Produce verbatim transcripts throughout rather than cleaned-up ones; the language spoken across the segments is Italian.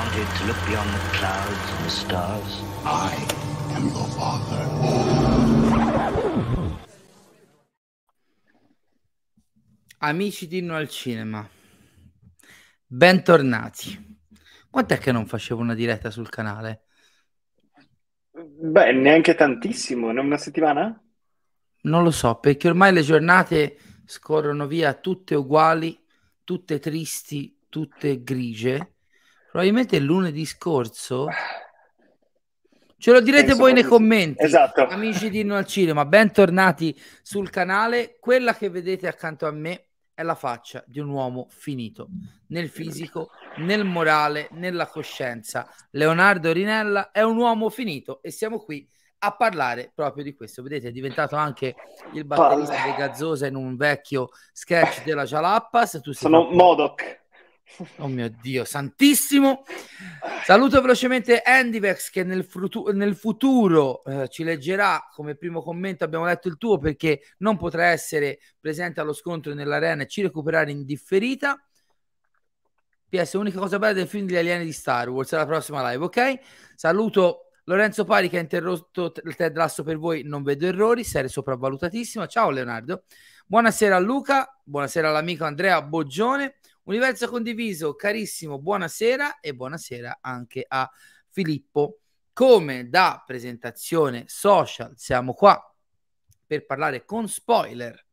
wanted to look beyond the clouds and the stars. I am your father. Amici di Inno al Cinema, bentornati. Quant'è che non facevo una diretta sul canale? Beh, neanche tantissimo, non una settimana? Non lo so, perché ormai le giornate scorrono via tutte uguali, tutte tristi, tutte grigie. Probabilmente lunedì scorso... Ce lo direte Penso voi nei proprio sì. commenti. Esatto. Amici di Inno al Cinema, bentornati sul canale. Quella che vedete accanto a me è la faccia di un uomo finito, nel fisico, nel morale, nella coscienza. Leonardo Rinella è un uomo finito e siamo qui a parlare proprio di questo. Vedete, è diventato anche il batterista Palle. di Gazzosa in un vecchio sketch della Jalappas. Tu sei Sono fatto... Modoc. Oh mio Dio santissimo. Saluto velocemente Andyvex che nel, frutu- nel futuro eh, ci leggerà come primo commento. Abbiamo letto il tuo perché non potrà essere presente allo scontro nell'arena e ci recuperare in differita. P S, unica cosa bella del film degli alieni di Star Wars, alla prossima live, ok? Saluto Lorenzo Pari che ha interrotto il Ted Lasso per voi, non vedo errori, serie sopravvalutatissima. Ciao Leonardo. Buonasera a Luca, buonasera all'amico Andrea Boggione. Universo condiviso, carissimo, buonasera e buonasera anche a Filippo. Come da presentazione social siamo qua per parlare con spoiler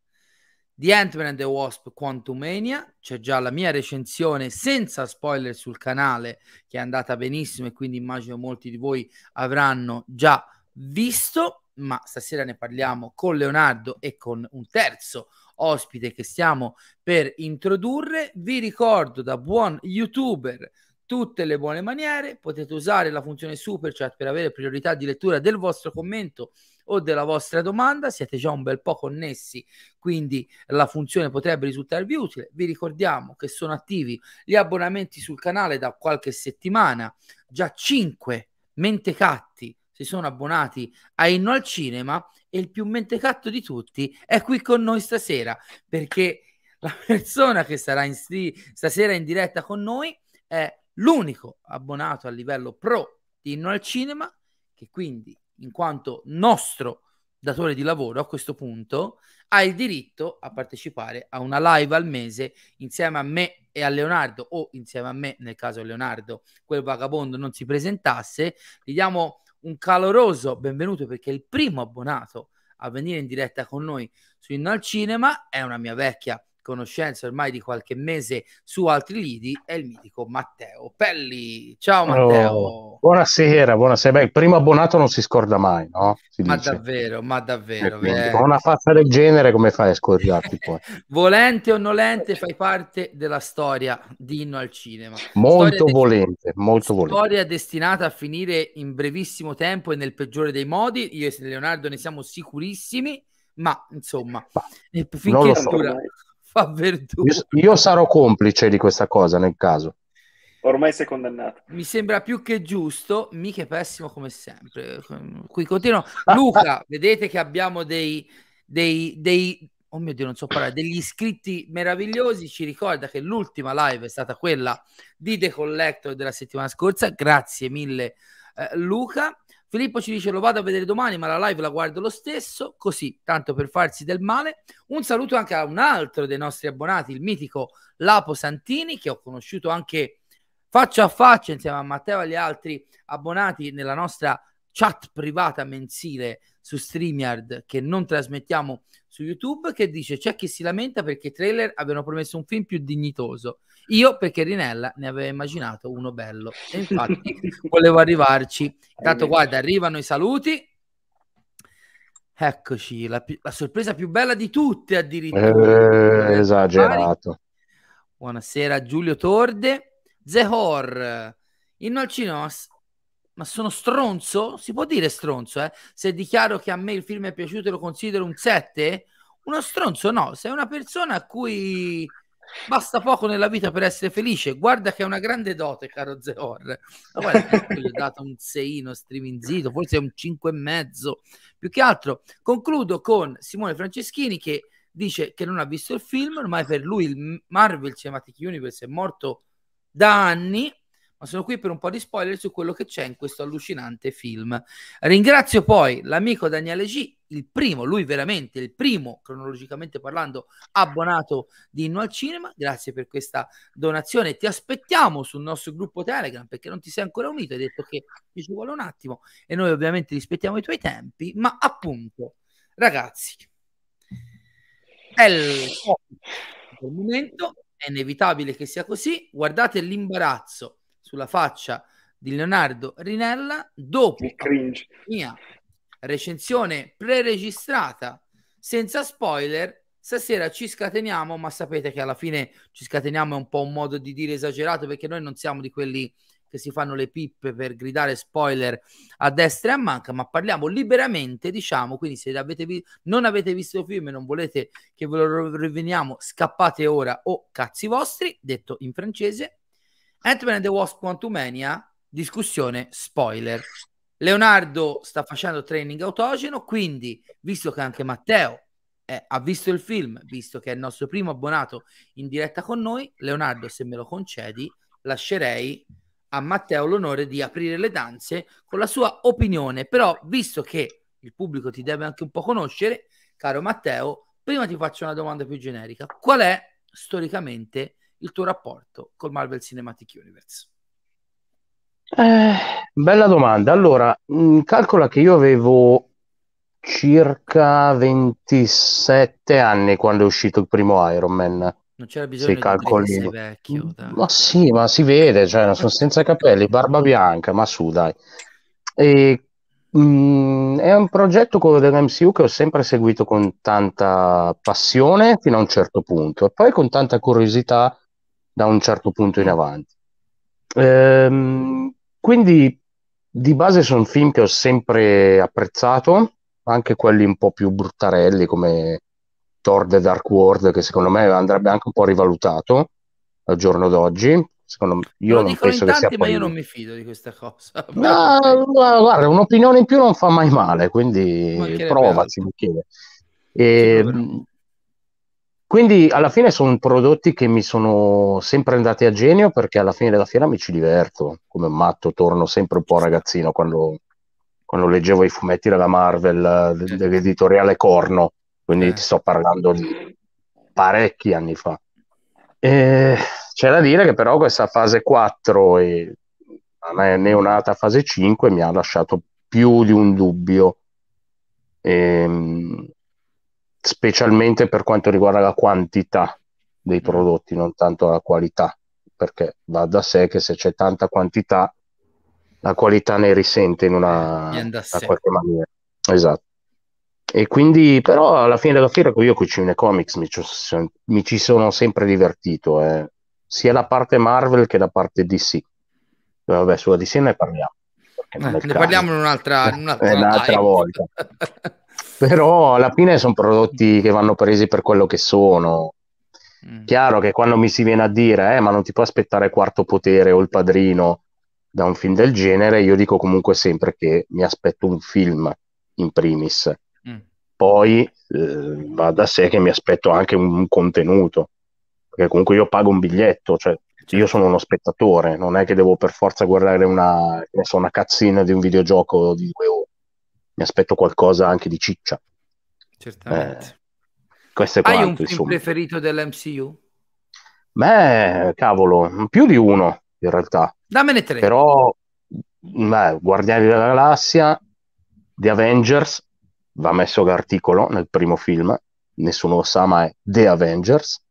di Ant-Man and the Wasp Quantumania. C'è già la mia recensione senza spoiler sul canale che è andata benissimo e quindi immagino molti di voi avranno già visto, ma stasera ne parliamo con Leonardo e con un terzo ospite che stiamo per introdurre. Vi ricordo da buon youtuber tutte le buone maniere, potete usare la funzione super chat per avere priorità di lettura del vostro commento o della vostra domanda. Siete già un bel po' connessi, quindi la funzione potrebbe risultarvi utile. Vi ricordiamo che sono attivi gli abbonamenti sul canale da qualche settimana, già cinque mentecatti si sono abbonati a Inno al Cinema e il più mentecatto di tutti è qui con noi stasera, perché la persona che sarà in sti- stasera in diretta con noi è l'unico abbonato a livello pro di Inno al Cinema, che quindi in quanto nostro datore di lavoro a questo punto ha il diritto a partecipare a una live al mese insieme a me e a Leonardo, o insieme a me nel caso Leonardo quel vagabondo non si presentasse. Gli diamo un caloroso benvenuto perché è il primo abbonato a venire in diretta con noi su Inno al Cinema, è una mia vecchia conoscenza ormai di qualche mese su altri lidi, è il mitico Matteo Pelli. Ciao Matteo. Oh, buonasera, buonasera. Beh, il primo abbonato non si scorda mai, no? Si Ma dice. davvero, ma davvero. Quindi, eh. con una faccia del genere come fai a scordarti poi? Volente o nolente fai parte della storia di Inno al Cinema. Molto Storia volente, molto storia volente. destinata a finire in brevissimo tempo e nel peggiore dei modi. Io e Leonardo ne siamo sicurissimi, ma insomma, Ma eh, non finché lo so. dura fa verdura. Io, io sarò complice di questa cosa nel caso. Ormai sei condannato. Mi sembra più che giusto, mica pessimo come sempre. Qui continuo. Luca, vedete che abbiamo dei, dei, dei, oh mio Dio, non so parlare, degli iscritti meravigliosi. Ci ricorda che l'ultima live è stata quella di The Collector della settimana scorsa. Grazie mille, eh, Luca. Filippo ci dice: lo vado a vedere domani, ma la live la guardo lo stesso, così, tanto per farsi del male. Un saluto anche a un altro dei nostri abbonati, il mitico Lapo Santini, che ho conosciuto anche faccia a faccia insieme a Matteo e agli altri abbonati nella nostra chat privata mensile su StreamYard, che non trasmettiamo su YouTube, che dice: c'è chi si lamenta perché i trailer avevano promesso un film più dignitoso, io perché Rinella ne aveva immaginato uno bello e infatti volevo arrivarci. Intanto guarda, arrivano i saluti, eccoci, la, la sorpresa più bella di tutte addirittura. Eh, esagerato. Buonasera Giulio Torde. Zehor, Inno al Cinema, ma sono stronzo? Si può dire stronzo, eh? Se dichiaro che a me il film è piaciuto e lo considero un sette? Uno stronzo no, sei una persona a cui basta poco nella vita per essere felice. Guarda che è una grande dote, caro Zehor. Ma guarda che gli ho dato un seino striminzito, forse un cinque e mezzo. Più che altro concludo con Simone Franceschini che dice che non ha visto il film, ormai per lui il Marvel Cinematic Universe è morto da anni, ma sono qui per un po' di spoiler su quello che c'è in questo allucinante film. Ringrazio poi l'amico Daniele G, il primo, lui veramente il primo, cronologicamente parlando, abbonato di Inno al Cinema. Grazie per questa donazione. Ti aspettiamo sul nostro gruppo Telegram, perché non ti sei ancora unito, hai detto che ti ci vuole un attimo e noi ovviamente rispettiamo i tuoi tempi, ma appunto, ragazzi, è il del momento, è inevitabile che sia così. Guardate l'imbarazzo sulla faccia di Leonardo Rinella dopo Il cringe. la mia recensione preregistrata senza spoiler. Stasera ci scateniamo, ma sapete che alla fine ci scateniamo è un po' un modo di dire esagerato, perché noi non siamo di quelli che si fanno le pippe per gridare spoiler a destra e a manca, ma parliamo liberamente, diciamo. Quindi se avete vi- non avete visto il film e non volete che ve lo riveniamo, scappate ora o cazzi vostri, detto in francese. Ant-Man and the Wasp Quantumania, discussione spoiler. Leonardo sta facendo training autogeno, quindi visto che anche Matteo eh, ha visto il film, visto che è il nostro primo abbonato in diretta con noi, Leonardo, se me lo concedi, lascerei a Matteo l'onore di aprire le danze con la sua opinione. Però, visto che il pubblico ti deve anche un po' conoscere, caro Matteo, prima ti faccio una domanda più generica. Qual è storicamente il tuo rapporto col Marvel Cinematic Universe? Eh, bella domanda. Allora, mh, calcola che io avevo circa ventisette anni quando è uscito il primo Iron Man. Non c'era Se bisogno di dire che calcoli... sei vecchio. Dai. Ma sì, ma si vede, cioè, sono senza capelli, barba bianca, ma su, dai. E, mh, è un progetto quello dell'M C U che ho sempre seguito con tanta passione fino a un certo punto, e poi con tanta curiosità da un certo punto in avanti. Ehm, quindi di base sono film che ho sempre apprezzato, anche quelli un po' più bruttarelli come Thor The Dark World, che secondo me andrebbe anche un po' rivalutato al giorno d'oggi. Secondo me, Me io lo non dicono in penso che sia tanti, ma poi... io non mi fido di questa cosa. No, Però, guarda, un'opinione in più non fa mai male, quindi mancherebbe provaci, altro. Michele. Ci E, proverò. quindi alla fine sono prodotti che mi sono sempre andati a genio, perché alla fine della fiera mi ci diverto, come un matto, torno sempre un po' ragazzino quando, quando leggevo i fumetti della Marvel, Sì. dell'editoriale Corno, quindi Sì. ti sto parlando di parecchi anni fa. E c'è da dire che però questa fase quattro e a me è neonata fase cinque mi ha lasciato più di un dubbio, ehm, specialmente per quanto riguarda la quantità dei prodotti, non tanto la qualità, perché va da sé che se c'è tanta quantità la qualità ne risente in una, Viene da in sé. qualche maniera. Esatto. E quindi però alla fine della fiera io con i cinecomics mi ci, mi ci sono sempre divertito, eh. Sia la parte Marvel che la parte D C. Vabbè, sulla D C ne parliamo, perché non è il Ne caso. parliamo in un'altra, in È un'altra un'altra live. volta. Però alla fine sono prodotti che vanno presi per quello che sono. Mm. Chiaro che quando mi si viene a dire eh, ma non ti può aspettare Quarto Potere o Il Padrino da un film del genere, io dico comunque sempre che mi aspetto un film in primis. Mm. Poi eh, va da sé che mi aspetto anche un, un contenuto, perché comunque io pago un biglietto, cioè Certo. io sono uno spettatore, non è che devo per forza guardare una, che ne so, una cutscene di un videogioco di due ore, mi aspetto qualcosa anche di ciccia. Certamente. Eh, questo è Hai un quanto, film insomma. preferito dell'M C U? Beh, cavolo, più di uno in realtà, Dammene tre. però beh, Guardiani della Galassia, The Avengers, va messo l'articolo nel primo film, nessuno lo sa, ma è The Avengers,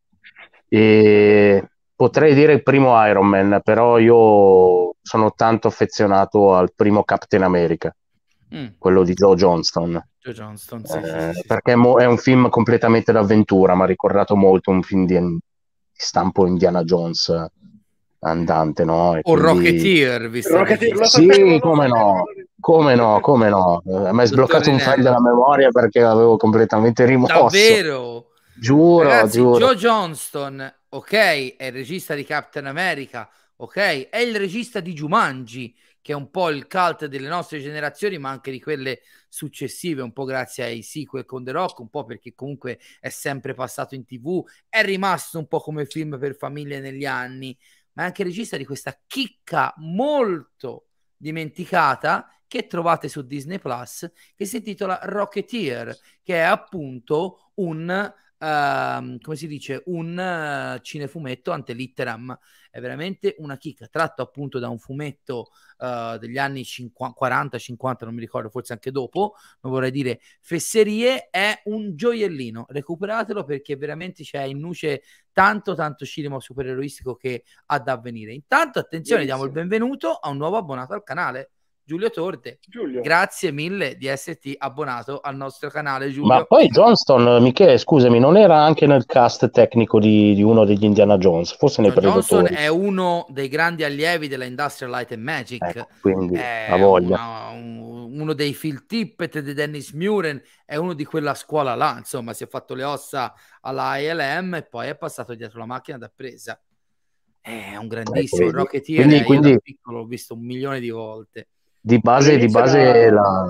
e potrei dire il primo Iron Man, però io sono tanto affezionato al primo Captain America, Mm. quello di Joe Johnston. Joe Johnston, sì, Eh, sì, sì, perché mo- è un film completamente d'avventura, mi ha ricordato molto un film di, di stampo Indiana Jones andante, no? E o quindi... Rocketeer, visto il Rocketeer, lo regista. sapevo, Sì, lo come sapevo. no, come no, come no. Eh, mi hai Dottor sbloccato un file Rinella. della memoria perché l'avevo completamente rimosso. Davvero? Giuro, Ragazzi, giuro. Joe Johnston, ok, è il regista di Captain America, ok, è il regista di Jumanji, che è un po' il cult delle nostre generazioni, ma anche di quelle successive, un po' grazie ai sequel con The Rock, un po' perché comunque è sempre passato in tivù, è rimasto un po' come film per famiglie negli anni, ma è anche regista di questa chicca molto dimenticata che trovate su Disney Plus, che si intitola Rocketeer, che è appunto un Uh, come si dice, un uh, cinefumetto ante litteram. È veramente una chicca, tratto appunto da un fumetto uh, degli anni cinquanta, quaranta cinquanta, non mi ricordo, forse anche dopo, non vorrei dire fesserie. È un gioiellino, recuperatelo perché veramente c'è in nuce tanto tanto cinema supereroistico che ha da avvenire. Intanto attenzione, Benissimo. diamo il benvenuto a un nuovo abbonato al canale, Giulio Torte. Giulio. Grazie mille di esserti abbonato al nostro canale, Giulio. Ma poi Johnston, Michele, scusami, non era anche nel cast tecnico di, di uno degli Indiana Jones, forse nei John Johnson Predatori. è uno dei grandi allievi della Industrial Light and Magic, Ecco, quindi è ha voglia. una, un, uno dei Phil Tippett di Dennis Muren, è uno di quella scuola là, insomma, si è fatto le ossa alla I L M e poi è passato dietro la macchina da presa. È un grandissimo Ecco, vedi. Rocketeer, Quindi- io quindi- da piccolo l'ho visto un milione di volte. Di base, di All'inizio base era- la...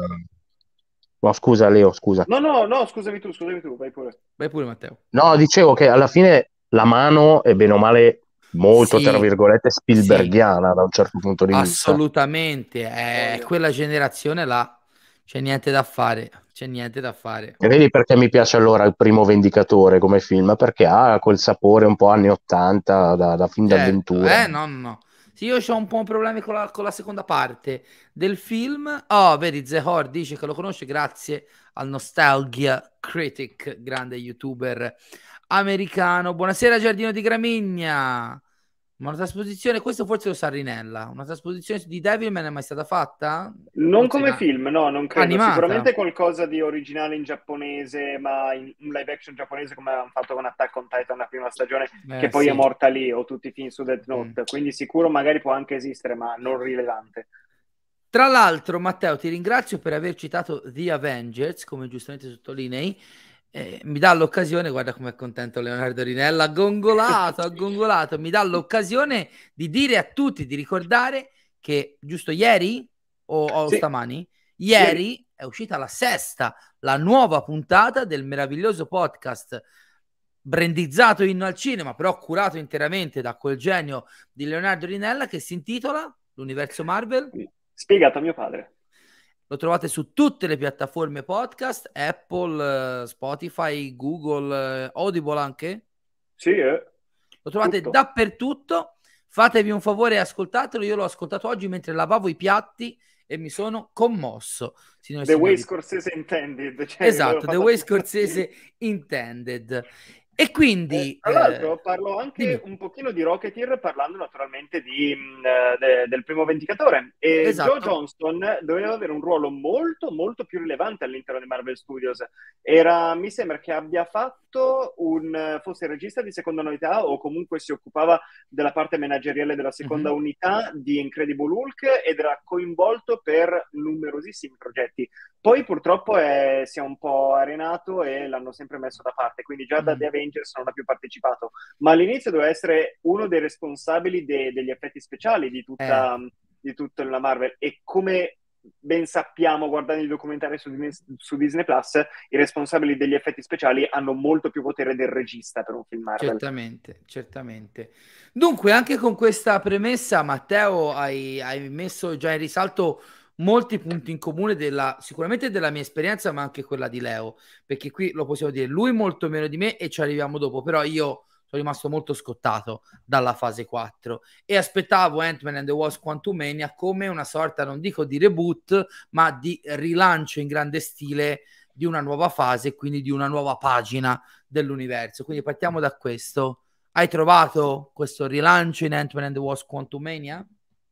No, scusa Leo, scusa. No, no, no, scusami tu, scusami tu, vai pure. Vai pure, Matteo. No, dicevo che alla fine la mano è bene o male molto, Sì. tra virgolette, Spielbergiana da un certo punto di vista. Assolutamente, è Voglio. quella generazione là, c'è niente da fare, c'è niente da fare. E vedi perché mi piace allora Il Primo Vendicatore come film? Perché ha quel sapore un po' anni ottanta, da, da film Certo, d'avventura. eh, no, no, no. Sì, io ho un po' problemi con la, con la seconda parte del film. Oh, vedi, Zehor dice che lo conosce grazie al Nostalgia Critic, grande youtuber americano. Buonasera, Giardino di Gramigna. Ma una trasposizione, questo forse lo sa Rinella, una trasposizione di Devilman è mai stata fatta? Non Forse come no. film, no, non credo. Animata. Sicuramente qualcosa di originale in giapponese, ma in un live action giapponese come hanno fatto con Attack on Titan la prima stagione, Eh, che poi sì. è morta lì, o tutti i film su Death Note. Mm. Quindi sicuro magari può anche esistere, ma non rilevante. Tra l'altro, Matteo, ti ringrazio per aver citato The Avengers, come giustamente sottolinei. Eh, mi dà l'occasione, guarda com'è contento Leonardo Rinella, aggongolato, aggongolato, mi dà l'occasione di dire a tutti, di ricordare che giusto ieri o, o Sì. stamani, ieri, Ieri. è uscita la sesta, la nuova puntata del meraviglioso podcast brandizzato Inno al Cinema, però curato interamente da quel genio di Leonardo Rinella, che si intitola L'Universo Marvel. Spiegato a mio padre. Lo trovate su tutte le piattaforme podcast, Apple, eh, Spotify, Google, eh, Audible anche. Sì, eh. Lo trovate Tutto. dappertutto. Fatevi un favore e ascoltatelo. Io l'ho ascoltato oggi mentre lavavo i piatti e mi sono commosso. Signore e The way signori. Scorsese intended. Cioè, Esatto, l'avevo The fatto- Way Scorsese Intended. E quindi... Eh, tra l'altro eh, parlo anche dimmi. un pochino di Rocketeer, parlando naturalmente di, mh, eh, de- del Primo Vendicatore. E Esatto. Joe Johnston doveva avere un ruolo molto molto più rilevante all'interno di Marvel Studios. Era, mi sembra che abbia fatto un, fosse il regista di seconda unità, o comunque si occupava della parte manageriale della seconda Mhm. unità di Incredible Hulk, ed era coinvolto per numerosissimi progetti. Poi purtroppo è, si è un po' arenato e l'hanno sempre messo da parte, quindi già da Mm. The Avengers non ha più partecipato, ma all'inizio doveva essere uno dei responsabili de- degli effetti speciali di tutta, di tutta la Marvel, e come ben sappiamo guardando il documentario su, Dis- su Disney Plus, i responsabili degli effetti speciali hanno molto più potere del regista per un film Marvel. Certamente, certamente. Dunque, anche con questa premessa, Matteo, hai, hai messo già in risalto molti punti in comune della, sicuramente della mia esperienza, ma anche quella di Leo, perché qui lo possiamo dire, lui molto meno di me e ci arriviamo dopo, però io sono rimasto molto scottato dalla fase quattro e aspettavo Ant-Man and the Wasp Quantumania come una sorta, non dico di reboot, ma di rilancio in grande stile di una nuova fase, quindi di una nuova pagina dell'universo. Quindi partiamo da questo. Hai trovato questo rilancio in Ant-Man and the Wasp Quantumania?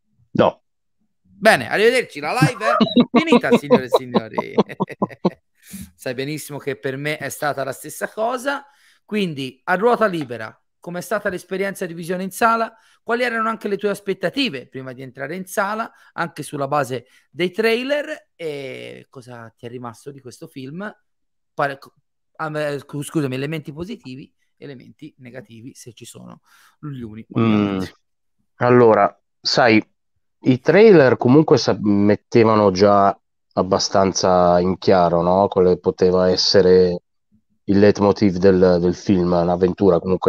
No. Bene, arrivederci, la live è finita, signore e signori. Sai benissimo che per me è stata la stessa cosa. Quindi, a ruota libera, com'è stata l'esperienza di visione in sala? Quali erano anche le tue aspettative prima di entrare in sala, anche sulla base dei trailer? E cosa ti è rimasto di questo film? Pare- ah, Scusami, elementi positivi, elementi negativi, se ci sono gli uni, Mm, ovviamente. allora, sai, i trailer comunque sa- mettevano già abbastanza in chiaro, no? Quale poteva essere il leitmotiv del, del film, un'avventura comunque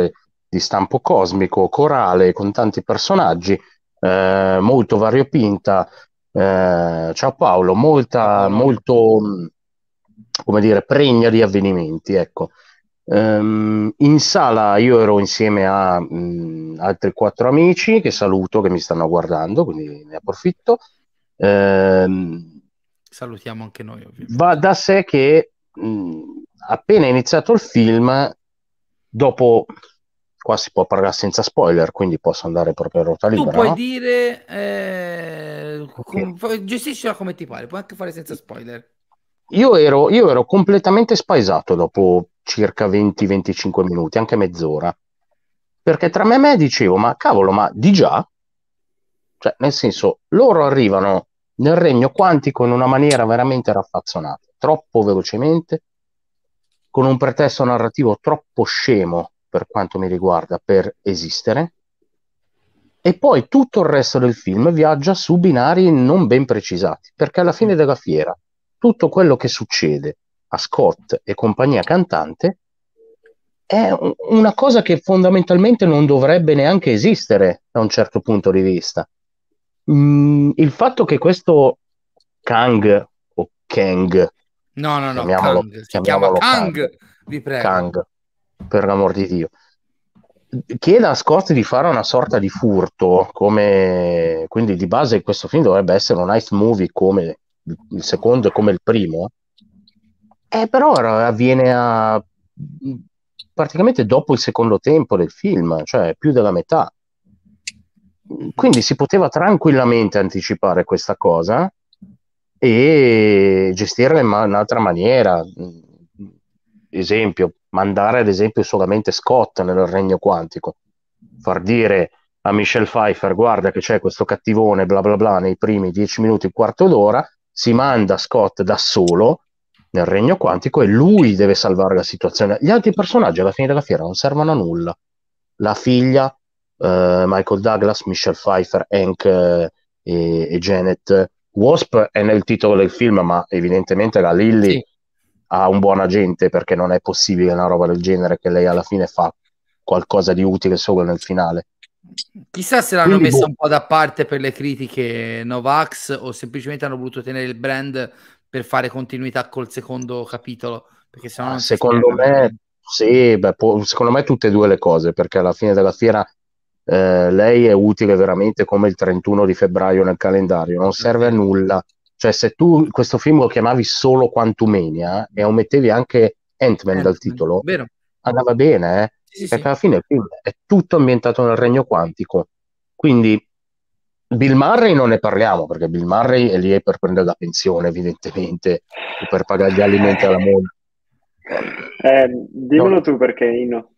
di stampo cosmico, corale, con tanti personaggi, eh, molto variopinta. Eh, ciao Paolo, molta, Paolo. molto, mh, come dire, pregna di avvenimenti, ecco. Ehm, in sala io ero insieme a mh, altri quattro amici che saluto, che mi stanno guardando, quindi ne approfitto. Ehm, Salutiamo anche noi, ovviamente. Va da sé che mh, appena iniziato il film, dopo, qua si può parlare senza spoiler, quindi posso andare proprio a ruota Tu libera, puoi no? dire, eh, Ok. com- fa- gestiscila come ti pare, puoi anche fare senza spoiler. Io ero, io ero completamente spaesato dopo circa venti venticinque minuti, anche mezz'ora, perché tra me e me dicevo, ma cavolo, ma di già? Cioè, nel senso, loro arrivano nel regno quantico in una maniera veramente raffazzonata, troppo velocemente, con un pretesto narrativo troppo scemo, per quanto mi riguarda, per esistere, e poi tutto il resto del film viaggia su binari non ben precisati, perché alla fine della fiera tutto quello che succede a Scott e compagnia cantante è un- una cosa che fondamentalmente non dovrebbe neanche esistere da un certo punto di vista. Mm, il fatto che questo Kang o Kang, No, no, no, chiamiamolo, Kang, si chiama chiamiamolo Kang, Kang, vi prego. Kang, per l'amor di Dio, chieda a Scott di fare una sorta di furto, come quindi di base questo film dovrebbe essere un heist movie come il secondo e come il primo, eh, però avviene a praticamente dopo il secondo tempo del film, cioè più della metà. Quindi si poteva tranquillamente anticipare questa cosa e gestirla in ma- un'altra maniera. Esempio, mandare ad esempio solamente Scott nel regno quantico, far dire a Michelle Pfeiffer guarda che c'è questo cattivone bla bla bla nei primi dieci minuti, un quarto d'ora, si manda Scott da solo nel regno quantico e lui deve salvare la situazione. Gli altri personaggi alla fine della fiera non servono a nulla. La figlia, eh, Michael Douglas, Michelle Pfeiffer, Hank eh, e, e Janet. Wasp è nel titolo del film, ma evidentemente la Lily Sì. ha un buon agente, perché non è possibile una roba del genere che lei alla fine fa qualcosa di utile solo nel finale. Chissà se l'hanno Quindi, messa boh, un po' da parte per le critiche Novax o semplicemente hanno voluto tenere il brand per fare continuità col secondo capitolo, perché sennò non si secondo spiega me, veramente. sì, beh, può- secondo me tutte e due le cose, perché alla fine della fiera eh, lei è utile veramente come il trentuno di febbraio nel calendario, non serve a Davvero. nulla. Cioè, se tu questo film lo chiamavi solo Quantumania e omettevi anche Ant-Man dal Ant-Man, titolo, vero? andava bene, eh? Sì, sì, Perché sì. alla fine il film è tutto ambientato nel regno quantico. Quindi Bill Murray non ne parliamo, perché Bill Murray è lì per prendere la pensione, evidentemente, o per pagare gli alimenti alla moglie. Eh, No, dimmelo tu perché Inno.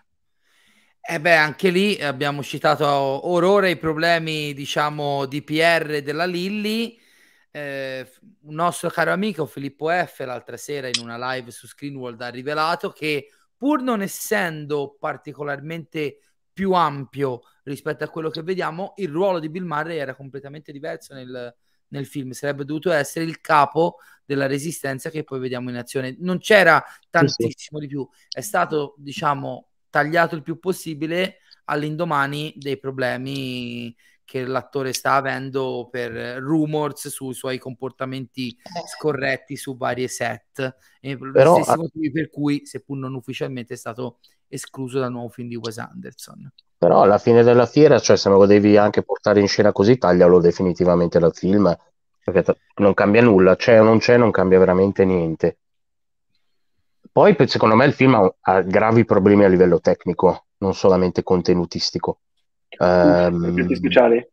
E beh, anche lì abbiamo citato or ora i problemi, diciamo, di P R della Lilly. Eh, un nostro caro amico Filippo F l'altra sera in una live su Screenworld ha rivelato che pur non essendo particolarmente più ampio rispetto a quello che vediamo, il ruolo di Bill Murray era completamente diverso nel, nel film. Sarebbe dovuto essere il capo della resistenza che poi vediamo in azione. Non c'era sì, sì. tantissimo di più, è stato, diciamo, tagliato il più possibile all'indomani dei problemi che l'attore sta avendo per rumors sui suoi comportamenti scorretti su varie set, e gli Però stessi motivi per cui, seppur non ufficialmente, è stato escluso dal nuovo film di Wes Anderson. Però alla fine della fiera, cioè, se me lo devi anche portare in scena così, taglialo definitivamente dal film, perché t- non cambia nulla, c'è o non c'è, non cambia veramente niente. Poi, per- secondo me, il film ha, ha gravi problemi a livello tecnico, non solamente contenutistico. Uff, effetti Ehm, speciali.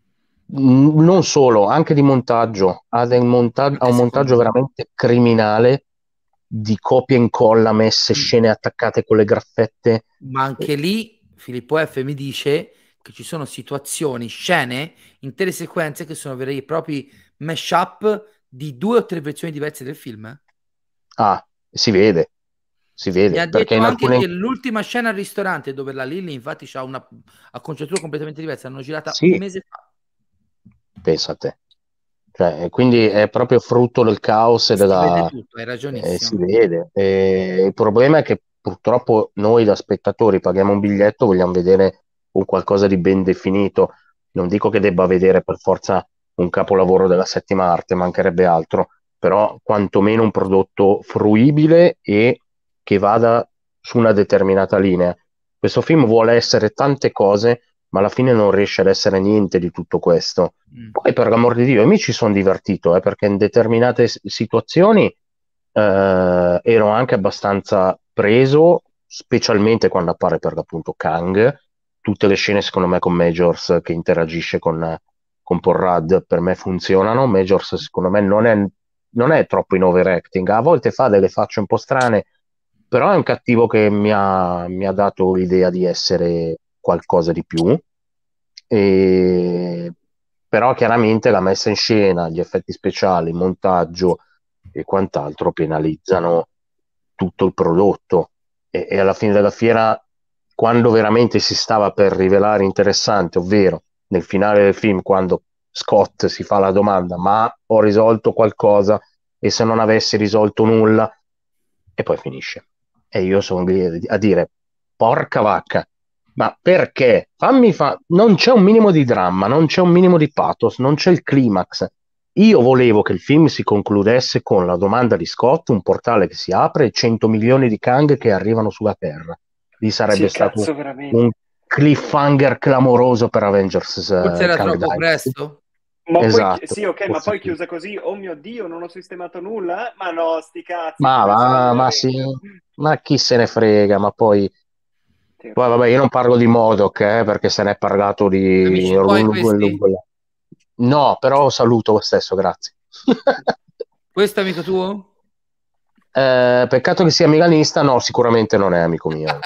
n- non solo, anche di montaggio. Ha, del monta- ha Anche un secondo montaggio me. veramente criminale di copia e incolla messe, scene attaccate con le graffette. Ma anche lì Filippo F mi dice che ci sono situazioni, scene, intere sequenze che sono veri e propri mash-up di due o tre versioni diverse del film. Ah, si vede, si Mi vede, ha perché detto in anche alcune... che l'ultima scena al ristorante, dove la Lily infatti ha una acconciatura completamente diversa, l'hanno girata un Sì, mese fa. pensa a te. Cioè, e quindi è proprio frutto del caos e Si vede della... tutto, hai eh, si ragionissimo. vede. E il problema è che purtroppo noi da spettatori paghiamo un biglietto, vogliamo vedere un qualcosa di ben definito. Non dico che debba vedere per forza un capolavoro della settima arte, mancherebbe altro, però quantomeno un prodotto fruibile e che vada su una determinata linea. Questo film vuole essere tante cose, ma alla fine non riesce ad essere niente di tutto questo. Mm. Poi, per l'amor di Dio, io mi ci sono divertito, eh, perché in determinate s- situazioni eh, ero anche abbastanza preso, specialmente quando appare per l'appunto Kang. Tutte le scene, secondo me, con Majors che interagisce con, con Paul Rudd, per me funzionano. Majors, secondo me, non è, non è troppo in overacting. A volte fa delle facce un po' strane, però è un cattivo che mi ha, mi ha dato l'idea di essere qualcosa di più. E... Però chiaramente la messa in scena, gli effetti speciali, il montaggio e quant'altro penalizzano tutto il prodotto. E, e alla fine della fiera, quando veramente si stava per rivelare interessante, ovvero nel finale del film, quando Scott si fa la domanda: ma ho risolto qualcosa? E se non avessi risolto nulla? E poi finisce. E io sono lì a dire: porca vacca, ma perché? Fammi fa... Non c'è un minimo di dramma, non c'è un minimo di pathos, non c'è il climax. Io volevo che il film si concludesse con la domanda di Scott, un portale che si apre e cento milioni di Kang che arrivano sulla Terra. Lì sarebbe Sì, stato cazzo, un veramente. cliffhanger clamoroso per Avengers Forse eh, era Kang troppo Dynasty. presto? Ma poi, chi- Esatto. sì, ok, ma Forse poi sì. chiusa così, oh mio Dio, non ho sistemato nulla? Ma no, sti cazzi, Ma come sono gli va, ma sì, Avengers. ma chi se ne frega, ma poi... Poi vabbè, io non parlo di Modok, eh, perché se ne è parlato di Amici tuoi lungo e questi? lungo. là. No, però saluto lo stesso, grazie. Questo è amico tuo? Eh, peccato che sia milanista, no, sicuramente non è amico mio.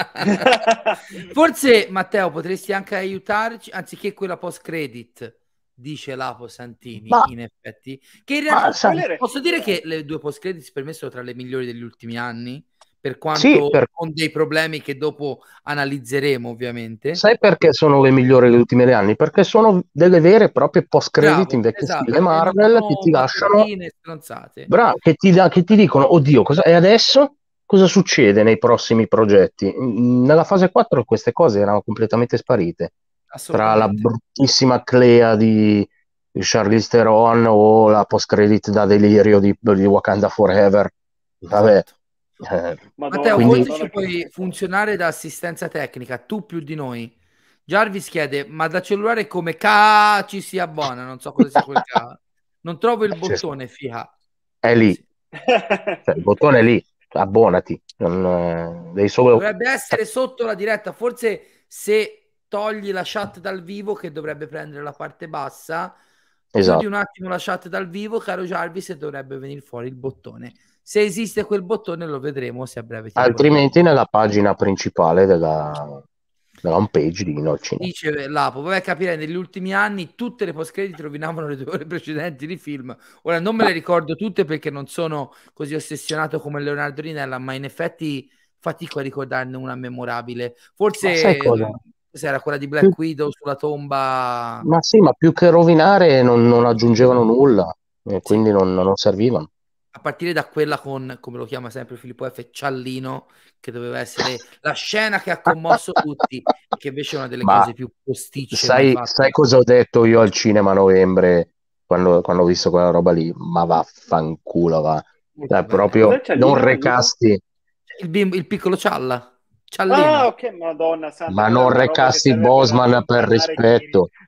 Forse Matteo potresti anche aiutarci, anziché quella post credit, dice Lapo Santini, Ma, in effetti, che in ma realtà No, sai, spoiler. posso dire che le due post credits per me sono tra le migliori degli ultimi anni, per sì, quanto per- con dei problemi che dopo analizzeremo ovviamente. sai perché sono le migliori degli ultimi anni? Perché sono delle vere e proprie post-credit in Bravo, vecchio stile esatto, e non Marvel che sono ti lasciano, battutine stronzate. bra- che ti, da- che ti dicono, oddio, cosa, e adesso cosa succede nei prossimi progetti? Mm, Nella fase quattro queste cose erano completamente sparite. Tra la Assolutamente. bruttissima Clea di, di Charlize Theron o la post-credit da delirio di, di Wakanda Forever. Vabbè, Esatto. eh, Matteo, Madonna, quindi forse ci Madonna che puoi funzionare da assistenza tecnica, tu più di noi. Jarvis chiede, ma da cellulare come ca ci sia buona? Non so cosa sia quel ca. Non trovo il cioè, bottone, fiha. è lì, Sì. cioè, il bottone è lì, abbonati, non, eh, devi solo... Dovrebbe essere sotto la diretta, forse se togli la chat dal vivo, che dovrebbe prendere la parte bassa, chiudi Esatto, un attimo la chat dal vivo, caro Jarvis, e dovrebbe venire fuori il bottone. Se esiste quel bottone lo vedremo se a breve ti accorgerai. altrimenti nella pagina principale della, della home page di Nol Cinema. Dice Lapo, vabbè capire, negli ultimi anni tutte le post credit rovinavano le due ore precedenti di film. Ora non me Ma, le ricordo tutte perché non sono così ossessionato come Leonardo Rinella, ma in effetti fatico a ricordarne una memorabile. ma sai Forse cosa? era quella di Più- Black Widow sulla tomba. ma sì, ma più che rovinare non, non aggiungevano nulla, e Sì, quindi non, non servivano. a partire da quella con, come lo chiama sempre Filippo F, Ciallino, che doveva essere la scena che ha commosso tutti, e che invece è una delle Ma cose più posticce mai sai, sai fatte. cosa ho detto io al cinema a novembre quando, quando ho visto quella roba lì? Ma vaffanculo, va. Molto Cioè, bella. proprio Cos'è non Ciallino? Aiuto. recasti, Il, bimbo, il piccolo Cialla, Ah, Ciallino. ok, Madonna santa, ma quella è non una roba che recasti serve per Bosman per allontanare Kiri. rispetto.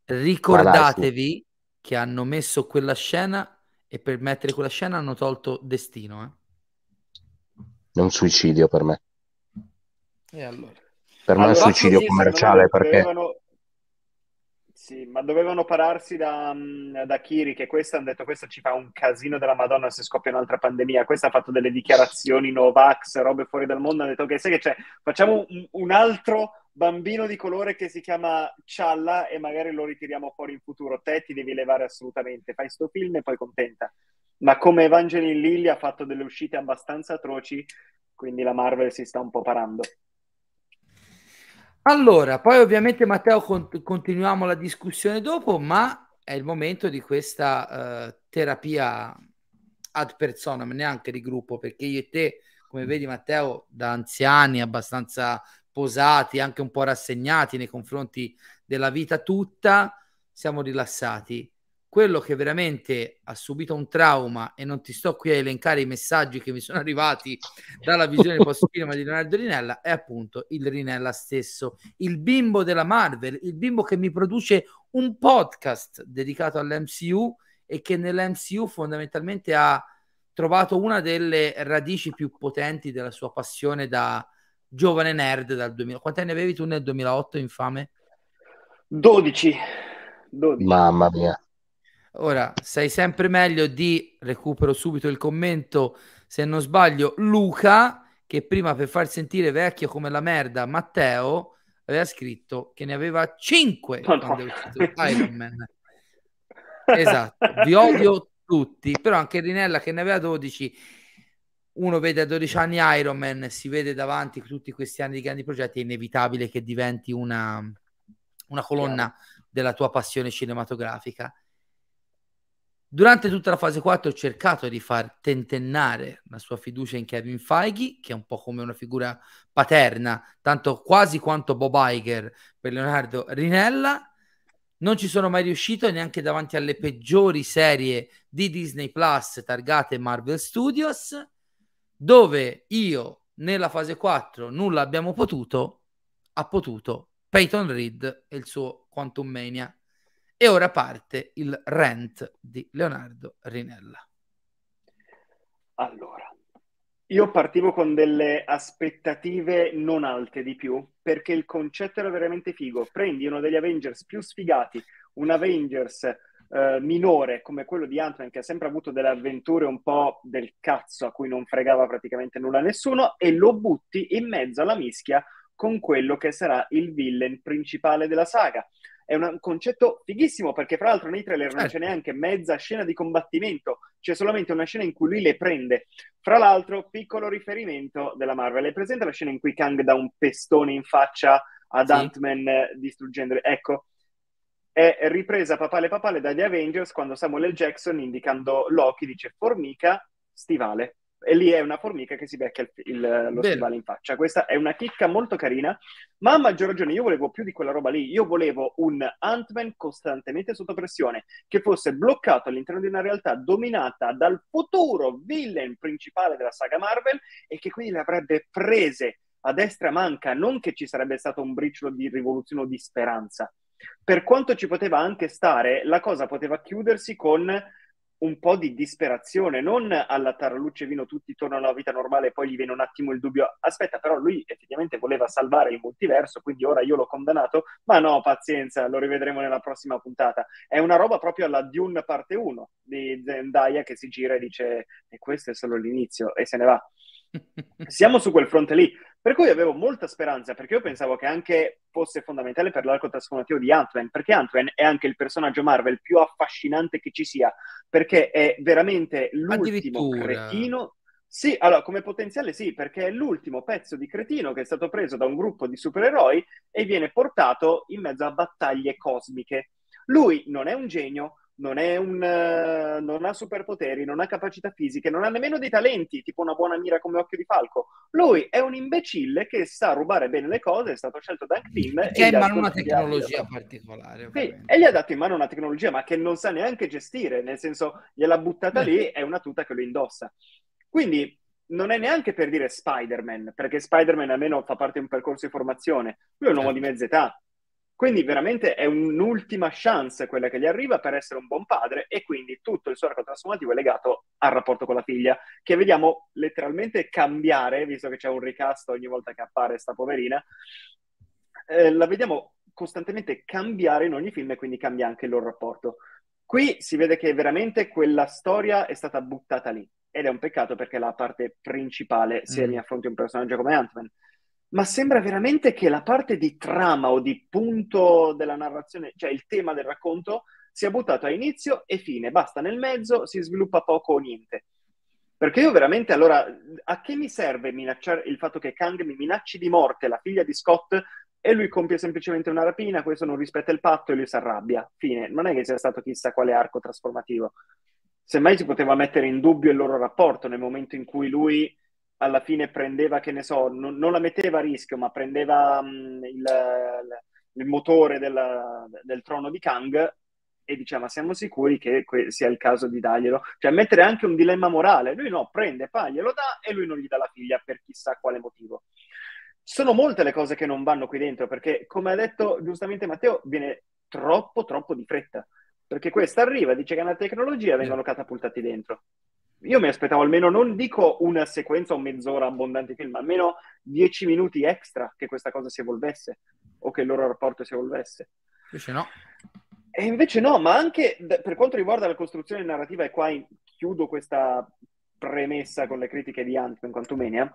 Ma dai, su, Ricordatevi che hanno messo quella scena e per mettere quella scena hanno tolto Destino. è un suicidio per me. Eh? E allora? Per me è un Allora, Fatto suicidio sì, secondo me commerciale do- perché dovevano, sì, ma dovevano pararsi da, mh, da Kiri, che questa hanno detto, questa ci fa un casino della Madonna se scoppia un'altra pandemia. Questa ha fatto delle dichiarazioni Novax, robe fuori dal mondo, ha detto, ok, sai che c'è, facciamo un, un altro bambino di colore che si chiama Cialla e magari lo ritiriamo fuori in futuro. Te ti devi levare assolutamente, fai sto film e poi contenta. Ma come Evangeline Lilly ha fatto delle uscite abbastanza atroci, quindi la Marvel si sta un po' parando. Allora, poi ovviamente Matteo con- continuiamo la discussione dopo, ma è il momento di questa eh, terapia ad personam, neanche di gruppo, perché io e te come vedi Matteo, da anziani abbastanza posati, anche un po' rassegnati nei confronti della vita tutta, siamo rilassati. Quello che veramente ha subito un trauma, e non ti sto qui a elencare i messaggi che mi sono arrivati dalla visione post-cinema di Leonardo Rinella, è appunto il Rinella stesso, il bimbo della Marvel, il bimbo che mi produce un podcast dedicato all'M C U e che nell'M C U fondamentalmente ha trovato una delle radici più potenti della sua passione da giovane nerd dal duemila. Quanti anni avevi tu nel duemilaotto, infame? dodici. dodici. Mamma mia. Ora, sei sempre meglio di, recupero subito il commento, se non sbaglio, Luca, che prima per far sentire vecchio come la merda Matteo, aveva scritto che ne aveva cinque No, quando no. è uscito Iron Man. Esatto, vi odio tutti, però anche Rinella che ne aveva dodici, uno vede a dodici anni Iron Man, si vede davanti tutti questi anni di grandi progetti, è inevitabile che diventi una, una colonna della tua passione cinematografica. Durante tutta la fase quattro ho cercato di far tentennare la sua fiducia in Kevin Feige, che è un po' come una figura paterna, tanto quasi quanto Bob Iger per Leonardo Rinella. Non ci sono mai riuscito neanche davanti alle peggiori serie di Disney Plus targate Marvel Studios, dove io nella fase quattro nulla abbiamo potuto, ha potuto Peyton Reed e il suo Quantum Mania. E ora parte il rant di Leonardo Rinella. Allora, io partivo con delle aspettative non alte di più, perché il concetto era veramente figo. Prendi uno degli Avengers più sfigati, un Avengers eh, minore come quello di Ant-Man, che ha sempre avuto delle avventure un po' del cazzo a cui non fregava praticamente nulla a nessuno, e lo butti in mezzo alla mischia con quello che sarà il villain principale della saga. È un concetto fighissimo, perché fra l'altro nei trailer non c'è neanche mezza scena di combattimento, c'è solamente una scena in cui lui le prende. Fra l'altro, piccolo riferimento della Marvel, è presente la scena in cui Kang dà un pestone in faccia ad Sì. Ant-Man eh, distruggendolo? Ecco, è ripresa papale papale da The Avengers, quando Samuel L. Jackson, indicando Loki, dice formica, stivale. E lì è una formica che si becca il, il, lo Bene. stivale in faccia. Questa è una chicca molto carina, ma a maggior ragione io volevo più di quella roba lì. Io volevo un Ant-Man costantemente sotto pressione, che fosse bloccato all'interno di una realtà dominata dal futuro villain principale della saga Marvel, e che quindi le avrebbe prese a destra e manca, non che ci sarebbe stato un briciolo di rivoluzione o di speranza. Per quanto ci poteva anche stare, la cosa poteva chiudersi con un po' di disperazione, non alla tarallucce vino, tutti tornano alla vita normale e poi gli viene un attimo il dubbio, aspetta, però lui effettivamente voleva salvare il multiverso, quindi ora io l'ho condannato, ma no, pazienza, lo rivedremo nella prossima puntata. È una roba proprio alla Dune parte uno di Zendaya, che si gira e dice e questo è solo l'inizio, e se ne va. Siamo su quel fronte lì, per cui avevo molta speranza, perché io pensavo che anche fosse fondamentale per l'arco trasformativo di Ant-Man, perché Ant-Man è anche il personaggio Marvel più affascinante che ci sia, perché è veramente l'ultimo cretino. Sì, allora, come potenziale sì, perché è l'ultimo pezzo di cretino che è stato preso da un gruppo di supereroi e viene portato in mezzo a battaglie cosmiche. Lui non è un genio, non è un uh, non ha superpoteri, non ha capacità fisiche, non ha nemmeno dei talenti, tipo una buona mira come Occhio di Falco. Lui è un imbecille che sa rubare bene le cose, è stato scelto da Hank Pym e che ha in gli ha mano una consigliato- tecnologia particolare, Sì, ovviamente. e gli ha dato in mano una tecnologia, ma che non sa neanche gestire, nel senso, gliel'ha buttata Eh. lì, è una tuta che lo indossa. Quindi non è neanche per dire Spider-Man, perché Spider-Man almeno fa parte di un percorso di formazione. Lui è un uomo Certo. di mezza età. Quindi veramente è un'ultima chance quella che gli arriva per essere un buon padre, e quindi tutto il suo arco trasformativo è legato al rapporto con la figlia, che vediamo letteralmente cambiare, visto che c'è un recast ogni volta che appare sta poverina. Eh, la vediamo costantemente cambiare in ogni film, e quindi cambia anche il loro rapporto. Qui si vede che veramente quella storia è stata buttata lì, ed è un peccato, perché è la parte principale se Mm. mi affronti un personaggio come Ant-Man. Ma sembra veramente che la parte di trama o di punto della narrazione, cioè il tema del racconto, sia buttato a inizio e fine, basta, nel mezzo si sviluppa poco o niente. Perché io veramente, allora, a che mi serve minacciare il fatto che Kang mi minacci di morte la figlia di Scott e lui compie semplicemente una rapina, questo non rispetta il patto e lui si arrabbia? Fine. Non è che sia stato chissà quale arco trasformativo. Semmai si poteva mettere in dubbio il loro rapporto nel momento in cui lui alla fine prendeva, che ne so, non, non la metteva a rischio, ma prendeva mh, il, il motore della, del trono di Kang e diceva, ma siamo sicuri che que- sia il caso di darglielo? Cioè mettere anche un dilemma morale. Lui no, prende, pa, glielo dà e lui non gli dà la figlia per chissà quale motivo. Sono molte le cose che non vanno qui dentro, perché come ha detto giustamente Matteo, viene troppo troppo di fretta, perché questa arriva, dice che è una tecnologia e vengono catapultati dentro. Io mi aspettavo almeno, non dico una sequenza o mezz'ora abbondante film, almeno dieci minuti extra che questa cosa si evolvesse o che il loro rapporto si evolvesse. Invece no. E invece no, ma anche per quanto riguarda la costruzione narrativa, e qua in, chiudo questa premessa con le critiche di Ant-Man Quantumania,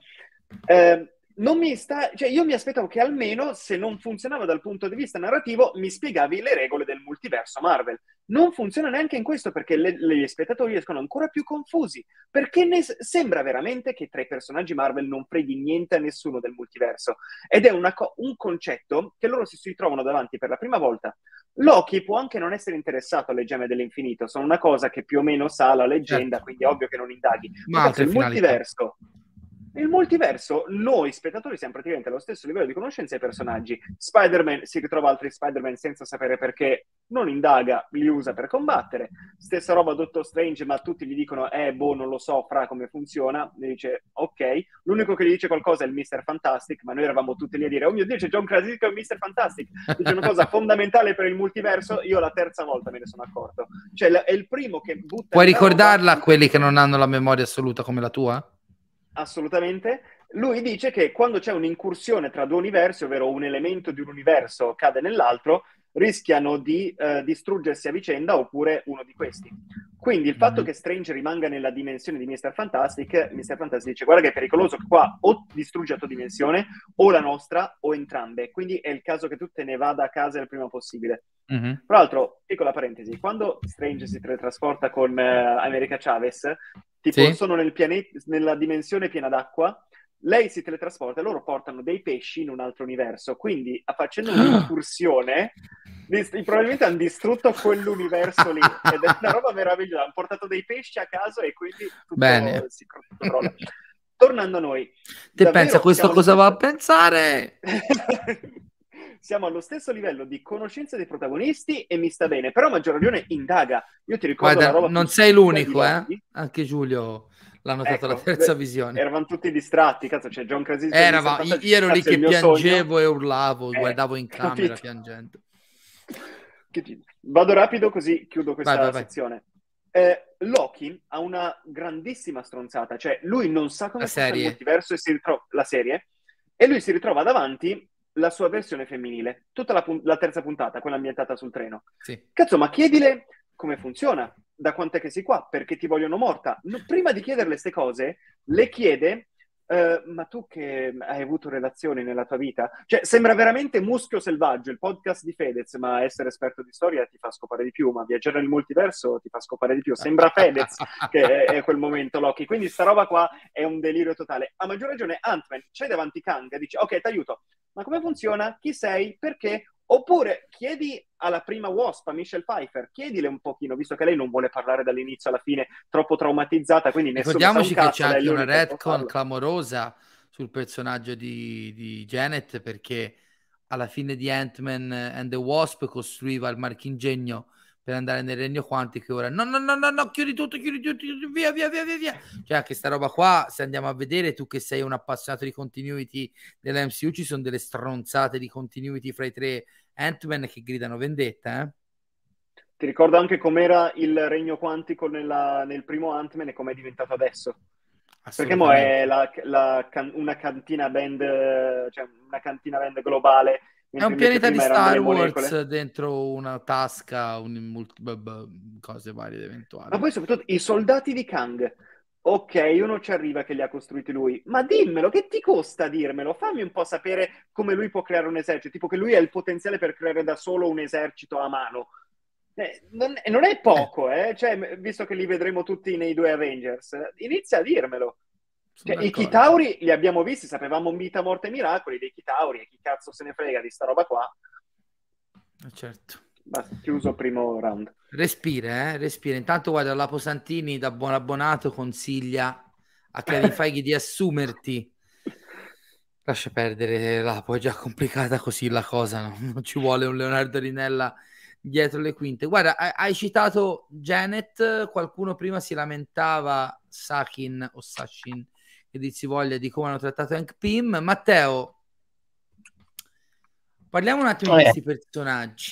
eh, non mi sta, cioè io mi aspettavo che almeno, se non funzionava dal punto di vista narrativo, mi spiegavi le regole del multiverso Marvel. Non funziona neanche in questo, perché le, le, gli spettatori escono ancora più confusi, perché ne, sembra veramente che tra i personaggi Marvel non freghi niente a nessuno del multiverso, ed è una, un concetto che loro si, si trovano davanti per la prima volta. Loki può anche non essere interessato alle gemme dell'infinito, sono una cosa che più o meno sa la leggenda, certo. Quindi è ovvio che non indaghi. Ma, Ma altre il finalità. multiverso Il multiverso, noi spettatori siamo praticamente allo stesso livello di conoscenza dei personaggi. Spider-Man si ritrova altri Spider-Man senza sapere perché, non indaga, li usa per combattere. Stessa roba Doctor Strange, ma tutti gli dicono, eh, boh, non lo so, fra come funziona. E dice, ok. L'unico che gli dice qualcosa è il mister Fantastic, ma noi eravamo tutti lì a dire, oh mio Dio, c'è John Krasinski e il mister Fantastic. Dice una cosa fondamentale per il multiverso, io la terza volta me ne sono accorto. Cioè, è il primo che butta... Puoi ricordarla roba... a quelli che non hanno la memoria assoluta come la tua? Assolutamente. Lui dice che quando c'è un'incursione tra due universi, ovvero un elemento di un universo cade nell'altro, rischiano di eh, distruggersi a vicenda oppure uno di questi. Quindi il fatto che Strange rimanga nella dimensione di mister Fantastic, mister Fantastic dice guarda che è pericoloso, qua o distrugge la tua dimensione o la nostra o entrambe, quindi è il caso che tu te ne vada a casa il prima possibile. Mm-hmm. Tra l'altro, piccola parentesi, quando Strange si teletrasporta con uh, America Chavez, tipo sì. sono nel pianeta, nella dimensione piena d'acqua, lei si teletrasporta e loro portano dei pesci in un altro universo, quindi facendo un'incursione dist- probabilmente hanno distrutto quell'universo lì ed è una roba meravigliosa, hanno portato dei pesci a caso e quindi tutto Bene. si controlla. Tornando a noi, te pensa questo cosa stesso... va a pensare? Siamo allo stesso livello di conoscenza dei protagonisti e mi sta bene, però a maggior ragione indaga. Io ti ricordo Guarda, la roba non sei l'unico, eh? Anche Giulio l'ha notato ecco, la terza beh, visione. Eravamo tutti distratti, cazzo, c'è John Krasinski. Erava, io ero lì che piangevo sogno. e urlavo, eh, guardavo in camera capito. piangendo. Vado rapido così chiudo questa vai, vai, sezione. Eh, Loki ha una grandissima stronzata, cioè lui non sa come funziona il multiverso e si ritrova la serie e lui si ritrova davanti la sua versione femminile, tutta la, pun- la terza puntata, quella ambientata sul treno. Sì. Cazzo, ma chiedile come funziona, da quant'è che sei qua, perché ti vogliono morta. No, prima di chiederle queste cose, le chiede, uh, ma tu che hai avuto relazioni nella tua vita? Cioè, sembra veramente Muschio Selvaggio, il podcast di Fedez, ma essere esperto di storia ti fa scopare di più, ma viaggiare nel multiverso ti fa scopare di più. Sembra Fedez che è, è quel momento, Loki. Quindi sta roba qua è un delirio totale. A maggior ragione Ant-Man, c'hai davanti Kang, dice, ok, ti aiuto. Ma come funziona? Chi sei? Perché? Oppure chiedi alla prima Wasp, a Michelle Pfeiffer, chiedile un pochino, visto che lei non vuole parlare dall'inizio alla fine, troppo traumatizzata, quindi nessuno sa un ricordiamoci che cazzo, c'è anche una retcon retcon clamorosa sul personaggio di, di Janet, perché alla fine di Ant-Man and the Wasp costruiva il marchingegno per andare nel regno quantico e ora no no no no no chiudi tutto chiudi tutto chiudi, via via via via via cioè anche sta roba qua, se andiamo a vedere, tu che sei un appassionato di continuity dell'M C U, ci sono delle stronzate di continuity fra i tre Ant-Man che gridano vendetta, eh? Ti ricordo anche com'era il regno quantico nella, nel primo Ant-Man e com'è diventato adesso, perché mo è la, la, una cantina band, cioè una cantina band globale. È un pianeta di Star Wars dentro una tasca, un multi, cose varie ed eventuali. Ma poi soprattutto i soldati di Kang. Ok, uno ci arriva che li ha costruiti lui, ma dimmelo, che ti costa dirmelo? Fammi un po' sapere come lui può creare un esercito, tipo che lui ha il potenziale per creare da solo un esercito a mano. Eh, non, non è poco, eh? Cioè, visto che li vedremo tutti nei due Avengers, inizia a dirmelo. Cioè, i Chitauri li abbiamo visti, sapevamo vita, morte e miracoli dei Chitauri, e chi cazzo se ne frega di sta roba qua. Certo. Basta, chiuso il primo round. Respira, eh? Respira. Intanto guarda, Lapo Santini da buon abbonato consiglia a Kevin Feige di assumerti. Lascia perdere, là, poi è già complicata così la cosa, no? Non ci vuole un Leonardo Rinella dietro le quinte. Guarda, hai citato Janet, qualcuno prima si lamentava, Sakin o Sashin, che dir si voglia, di come hanno trattato Hank Pym. Matteo, parliamo un attimo Oh, di yeah. questi personaggi,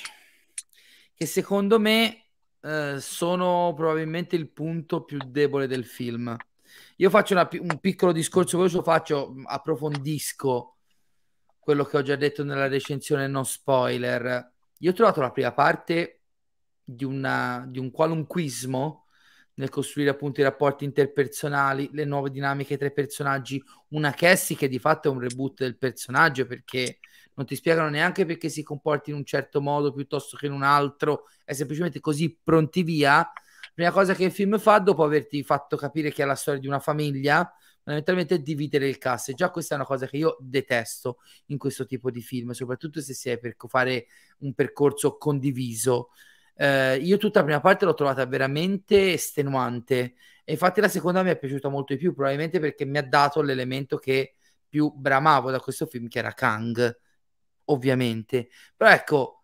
che secondo me eh, sono probabilmente il punto più debole del film. Io faccio una, un piccolo discorso veloce, faccio, approfondisco quello che ho già detto nella recensione non spoiler. Io ho trovato la prima parte di, una, di un qualunquismo nel costruire appunto i rapporti interpersonali, le nuove dinamiche tra i personaggi, una Cassie che di fatto è un reboot del personaggio, perché non ti spiegano neanche perché si comporti in un certo modo piuttosto che in un altro, è semplicemente così, pronti via. Prima cosa che il film fa, dopo averti fatto capire che è la storia di una famiglia, fondamentalmente è dividere il cast. E già questa è una cosa che io detesto in questo tipo di film, soprattutto se si è per fare un percorso condiviso. Eh, io tutta la prima parte l'ho trovata veramente estenuante e infatti la seconda mi è piaciuta molto di più, probabilmente perché mi ha dato l'elemento che più bramavo da questo film, che era Kang, ovviamente. Però ecco,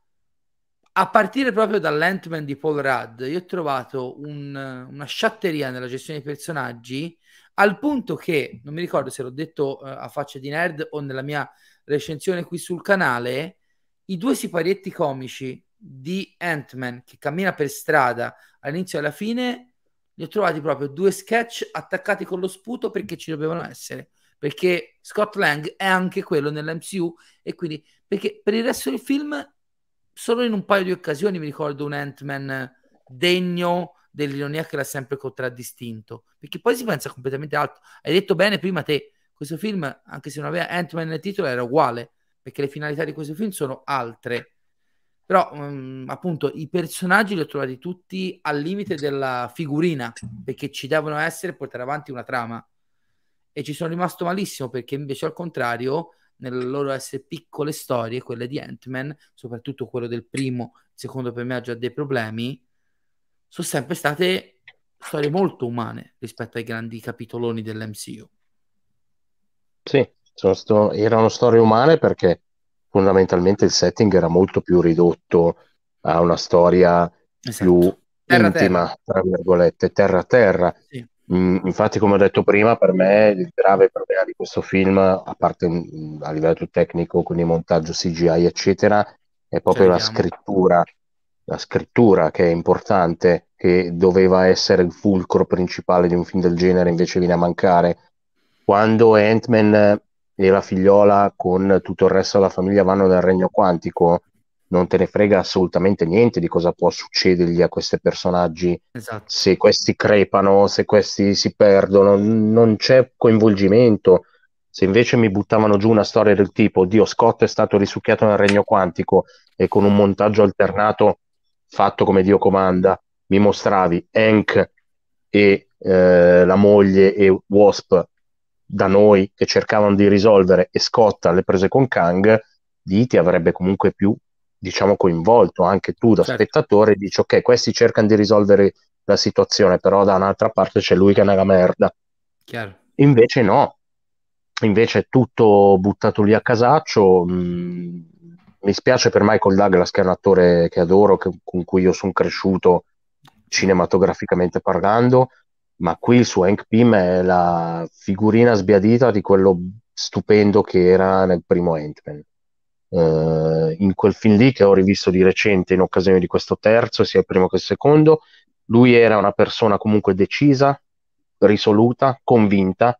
a partire proprio dall'Ant-Man di Paul Rudd, io ho trovato un, una sciatteria nella gestione dei personaggi, al punto che, non mi ricordo se l'ho detto uh, a Faccia di Nerd o nella mia recensione qui sul canale, i due siparietti comici di Ant-Man che cammina per strada all'inizio e alla fine, li ho trovati proprio due sketch attaccati con lo sputo perché ci dovevano essere, perché Scott Lang è anche quello nell'M C U, e quindi, perché per il resto del film solo in un paio di occasioni mi ricordo un Ant-Man degno dell'ironia che l'ha sempre contraddistinto, perché poi si pensa completamente altro. Hai detto bene prima te, questo film, anche se non aveva Ant-Man nel titolo, era uguale, perché le finalità di questo film sono altre. Però um, appunto i personaggi li ho trovati tutti al limite della figurina, perché ci devono essere, portare avanti una trama, e ci sono rimasto malissimo perché invece al contrario, nelle loro essere piccole storie, quelle di Ant-Man, soprattutto quello del primo, secondo per me ha già dei problemi, sono sempre state storie molto umane rispetto ai grandi capitoloni dell'M C U. Sì, sono sto- erano storie umane perché fondamentalmente il setting era molto più ridotto a una storia più Esatto. Terra intima, terra. tra virgolette, terra a terra. Sì. Mm, infatti, come ho detto prima, per me il grave problema di questo film, a parte mm, a livello tecnico, quindi montaggio C G I, eccetera, è proprio la arriviamo. scrittura, la scrittura che è importante, che doveva essere il fulcro principale di un film del genere, invece viene a mancare. Quando Ant-Man e la figliola con tutto il resto della famiglia vanno nel regno quantico, non te ne frega assolutamente niente di cosa può succedergli a questi personaggi, Esatto. se questi crepano, se questi si perdono, non c'è coinvolgimento. Se invece mi buttavano giù una storia del tipo, Dio, Scott è stato risucchiato nel regno quantico e con un montaggio alternato fatto come Dio comanda, mi mostravi Hank e eh, la moglie e Wasp da noi che cercavano di risolvere e Scott alle prese con Kang, lì ti avrebbe comunque più, diciamo, coinvolto anche tu da Certo. spettatore, dici ok, questi cercano di risolvere la situazione, però da un'altra parte c'è lui che è una merda. Chiaro. Invece no, invece è tutto buttato lì a casaccio. mh, mi spiace per Michael Douglas, che è un attore che adoro, che- con cui io sono cresciuto cinematograficamente parlando, ma qui il suo Hank Pym è la figurina sbiadita di quello stupendo che era nel primo Ant-Man. Eh, in quel film lì che ho rivisto di recente in occasione di questo terzo, sia il primo che il secondo, lui era una persona comunque decisa, risoluta, convinta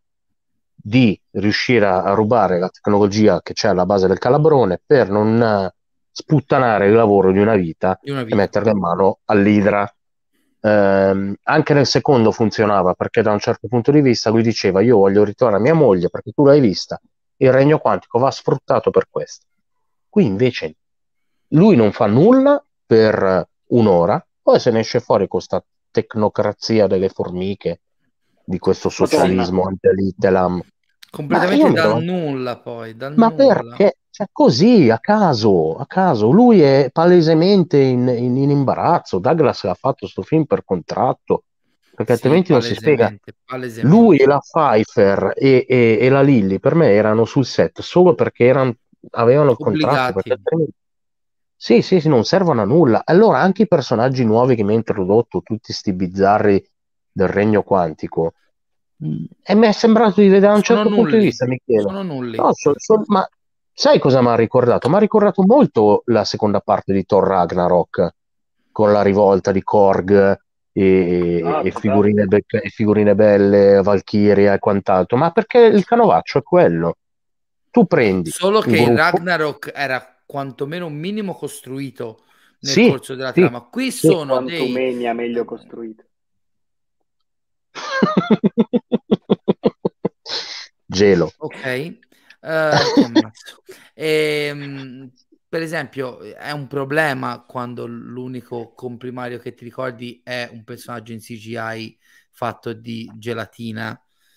di riuscire a, a rubare la tecnologia che c'è alla base del calabrone per non eh, sputtanare il lavoro di una vita Di una e vita. metterla in mano all'Idra. Ehm, anche nel secondo funzionava perché da un certo punto di vista lui diceva io voglio ritornare a mia moglie perché tu l'hai vista, il regno quantico va sfruttato per questo. Qui invece lui non fa nulla per un'ora, poi se ne esce fuori con questa tecnocrazia delle formiche, di questo socialismo anti-Littelam. Ma Completamente io mi dal do- nulla poi, dal ma nulla. perché? Cioè, così, a caso, a caso. Lui è palesemente in, in- in imbarazzo. Douglas ha fatto sto film per contratto. perché Sì, altrimenti non si spiega. palesemente, palesemente. Lui e la Pfeiffer e, e- e la Lilly per me erano sul set solo perché erano, avevano il contratto, perché Obbligati. altrimenti sì, sì, sì, non servono a nulla. Allora anche i personaggi nuovi che mi ha introdotto, tutti sti bizzarri del regno quantico, mh, e mi è sembrato di vedere da un Sono certo punto di nulli, vista, Michele. sono nulli. No, so- so- ma sai cosa mi ha ricordato? Mi ha ricordato molto la seconda parte di Thor Ragnarok, con la rivolta di Korg e, Ah, e totale. figurine, be- e figurine belle, Valkyria e quant'altro, ma perché il canovaccio è quello. Tu prendi Solo un che in gruppo, Ragnarok era quantomeno un minimo costruito nel sì, corso della sì, trama. Qui sì. sono dei... Quantumania meglio ehm, costruito. Gelo. Ok, eh, ti ammazzo. Ehm, per esempio, è un problema quando l'unico comprimario che ti ricordi è un personaggio in C G I fatto di gelatina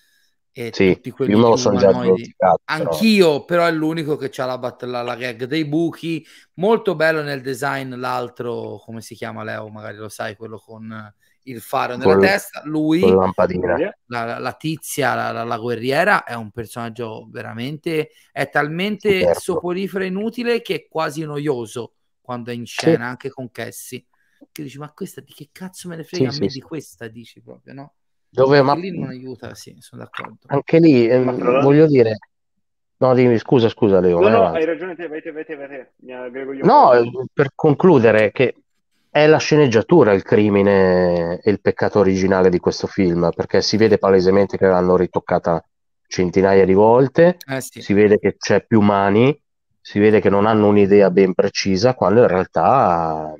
e Sì, tutti io quelli me lo più sono già umanoidi. dimenticato, però. Anch'io, però è l'unico che ha la, bat- la, la gag dei buchi. Molto bello nel design l'altro, come si chiama Leo? Magari lo sai, quello con eh, il faro nella Col- testa. con Lui lampadina. la, la- la tizia, la, la- la guerriera, è un personaggio veramente, è talmente Superfluo. soporifero e inutile che è quasi noioso quando è in Sì, scena, anche con Cassie. Che dici, ma questa di che cazzo me ne frega sì, a me sì, di sì. questa, dici proprio, no? Dove, Anche ma lì non aiuta, sì, sono d'accordo. anche lì, Ma tra ehm, l'altro... voglio dire, no, dimmi, scusa, scusa, Leo, No, vai no, hai avanti. ragione te, vai te, vai te, vai te. Mi aggrego io No, poi. eh, per concludere, che è la sceneggiatura il crimine e il peccato originale di questo film, perché si vede palesemente che l'hanno ritoccata centinaia di volte, Eh sì. si vede che c'è più mani, si vede che non hanno un'idea ben precisa, quando in realtà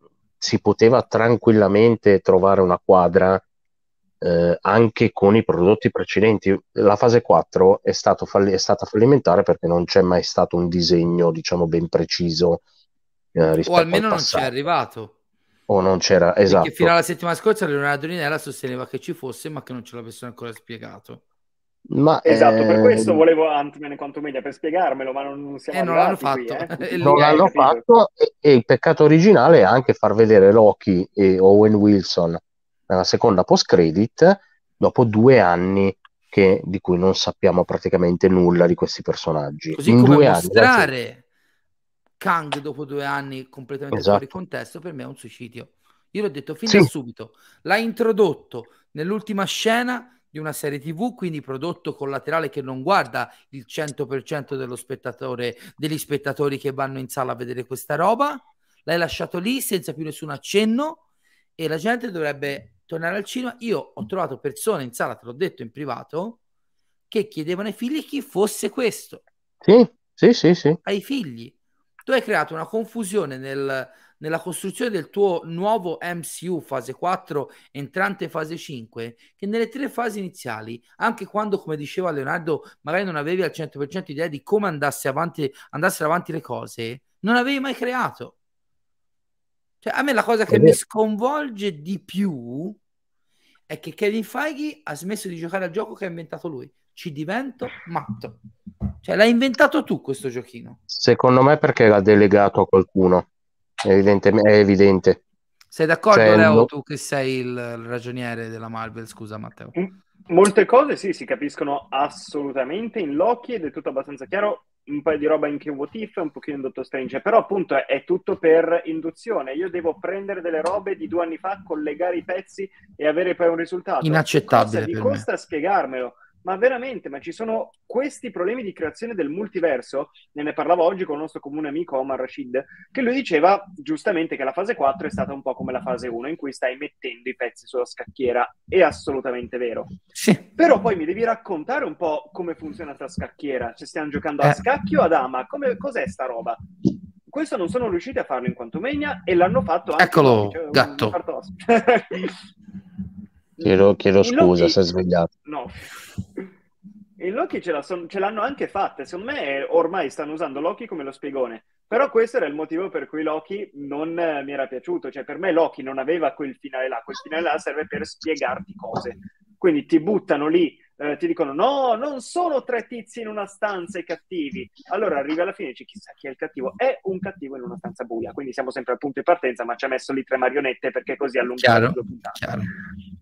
si poteva tranquillamente trovare una quadra eh, anche con i prodotti precedenti. La fase quattro è, stato falli- è stata fallimentare perché non c'è mai stato un disegno, diciamo, ben preciso eh, O rispetto al almeno non c'è passato. arrivato. O non c'era, Perché fino esatto. alla settimana scorsa Leonardo Rinella sosteneva che ci fosse, ma che non ce l'avessero ancora spiegato. Ma Esatto, per questo ehm, volevo Ant-Man e Quantumania, per spiegarmelo, ma non, non siamo E non l'hanno arrivati qui, fatto. eh. E non lì Eh, l'hanno capito? fatto e, e il peccato originale è anche far vedere Loki e Owen Wilson nella seconda post-credit dopo due anni che- di cui non sappiamo praticamente nulla di questi personaggi. così In come due anni, la gente- mostrare Kang dopo due anni completamente fuori esatto. contesto, per me è un suicidio. Io l'ho detto fin Sì, da subito. L'ha introdotto nell'ultima scena di una serie T V, quindi prodotto collaterale che non guarda il cento per cento dello spettatore, degli spettatori che vanno in sala a vedere questa roba. L'hai lasciato lì senza più nessun accenno e la gente dovrebbe tornare al cinema. Io ho trovato persone in sala, te l'ho detto in privato, che chiedevano ai figli chi fosse questo. sì, sì, sì, sì. Ai figli. Tu hai creato una confusione nel, nella costruzione del tuo nuovo M C U fase quattro entrante fase cinque, che nelle tre fasi iniziali, anche quando, come diceva Leonardo, magari non avevi al cento per cento idea di come andasse avanti, andassero avanti le cose, non avevi mai creato. Cioè, a me la cosa È che mi vero. sconvolge di più è che Kevin Feige ha smesso di giocare al gioco che ha inventato lui. Ci divento matto. Cioè, l'hai inventato tu questo giochino. Secondo me perché era delegato a qualcuno, evidentemente, è evidente. Sei d'accordo, Cioè, Leo, no- tu che sei il, il ragioniere della Marvel? Scusa, Matteo. M- Molte cose sì, si capiscono assolutamente in Loki ed è tutto abbastanza chiaro. Un paio di roba anche in What If, un pochino in Doctor Strange, però appunto è, è tutto per induzione. Io devo prendere delle robe di due anni fa, collegare i pezzi e avere poi un risultato. Cosa Inaccettabile vi per me. costa spiegarmelo? Ma veramente, ma ci sono questi problemi di creazione del multiverso. Ne parlavo oggi con il nostro comune amico Omar Rashid, che lui diceva giustamente che la fase quattro è stata un po' come la fase uno, in cui stai mettendo i pezzi sulla scacchiera. È assolutamente vero. Sì. Però poi mi devi raccontare un po' come funziona sta scacchiera. Se stiamo giocando a Eh. scacchi o a dama? Come, cos'è sta roba? Questo non sono riusciti a farlo in Quantumania e l'hanno fatto anche Eccolo, in Loki, cioè, gatto. un fartoso. chiedo, chiedo In scusa, Loki- si è svegliato. No. In Loki ce, la son- ce l'hanno anche fatte. Secondo me ormai stanno usando Loki come lo spiegone. Però questo era il motivo per cui Loki non eh, mi era piaciuto. Cioè, per me Loki non aveva quel finale là. Quel finale là serve per spiegarti cose. Quindi ti buttano lì, eh, ti dicono no, non sono tre tizi in una stanza i cattivi. Allora arrivi alla fine e dici chissà chi è il cattivo. È un cattivo in una stanza buia. Quindi siamo sempre al punto di partenza, ma ci ha messo lì tre marionette perché così allungare Chiaro, due puntate. chiaro.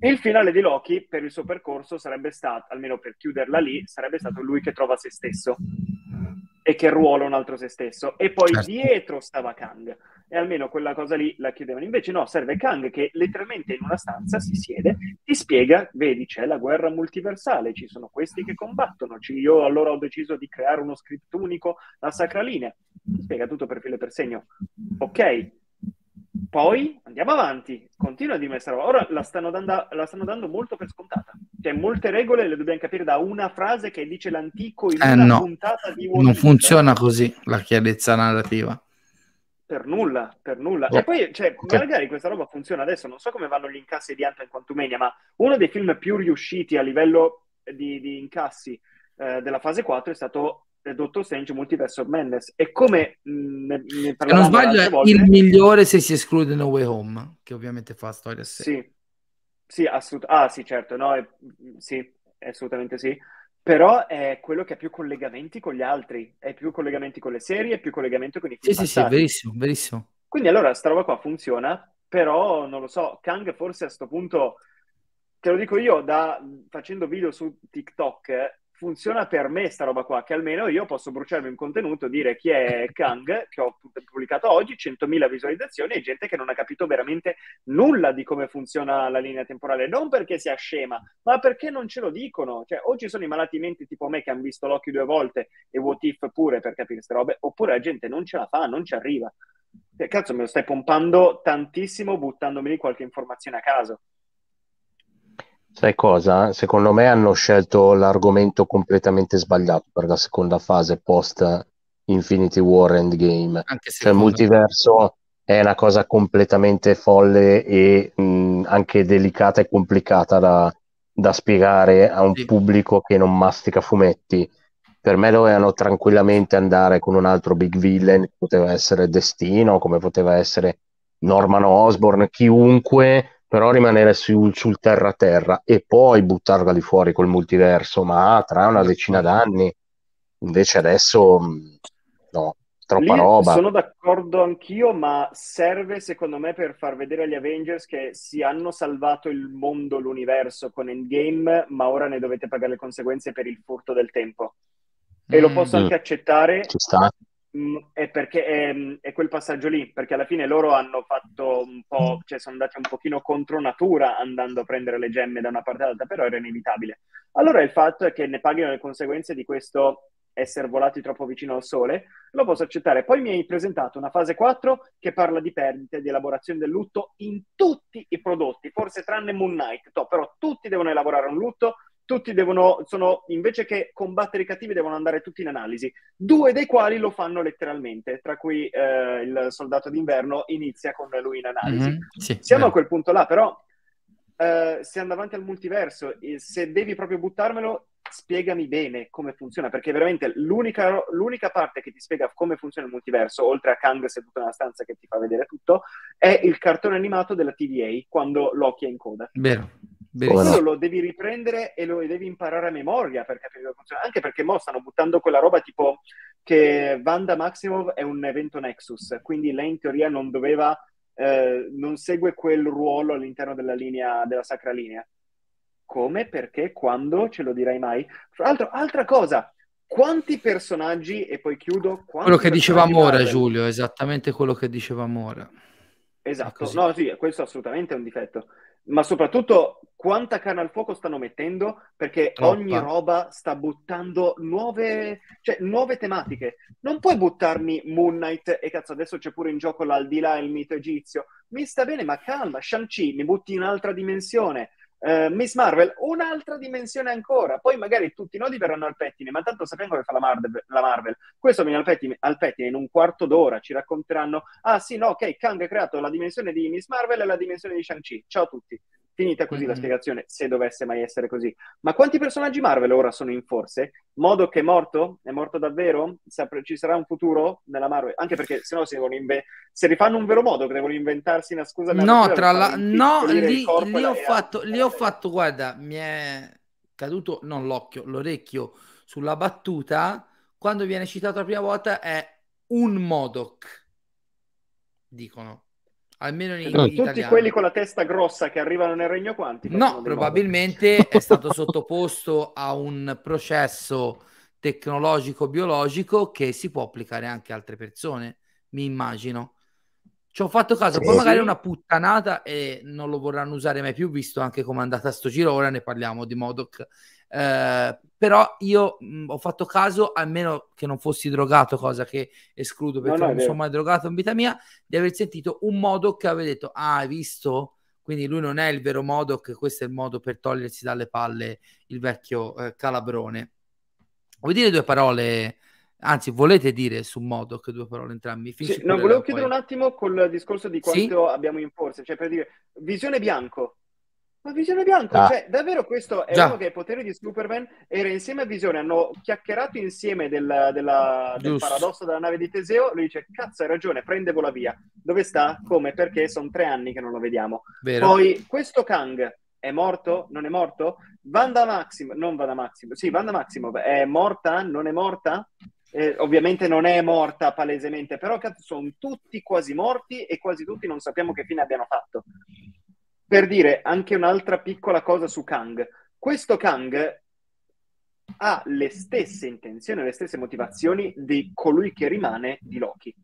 Il finale di Loki, per il suo percorso, sarebbe stato, almeno per chiuderla lì, sarebbe stato lui che trova se stesso e che ruola un altro se stesso. E poi Certo. dietro stava Kang. E almeno quella cosa lì la chiudevano. Invece no, serve Kang che letteralmente in una stanza si siede, ti spiega, vedi, c'è la guerra multiversale, ci sono questi che combattono, ci- io allora ho deciso di creare uno script unico, la Sacra Linea. Ti spiega tutto per filo e per segno. Ok. Poi andiamo avanti, continua a dirmi questa roba. Ora la stanno, dando, la stanno dando molto per scontata. Cioè, molte regole le dobbiamo capire da una frase che dice l'antico in Eh una no, puntata di What non If. funziona così la chiarezza narrativa. Per nulla, per nulla. Eh, E poi, cioè, ok. magari questa roba funziona adesso, non so come vanno gli incassi di Ant-Man Quantumania, ma uno dei film più riusciti a livello di, di incassi eh, della fase quattro è stato eh, Doctor Strange Multiverse of Madness. E come mh, ne, ne Se non parlavamo le sbaglio altre è volte, il migliore se si esclude No Way Home, che ovviamente fa storia a sé. sì, sì, assolut- ah, sì, certo, no, è- sì, assolutamente sì. Però è quello che ha più collegamenti con gli altri, è più collegamenti con le serie, più collegamenti con i Sì, film sì, sì, è passati. verissimo, verissimo. Quindi allora sta roba qua funziona, però non lo so, Kang forse a sto punto, te lo dico io, da, facendo video su TikTok, eh, funziona per me sta roba qua, che almeno io posso bruciarmi un contenuto, dire chi è Kang, che ho pubblicato oggi, centomila visualizzazioni, e gente che non ha capito veramente nulla di come funziona la linea temporale, non perché sia scema, ma perché non ce lo dicono. Cioè, o ci sono i malati menti tipo me che hanno visto Loki due volte e What If pure per capire queste robe, oppure la gente non ce la fa, non ci arriva. Che cazzo, me lo stai pompando tantissimo buttandomi lì qualche informazione a caso. Sai cosa? Secondo me hanno scelto l'argomento completamente sbagliato per la seconda fase post Infinity War Endgame. Anche Cioè il secondo me. multiverso è una cosa completamente folle e mh, anche delicata e complicata da, da spiegare a un Sì. pubblico che non mastica fumetti. Per me dovevano tranquillamente andare con un altro big villain, che poteva essere Destino, come poteva essere Norman Osborn, chiunque, però rimanere su- sul terra-terra e poi buttarla lì fuori col multiverso, ma tra una decina D'accordo. d'anni. Invece adesso mh, no, troppa Lì roba. sono d'accordo anch'io, ma serve secondo me per far vedere agli Avengers che si hanno salvato il mondo, l'universo con Endgame, ma ora ne dovete pagare le conseguenze per il furto del tempo. E lo Mm. posso Mm, anche accettare, ci sta. mh, è perché è, è quel passaggio lì, perché alla fine loro hanno fatto un po', cioè sono andati un pochino contro natura andando a prendere le gemme da una parte all'altra, però era inevitabile. Allora il fatto è che ne paghino le conseguenze di questo essere volati troppo vicino al sole, lo posso accettare. Poi mi hai presentato una fase quattro che parla di perdite, di elaborazione del lutto in tutti i prodotti, forse tranne Moon Knight, no, però tutti devono elaborare un lutto, tutti devono, sono, invece che combattere i cattivi, devono andare tutti in analisi, due dei quali lo fanno letteralmente, tra cui eh, il soldato d'inverno inizia con lui in analisi. Mhm. Sì, Siamo vero. a quel punto là, però eh, se andando avanti al multiverso, e se devi proprio buttarmelo, spiegami bene come funziona, perché veramente l'unica, l'unica parte che ti spiega come funziona il multiverso, oltre a Kang seduto nella stanza che ti fa vedere tutto, è il cartone animato della T V A, quando Loki è in coda. Vero. Come Quello no? Verissimo. lo devi riprendere e lo devi imparare a memoria per capire come funziona. Anche perché mo stanno buttando quella roba tipo che Wanda Maximoff è un evento Nexus, quindi lei in teoria non doveva, eh, non segue quel ruolo all'interno della linea, della Sacra Linea. Come? Perché? Quando? Ce lo dirai mai? Fra l'altro, altra cosa, quanti personaggi, e poi chiudo, Quello quanti che personaggi dicevamo ora, Marvel? Giulio, esattamente quello che dicevamo ora. È Esatto, così. no, sì, questo assolutamente è un difetto, ma soprattutto quanta carne al fuoco stanno mettendo, perché ogni Troppa. roba sta buttando nuove, cioè, nuove tematiche. Non puoi buttarmi Moon Knight e cazzo, adesso c'è pure in gioco l'aldilà e il mito egizio. Mi sta bene, ma calma, Shang-Chi, mi butti in un'altra dimensione. Uh, Miss Marvel, un'altra dimensione ancora. Poi magari tutti i nodi verranno al pettine, ma tanto sappiamo come fa la Marvel. La Marvel. Questo viene al pettine, al pettine in un quarto d'ora, ci racconteranno, ah sì, no, ok, Kang ha creato la dimensione di Miss Marvel e la dimensione di Shang-Chi. Ciao a tutti. Finita così la Mm-mm. spiegazione, se dovesse mai essere così. Ma quanti personaggi Marvel ora sono in forse? Modo che è morto? È morto davvero? Ci sarà un futuro nella Marvel? Anche perché sennò si devono inve- se rifanno un vero modo che devono inventarsi una scusa No, narrativa per tra fare la... no, impiccolire il lì, corpo e lì la, ho e fatto, lì la ho testa. fatto, guarda, mi è caduto, non l'occhio, l'orecchio sulla battuta, quando viene citato la prima volta è un Modoc, dicono. almeno in Tutti italiano. quelli con la testa grossa che arrivano nel regno quantico? No, probabilmente è stato sottoposto a un processo tecnologico biologico che si può applicare anche a altre persone, mi immagino. Ci ho fatto caso, Sì. poi magari è una puttanata e non lo vorranno usare mai più, visto anche come è andata sto giro. Ora ne parliamo di MODOK. Eh, però io mh, ho fatto caso, almeno che non fossi drogato, cosa che escludo perché No, no, è non mi sono vero. mai drogato in vita mia, di aver sentito un MODOK che aveva detto: ah, hai visto? Quindi lui non è il vero MODOK, questo è il modo per togliersi dalle palle il vecchio eh, Calabrone. Vuoi dire due parole? Anzi, volete dire su MODOK due parole entrambi? Finisci Sì, pure no, volevo là, chiudere poi. un attimo col discorso di Sì? quanto abbiamo in forza, cioè per dire, Visione Bianco. Ma Visione Bianco, Ah. cioè davvero questo è Già. uno che ha i poteri di Superman, era insieme a Visione, hanno chiacchierato insieme del, della- del Giusto. paradosso della nave di Teseo, lui dice, cazzo hai ragione, prende vola via. Dove sta? Come? Perché? Sono tre anni che non lo vediamo. Vero? Poi, questo Kang è morto? Non è morto? Wanda Maximoff, non Wanda Maximoff, sì, Wanda Maximoff è morta? Non è morta? Eh, ovviamente non è morta palesemente, però cazzo, sono tutti quasi morti e quasi tutti non sappiamo che fine abbiano fatto. Per dire anche un'altra piccola cosa su Kang. Questo Kang ha le stesse intenzioni, le stesse motivazioni di colui che rimane di Loki.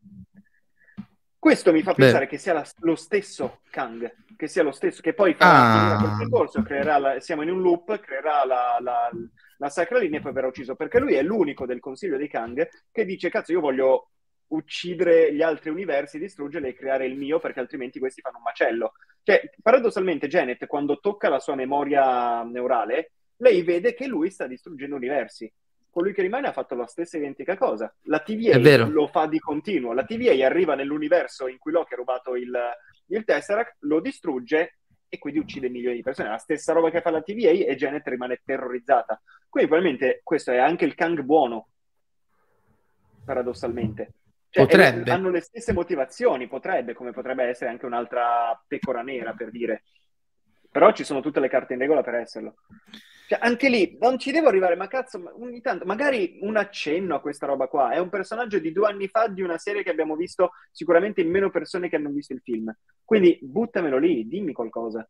Questo mi fa Beh. pensare che sia la- lo stesso Kang, che sia lo stesso, che poi farà Ah. finire quel percorso, creerà la- siamo in un loop, creerà la, la, la sacra linea e poi verrà ucciso, perché lui è l'unico del consiglio dei Kang che dice, cazzo, io voglio uccidere gli altri universi, distruggerli e creare il mio, perché altrimenti questi fanno un macello. Cioè, paradossalmente, Janet, quando tocca la sua memoria neurale, lei vede che lui sta distruggendo universi. Colui che rimane ha fatto la stessa identica cosa. La T V È vero. A lo fa di continuo. La T V A arriva nell'universo in cui Loki ha rubato il, il Tesseract, lo distrugge e quindi uccide milioni di persone. La stessa roba che fa la T V A e Janet rimane terrorizzata. Quindi probabilmente questo è anche il Kang buono, paradossalmente. Cioè, Potrebbe. è- hanno le stesse motivazioni, potrebbe, come potrebbe essere anche un'altra pecora nera, per dire. Però ci sono tutte le carte in regola per esserlo. Cioè, anche lì non ci devo arrivare, ma cazzo, ma ogni tanto, magari un accenno a questa roba qua. È un personaggio di due anni fa di una serie che abbiamo visto sicuramente in meno persone che hanno visto il film. Quindi buttamelo lì, dimmi qualcosa.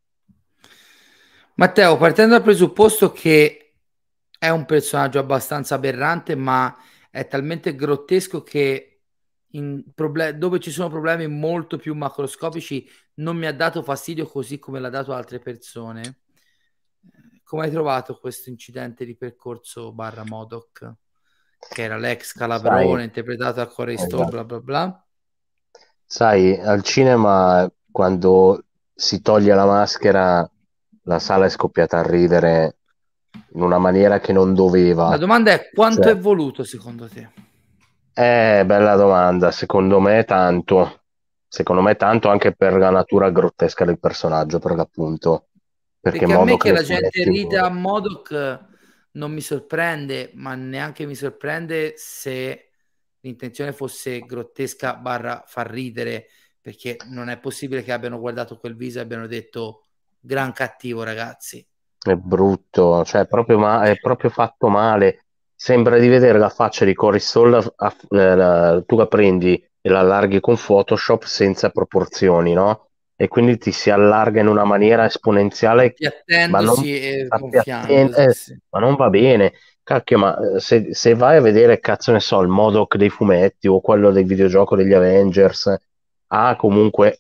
Matteo, partendo dal presupposto che è un personaggio abbastanza aberrante, ma è talmente grottesco che in proble- dove ci sono problemi molto più macroscopici non mi ha dato fastidio così come l'ha dato a altre persone. Come hai trovato questo incidente di percorso barra MODOK, che era l'ex Calabrone, Sai, interpretato da Corey Stoll, esatto. bla bla bla? Sai, al cinema quando si toglie la maschera la sala è scoppiata a ridere in una maniera che non La doveva. domanda è: quanto Cioè, è voluto secondo te? Eh, bella domanda, secondo me tanto, secondo me tanto anche per la natura grottesca del personaggio, per l'appunto, perché Perché a me MODOK che nei la gente fumetti rida a MODOK non mi sorprende, ma neanche mi sorprende se l'intenzione fosse grottesca barra far ridere, perché non è possibile che abbiano guardato quel viso e abbiano detto gran cattivo, ragazzi. è brutto, cioè è proprio, ma- è proprio fatto male, sembra di vedere la faccia di Corey Stoll, a- a- eh, la- tu la prendi e la allarghi con Photoshop senza proporzioni, no? E quindi ti si allarga in una maniera esponenziale, ma non, Piattendosi e appiatten- gonfiandosi, eh, sì. ma non va bene. Cacchio, ma eh, se, se vai a vedere, cazzo ne so, il MODOK dei fumetti o quello del videogioco degli Avengers, ha comunque...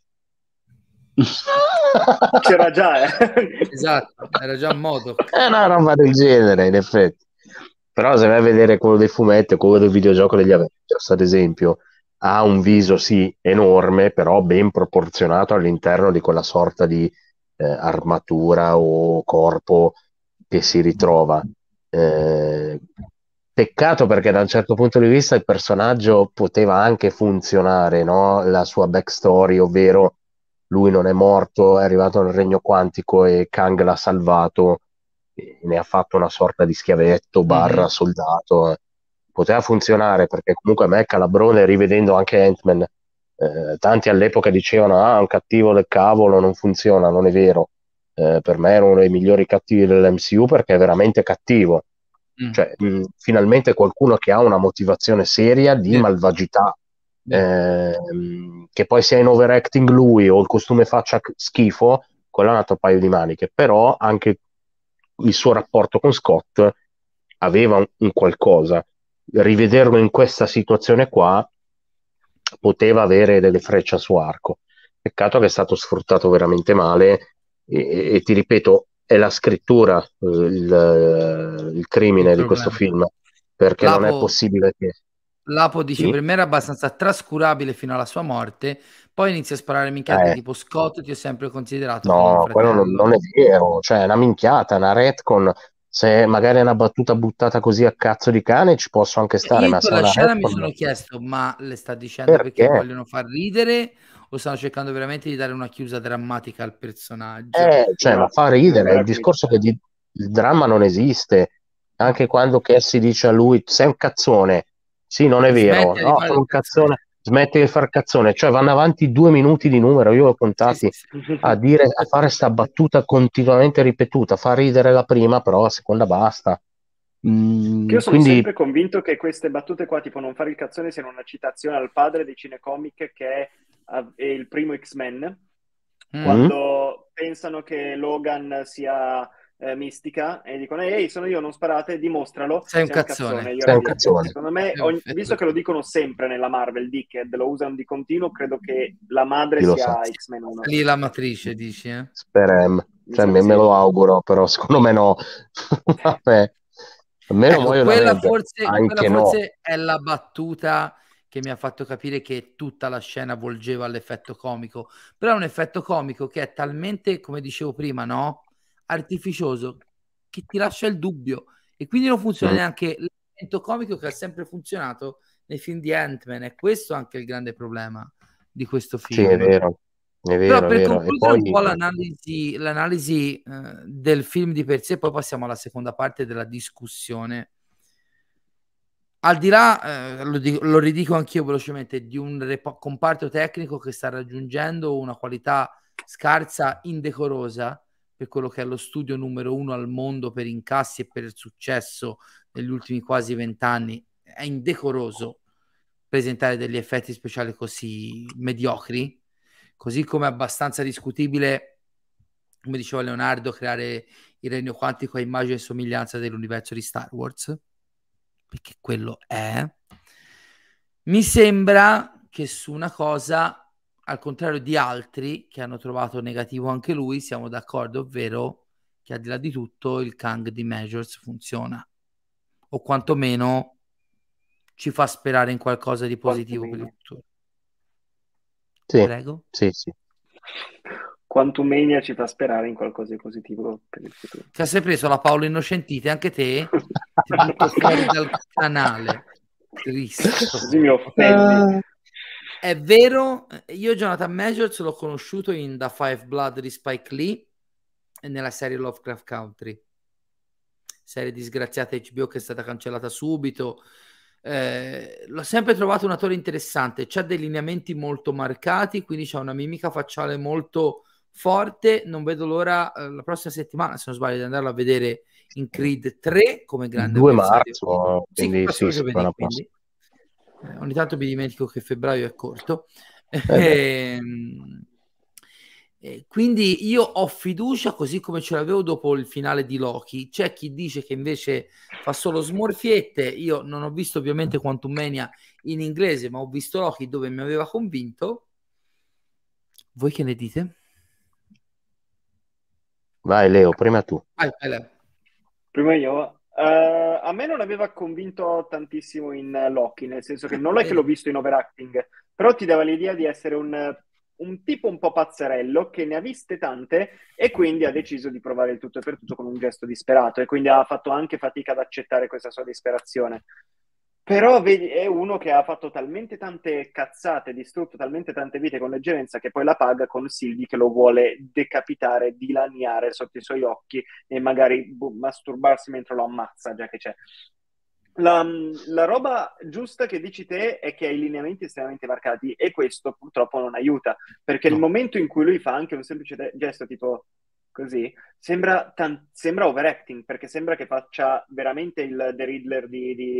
C'era già, eh. Esatto, era già MODOK. È una roba del genere, in effetti. Però se vai a vedere quello dei fumetti o quello del videogioco degli Avengers, ad esempio, ha un viso, sì, enorme, però ben proporzionato all'interno di quella sorta di eh, armatura o corpo che si ritrova. Eh, peccato perché da un certo punto di vista il personaggio poteva anche funzionare, no? La sua backstory, ovvero lui non è morto, è arrivato nel regno quantico e Kang l'ha salvato e ne ha fatto una sorta di schiavetto barra Mhm. soldato. Poteva funzionare perché comunque a me Calabrone, rivedendo anche Ant-Man, eh, tanti all'epoca dicevano ah, un cattivo del cavolo, non funziona, non è vero. Eh, per me era uno dei migliori cattivi dell'M C U perché è veramente cattivo. Mm. Cioè, mh, finalmente qualcuno che ha una motivazione seria di Sì. malvagità. ehm, che poi sia in overacting lui o il costume faccia schifo, quello è un altro paio di maniche, però anche il suo rapporto con Scott aveva un, un qualcosa. Rivederlo in questa situazione qua poteva avere delle frecce a suo arco. Peccato che è stato sfruttato veramente male e, e, e ti ripeto, è la scrittura eh, il, il crimine Il di questo problema. film, perché non è Lapo, possibile che... Lapo dice, Sì? per me era abbastanza trascurabile fino alla sua morte, poi inizia a sparare minchiate Eh, tipo Scott, ti ho sempre considerato come un no, quello non, fratello. non è vero, cioè è una minchiata, una retcon, se magari è una battuta buttata così a cazzo di cane ci posso anche stare, Io in ma se è quella una scena mi retcon, sono chiesto, ma le sta dicendo perché perché? vogliono far ridere o stanno cercando veramente di dare una chiusa drammatica al personaggio? Eh, cioè, ma Una, fa una ridere, il vera discorso che comicità. di- il dramma non esiste, anche quando Cassie dice a lui, sei un cazzone, sì, non è vero, Smettila di no, fare sono il un cazzone. cazzone, smetti di far cazzone, cioè vanno avanti due minuti di numero, io ho Sì, sì, contati, sì. a dire, a fare sta battuta continuamente ripetuta, fa ridere la prima, però la seconda basta. Che Mm, io sono quindi, sempre convinto che queste battute qua, tipo non fare il cazzone, siano una citazione al padre dei cinecomic che è, è il primo X-Men, Mm. mm, quando pensano che Logan sia eh, mistica e dicono ehi, sono io, non sparate, dimostralo, Sei un sei un cazzone, cazzone. you're sei an un idiot. cazzone. Secondo me, È ogni- vero. visto che lo dicono sempre nella Marvel, Dickhead, lo usano di continuo, credo che la madre Chi lo sa, sia X-Men uno. Lì la matrice, dici, eh? sperem, Mi cioè sa di me, me sì. lo auguro, però secondo me no. Vabbè. Almeno Ecco, muoiono a quella Avenger. forse, quella Anche no. forse è la battuta che mi ha fatto capire che tutta la scena volgeva all'effetto comico, però è un effetto comico che è talmente, come dicevo prima, no? Artificioso, che ti lascia il dubbio e quindi non funziona Mm. neanche l'elemento comico che ha sempre funzionato nei film di Ant-Man. È questo anche il grande problema di questo Sì, è film. vero, è Però vero, è per vero. E concludere un poi po' l'analisi, l'analisi eh, del film di per sé, poi passiamo alla seconda parte della discussione. Al di là, eh, lo, dico, lo ridico anch'io velocemente, di un repo- comparto tecnico che sta raggiungendo una qualità scarsa, indecorosa, per quello che è lo studio numero uno al mondo per incassi e per il successo negli ultimi quasi vent'anni, è indecoroso presentare degli effetti speciali così mediocri, così come è abbastanza discutibile, come diceva Leonardo, creare il regno quantico a immagine e somiglianza dell'universo di Star Wars, perché quello è. Mi sembra che su una cosa, al contrario di altri che hanno trovato negativo anche lui, siamo d'accordo, ovvero che al di là di tutto il Kang di Majors funziona, o quantomeno ci fa sperare in qualcosa di positivo per il Quantumania. futuro. sì, Prego. sì, sì. Quantumania ci fa sperare in qualcosa di positivo per il futuro. Ti sei preso la Paolo Innocentite anche te? Ti butto fuori dal canale. Cristo. Così mi offendi. È vero, io Jonathan Majors l'ho conosciuto in The Five Blood di Spike Lee e nella serie Lovecraft Country, serie disgraziata H B O che è stata cancellata subito. Eh, l'ho sempre trovato un attore interessante, c'ha dei lineamenti molto marcati, quindi c'ha una mimica facciale molto forte. Non vedo l'ora eh, la prossima settimana, se non sbaglio, di andarlo a vedere in Creed tre come Il grande due avversario. marzo, Sì, il quindi sì, prossimo giovedì, settimana quindi. prossima. Eh, ogni tanto mi dimentico che febbraio è corto. Eh beh, Ehm, eh, quindi io ho fiducia, così come ce l'avevo dopo il finale di Loki. C'è chi dice che invece fa solo smorfiette. Io non ho visto ovviamente Quantumania in inglese, ma ho visto Loki dove mi aveva convinto. Voi che ne dite? vai Leo, prima tu. Vai, vai, Leo. Prima io. Eh, a me non aveva convinto tantissimo in eh, Loki, nel senso che non è che l'ho Vedi? visto in overacting, però ti dava l'idea di essere un, un tipo un po' pazzerello che ne ha viste tante e quindi ha deciso di provare il tutto e per tutto con un gesto disperato e quindi ha fatto anche fatica ad accettare questa sua disperazione. Però vedi, è uno che ha fatto talmente tante cazzate, distrutto talmente tante vite con leggerezza che poi la paga con Sylvie che lo vuole decapitare, dilaniare sotto i suoi occhi e magari boh, masturbarsi mentre lo ammazza, già che c'è. La, la roba giusta che dici te è che ha i lineamenti estremamente marcati e questo purtroppo non aiuta, perché il No. momento in cui lui fa anche un semplice de- gesto tipo così, sembra, tan- sembra overacting, perché sembra che faccia veramente il The Riddler di, di,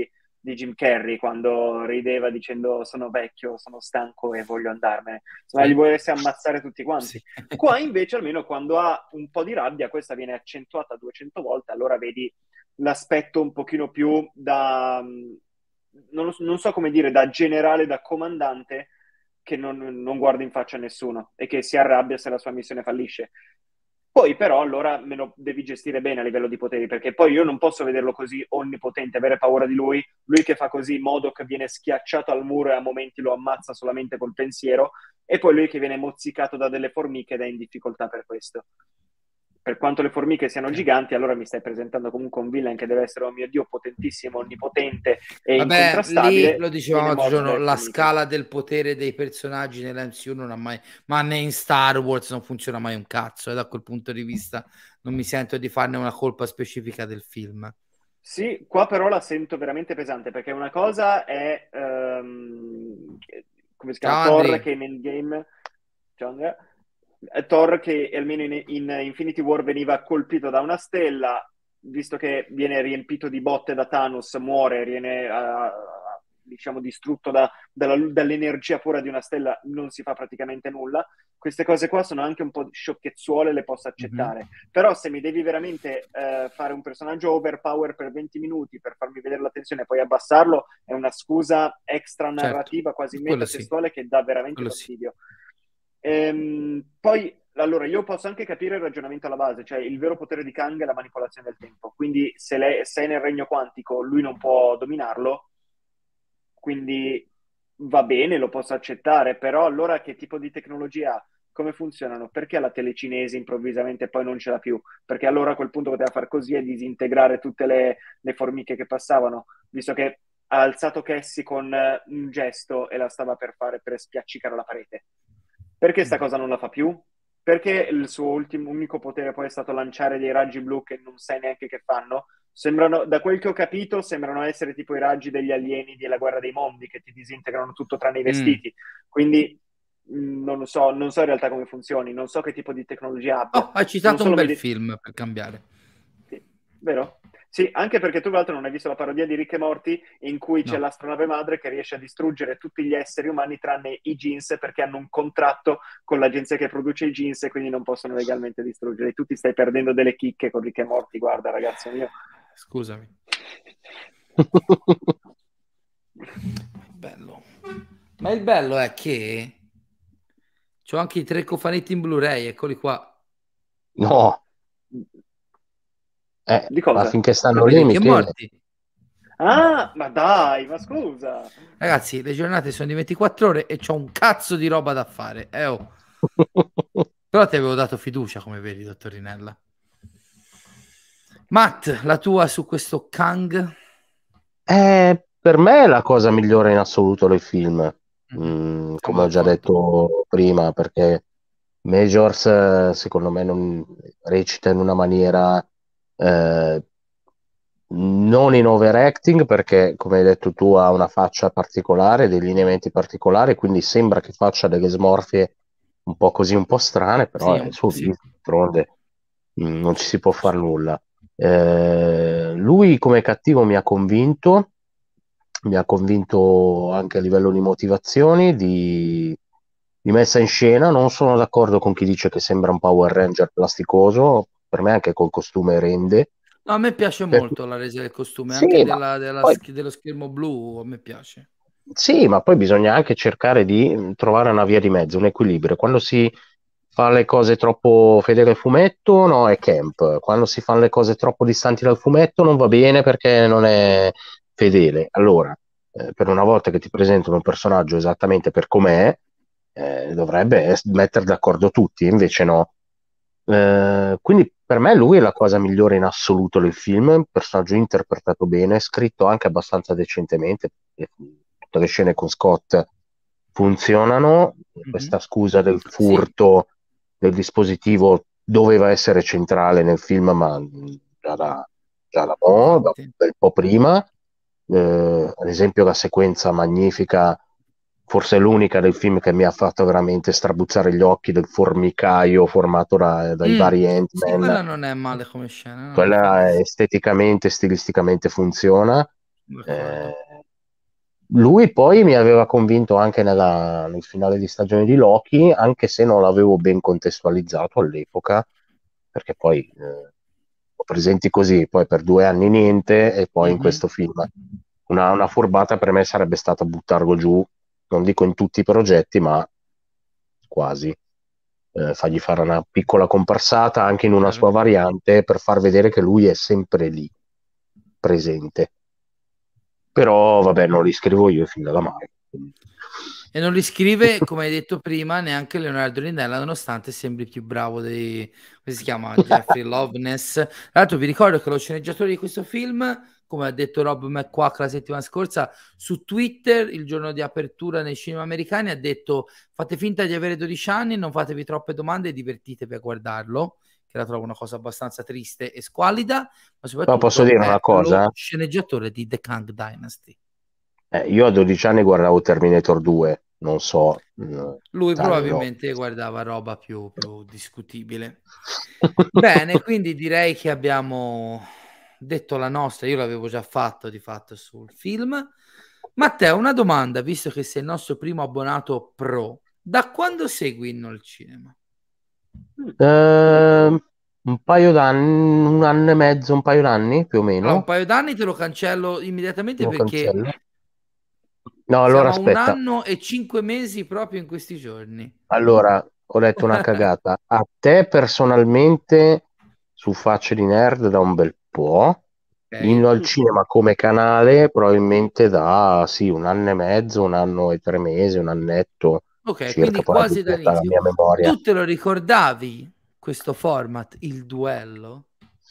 di Jim Carrey quando rideva dicendo sono vecchio, sono stanco e voglio andarmene, insomma Sì. li volesse ammazzare tutti quanti. Sì. Qua invece almeno quando ha un po' di rabbia questa viene accentuata duecento volte, allora vedi l'aspetto un pochino più da, non, lo- non so come dire, da generale, da comandante, che non, non guarda in faccia a nessuno e che si arrabbia se la sua missione fallisce. Poi però allora me lo devi gestire bene a livello di poteri, perché poi io non posso vederlo così onnipotente, avere paura di lui, lui che fa così, Modok viene schiacciato al muro e a momenti lo ammazza solamente col pensiero, e poi lui che viene mozzicato da delle formiche ed è in difficoltà per questo. Per quanto le formiche siano Ok. giganti, allora mi stai presentando comunque un villain che deve essere, oh mio Dio, potentissimo, onnipotente e Vabbè, incontrastabile. lì lo dicevamo viene l'altro morso giorno, dalle la formiche. scala del potere dei personaggi nell'M C U non ha mai, ma né in Star Wars non funziona mai un cazzo, e da quel punto di vista non mi sento di farne una colpa specifica del film. Sì, qua però la sento veramente pesante, perché una cosa è, ehm, come si chiama, Ciao, Thor Andri. che in Endgame, ciao Andrea, Eh, Thor che almeno in, in Infinity War veniva colpito da una stella, visto che viene riempito di botte da Thanos, muore, viene uh, diciamo distrutto da, dalla, dall'energia pura di una stella, non si fa praticamente nulla. Queste cose qua sono anche un po' sciocchezzuole, le posso accettare. Mm-hmm. Però se mi devi veramente uh, fare un personaggio overpower per venti minuti per farmi vedere la tensione e poi abbassarlo, è una scusa extra narrativa, certo, quasi quello metatestuale, sì. che dà veramente Quello fastidio. Sì. Ehm, poi, allora, io posso anche capire il ragionamento alla base, cioè il vero potere di Kang è la manipolazione del tempo, quindi se lei, se è nel regno quantico lui non può dominarlo, quindi va bene, lo posso accettare, però allora che tipo di tecnologia ha? Come funzionano? Perché la telecinesi improvvisamente poi non ce l'ha più? Perché allora a quel punto poteva far così e disintegrare tutte le, le formiche che passavano, visto che ha alzato Cassie con uh, un gesto e la stava per fare per spiaccicare la parete. Perché sta cosa non la fa più? Perché il suo ultimo, unico potere poi è stato lanciare dei raggi blu che non sai neanche che fanno? Sembrano, da quel che ho capito, sembrano essere tipo i raggi degli alieni della Guerra dei Mondi che ti disintegrano tutto tranne i vestiti. Mm. Quindi mh, non lo so, non so in realtà come funzioni, non so che tipo di tecnologia abbia. Oh, hai citato Non un bel vedi... film per cambiare. Sì, vero? Sì, anche perché tu, tra l'altro, non hai visto la parodia di Rick e Morty in cui no. c'è l'astronave madre che riesce a distruggere tutti gli esseri umani tranne i jeans, perché hanno un contratto con l'agenzia che produce i jeans e quindi non possono legalmente distruggerli. Tu ti stai perdendo delle chicche con Rick e Morty, guarda ragazzo mio. Scusami. Bello. Ma il bello è che c'ho anche i tre cofanetti in Blu-ray, eccoli qua. No. Eh, di cosa? Ma finché stanno lì, Michele. Ah, ma dai, ma scusa. Ragazzi, le giornate sono di ventiquattro ore e c'ho un cazzo di roba da fare. Eh, oh. Però ti avevo dato fiducia, come vedi, dottor Rinella. Matt, la tua su questo Kang? Eh, per me è la cosa migliore in assoluto del film, mm-hmm. mm, come ho già detto prima, perché Majors secondo me non recita in una maniera eh, non in overacting, perché come hai detto tu ha una faccia particolare, dei lineamenti particolari, quindi sembra che faccia delle smorfie un po' così, un po' strane, però sì, è il suo sì. viso, d'altronde mm, non ci si può far nulla. Eh, lui come cattivo mi ha convinto, mi ha convinto anche a livello di motivazioni, di, di messa in scena. Non sono d'accordo con chi dice che sembra un Power Ranger plasticoso, per me anche col costume rende. No, a me piace per... molto la resa del costume, sì, anche della, della, poi... dello schermo blu, a me piace. Sì, ma poi bisogna anche cercare di trovare una via di mezzo, un equilibrio. Quando si fa le cose troppo fedele al fumetto, no, è camp. Quando si fanno le cose troppo distanti dal fumetto, non va bene perché non è fedele. Allora, eh, per una volta che ti presentano un personaggio esattamente per com'è, eh, dovrebbe mettere d'accordo tutti, invece no. Eh, quindi per me lui è la cosa migliore in assoluto del film, un personaggio interpretato bene, scritto anche abbastanza decentemente. Tutte le scene con Scott funzionano, mm-hmm. Questa scusa del furto sì. del dispositivo doveva essere centrale nel film, ma già da, già da, mo, da un bel po' prima. Eh, ad esempio la sequenza magnifica, forse l'unica del film che mi ha fatto veramente strabuzzare gli occhi, del formicaio formato da, dai mm, vari Ant-Man. Sì, quella non è male come scena. No, quella esteticamente, stilisticamente funziona. Eh, lui poi mi aveva convinto anche nella, nel finale di stagione di Loki, anche se non l'avevo ben contestualizzato all'epoca, perché poi eh, ho presenti così, poi per due anni niente, e poi in Mhm. questo film una, una furbata per me sarebbe stata buttarlo giù, non dico in tutti i progetti, ma quasi. Eh, fargli fare una piccola comparsata anche in una Chiaro. sua variante per far vedere che lui è sempre lì, presente. Però vabbè, non li scrivo io fin dalla mano. E non li scrive, come hai detto prima, neanche Leonardo Rinella, nonostante sembri più bravo dei... come si chiama? Jeffrey Loveness. Tra l'altro vi ricordo che lo sceneggiatore di questo film, come ha detto Rob McQuack la settimana scorsa, su Twitter, il giorno di apertura nei cinema americani, ha detto fate finta di avere dodici anni, non fatevi troppe domande e divertitevi a guardarlo, che la trovo una cosa abbastanza triste e squalida, ma Però soprattutto posso dire è una lo cosa? sceneggiatore di The Kang Dynasty. Eh, io a dodici anni guardavo Terminator due, non so, mh, Lui te anni no. probabilmente guardava roba più, più discutibile. Bene, quindi direi che abbiamo detto la nostra, io l'avevo già fatto di fatto sul film. Matteo, una domanda, visto che sei il nostro primo abbonato pro, da quando segui Inno al Cinema? Eh, un paio d'anni, un anno e mezzo, un paio d'anni più o Allora, un meno, paio d'anni te lo cancello immediatamente lo perché cancello. No, allora siamo a un aspetta. anno e cinque mesi proprio in questi giorni. Allora, ho detto una cagata. A te personalmente su Facce di Nerd da un bel po'. Inno Ok, al cinema come canale probabilmente da sì, un anno e mezzo, un anno e tre mesi, un annetto ok, circa, quindi poi quasi aggiornata la dall'inizio. mia memoria. Tu te lo ricordavi questo format, il duello?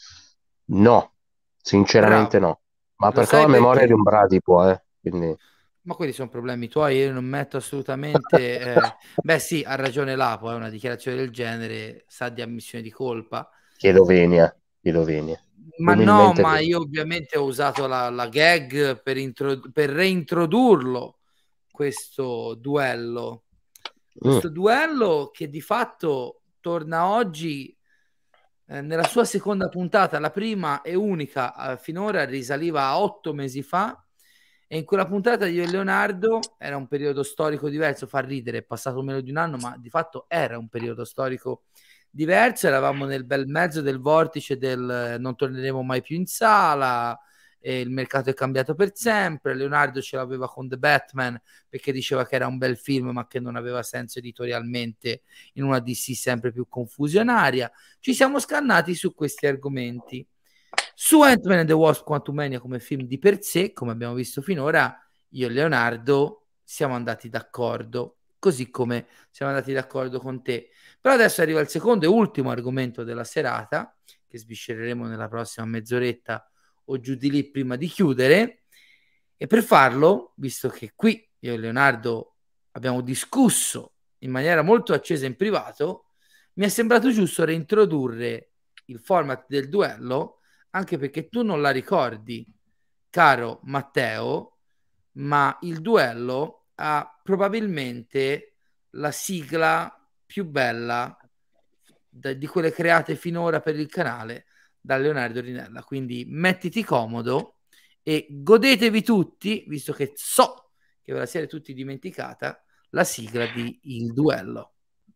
No, sinceramente Bravo. no. Ma Lo perché ho sai la memoria di perché? un bradipo, eh? Quindi Ma quelli sono problemi tuoi, io non metto assolutamente... eh, Beh sì, ha ragione Lapo, è una dichiarazione del genere, sa di ammissione di colpa. chiedo venia, chiedo venia. Ma no, Umilmente ma venia. io ovviamente ho usato la, la gag per, intro- per reintrodurlo, questo duello. Mm. Questo duello che di fatto torna oggi eh, nella sua seconda puntata, la prima e unica eh, finora risaliva a otto mesi fa. E in quella puntata io e Leonardo, era un periodo storico diverso, fa ridere, è passato meno di un anno, ma di fatto era un periodo storico diverso, eravamo nel bel mezzo del vortice del eh, non torneremo mai più in sala, e il mercato è cambiato per sempre, Leonardo ce l'aveva con The Batman perché diceva che era un bel film ma che non aveva senso editorialmente in una D C sempre più confusionaria. Ci siamo scannati su questi argomenti. Su Ant-Man and the Wasp Quantumania come film di per sé, come abbiamo visto finora, io e Leonardo siamo andati d'accordo, così come siamo andati d'accordo con te. Però adesso arriva il secondo e ultimo argomento della serata, che sviscereremo nella prossima mezz'oretta o giù di lì prima di chiudere. E per farlo, visto che qui io e Leonardo abbiamo discusso in maniera molto accesa in privato, mi è sembrato giusto reintrodurre il format del duello, anche perché tu non la ricordi, caro Matteo, ma il duello ha probabilmente la sigla più bella da, di quelle create finora per il canale da Leonardo Rinella. Quindi mettiti comodo e godetevi tutti, visto che so che ve la siete tutti dimenticata, la sigla di Il Duello.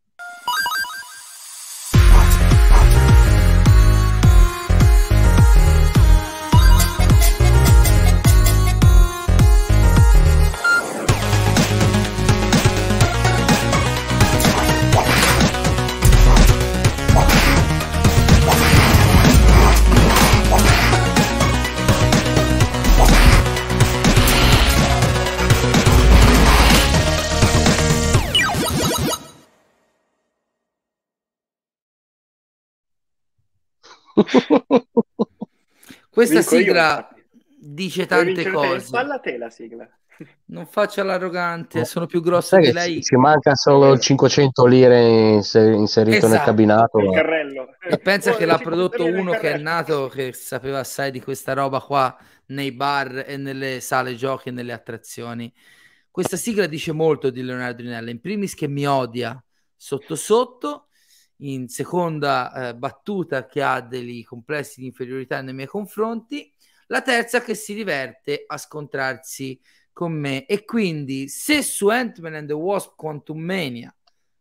Questa Vinco io, sigla infatti. dice Vuoi tante vincere te? cose. Spalla te la sigla. Non faccia l'arrogante, sono più grosso Sai di che ci, lei. ci manca solo il cinquecento lire inser- inserito nel Esatto. cabinato. Il Ma... carrello. E pensa che Vuole l'ha cinquecento prodotto lire nel uno che è carrello. nato, che sapeva assai di questa roba qua nei bar e nelle sale giochi e nelle attrazioni. Questa sigla dice molto di Leonardo Rinella. In primis che mi odia sotto sotto, in seconda eh, battuta che ha dei complessi di inferiorità nei miei confronti, la terza che si diverte a scontrarsi con me. E quindi se su Ant-Man and the Wasp Quantumania,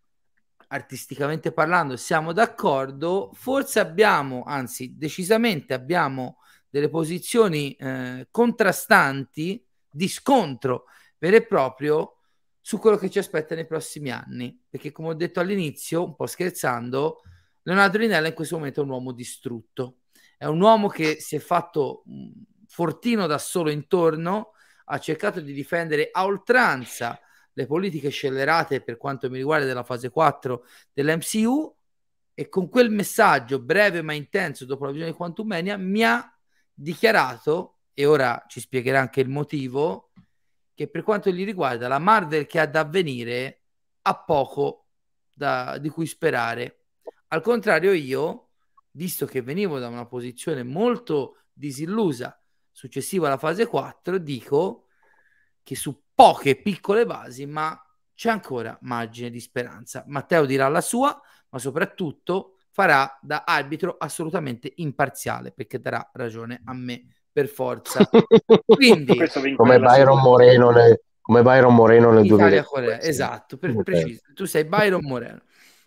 artisticamente parlando, siamo d'accordo, forse abbiamo, anzi decisamente abbiamo delle posizioni eh, contrastanti, di scontro vero e proprio su quello che ci aspetta nei prossimi anni, perché come ho detto all'inizio, un po' scherzando, Leonardo Rinella in questo momento è un uomo distrutto, è un uomo che si è fatto mh, fortino da solo intorno, ha cercato di difendere a oltranza le politiche scellerate per quanto mi riguarda della fase quattro dell'M C U, e con quel messaggio breve ma intenso dopo la visione di Quantumania mi ha dichiarato, e ora ci spiegherà anche il motivo, che per quanto gli riguarda la Marvel che ha da avvenire ha poco da, di cui sperare. Al contrario, io, visto che venivo da una posizione molto disillusa successiva alla fase quattro, dico che su poche piccole basi, ma c'è ancora margine di speranza. Matteo dirà la sua, ma soprattutto farà da arbitro assolutamente imparziale, perché darà ragione a me per forza. Quindi come Byron Moreno nel, come Byron Moreno nel Italia duemiladue, Corea, sì. esatto, per Okay. preciso. Tu sei Byron Moreno.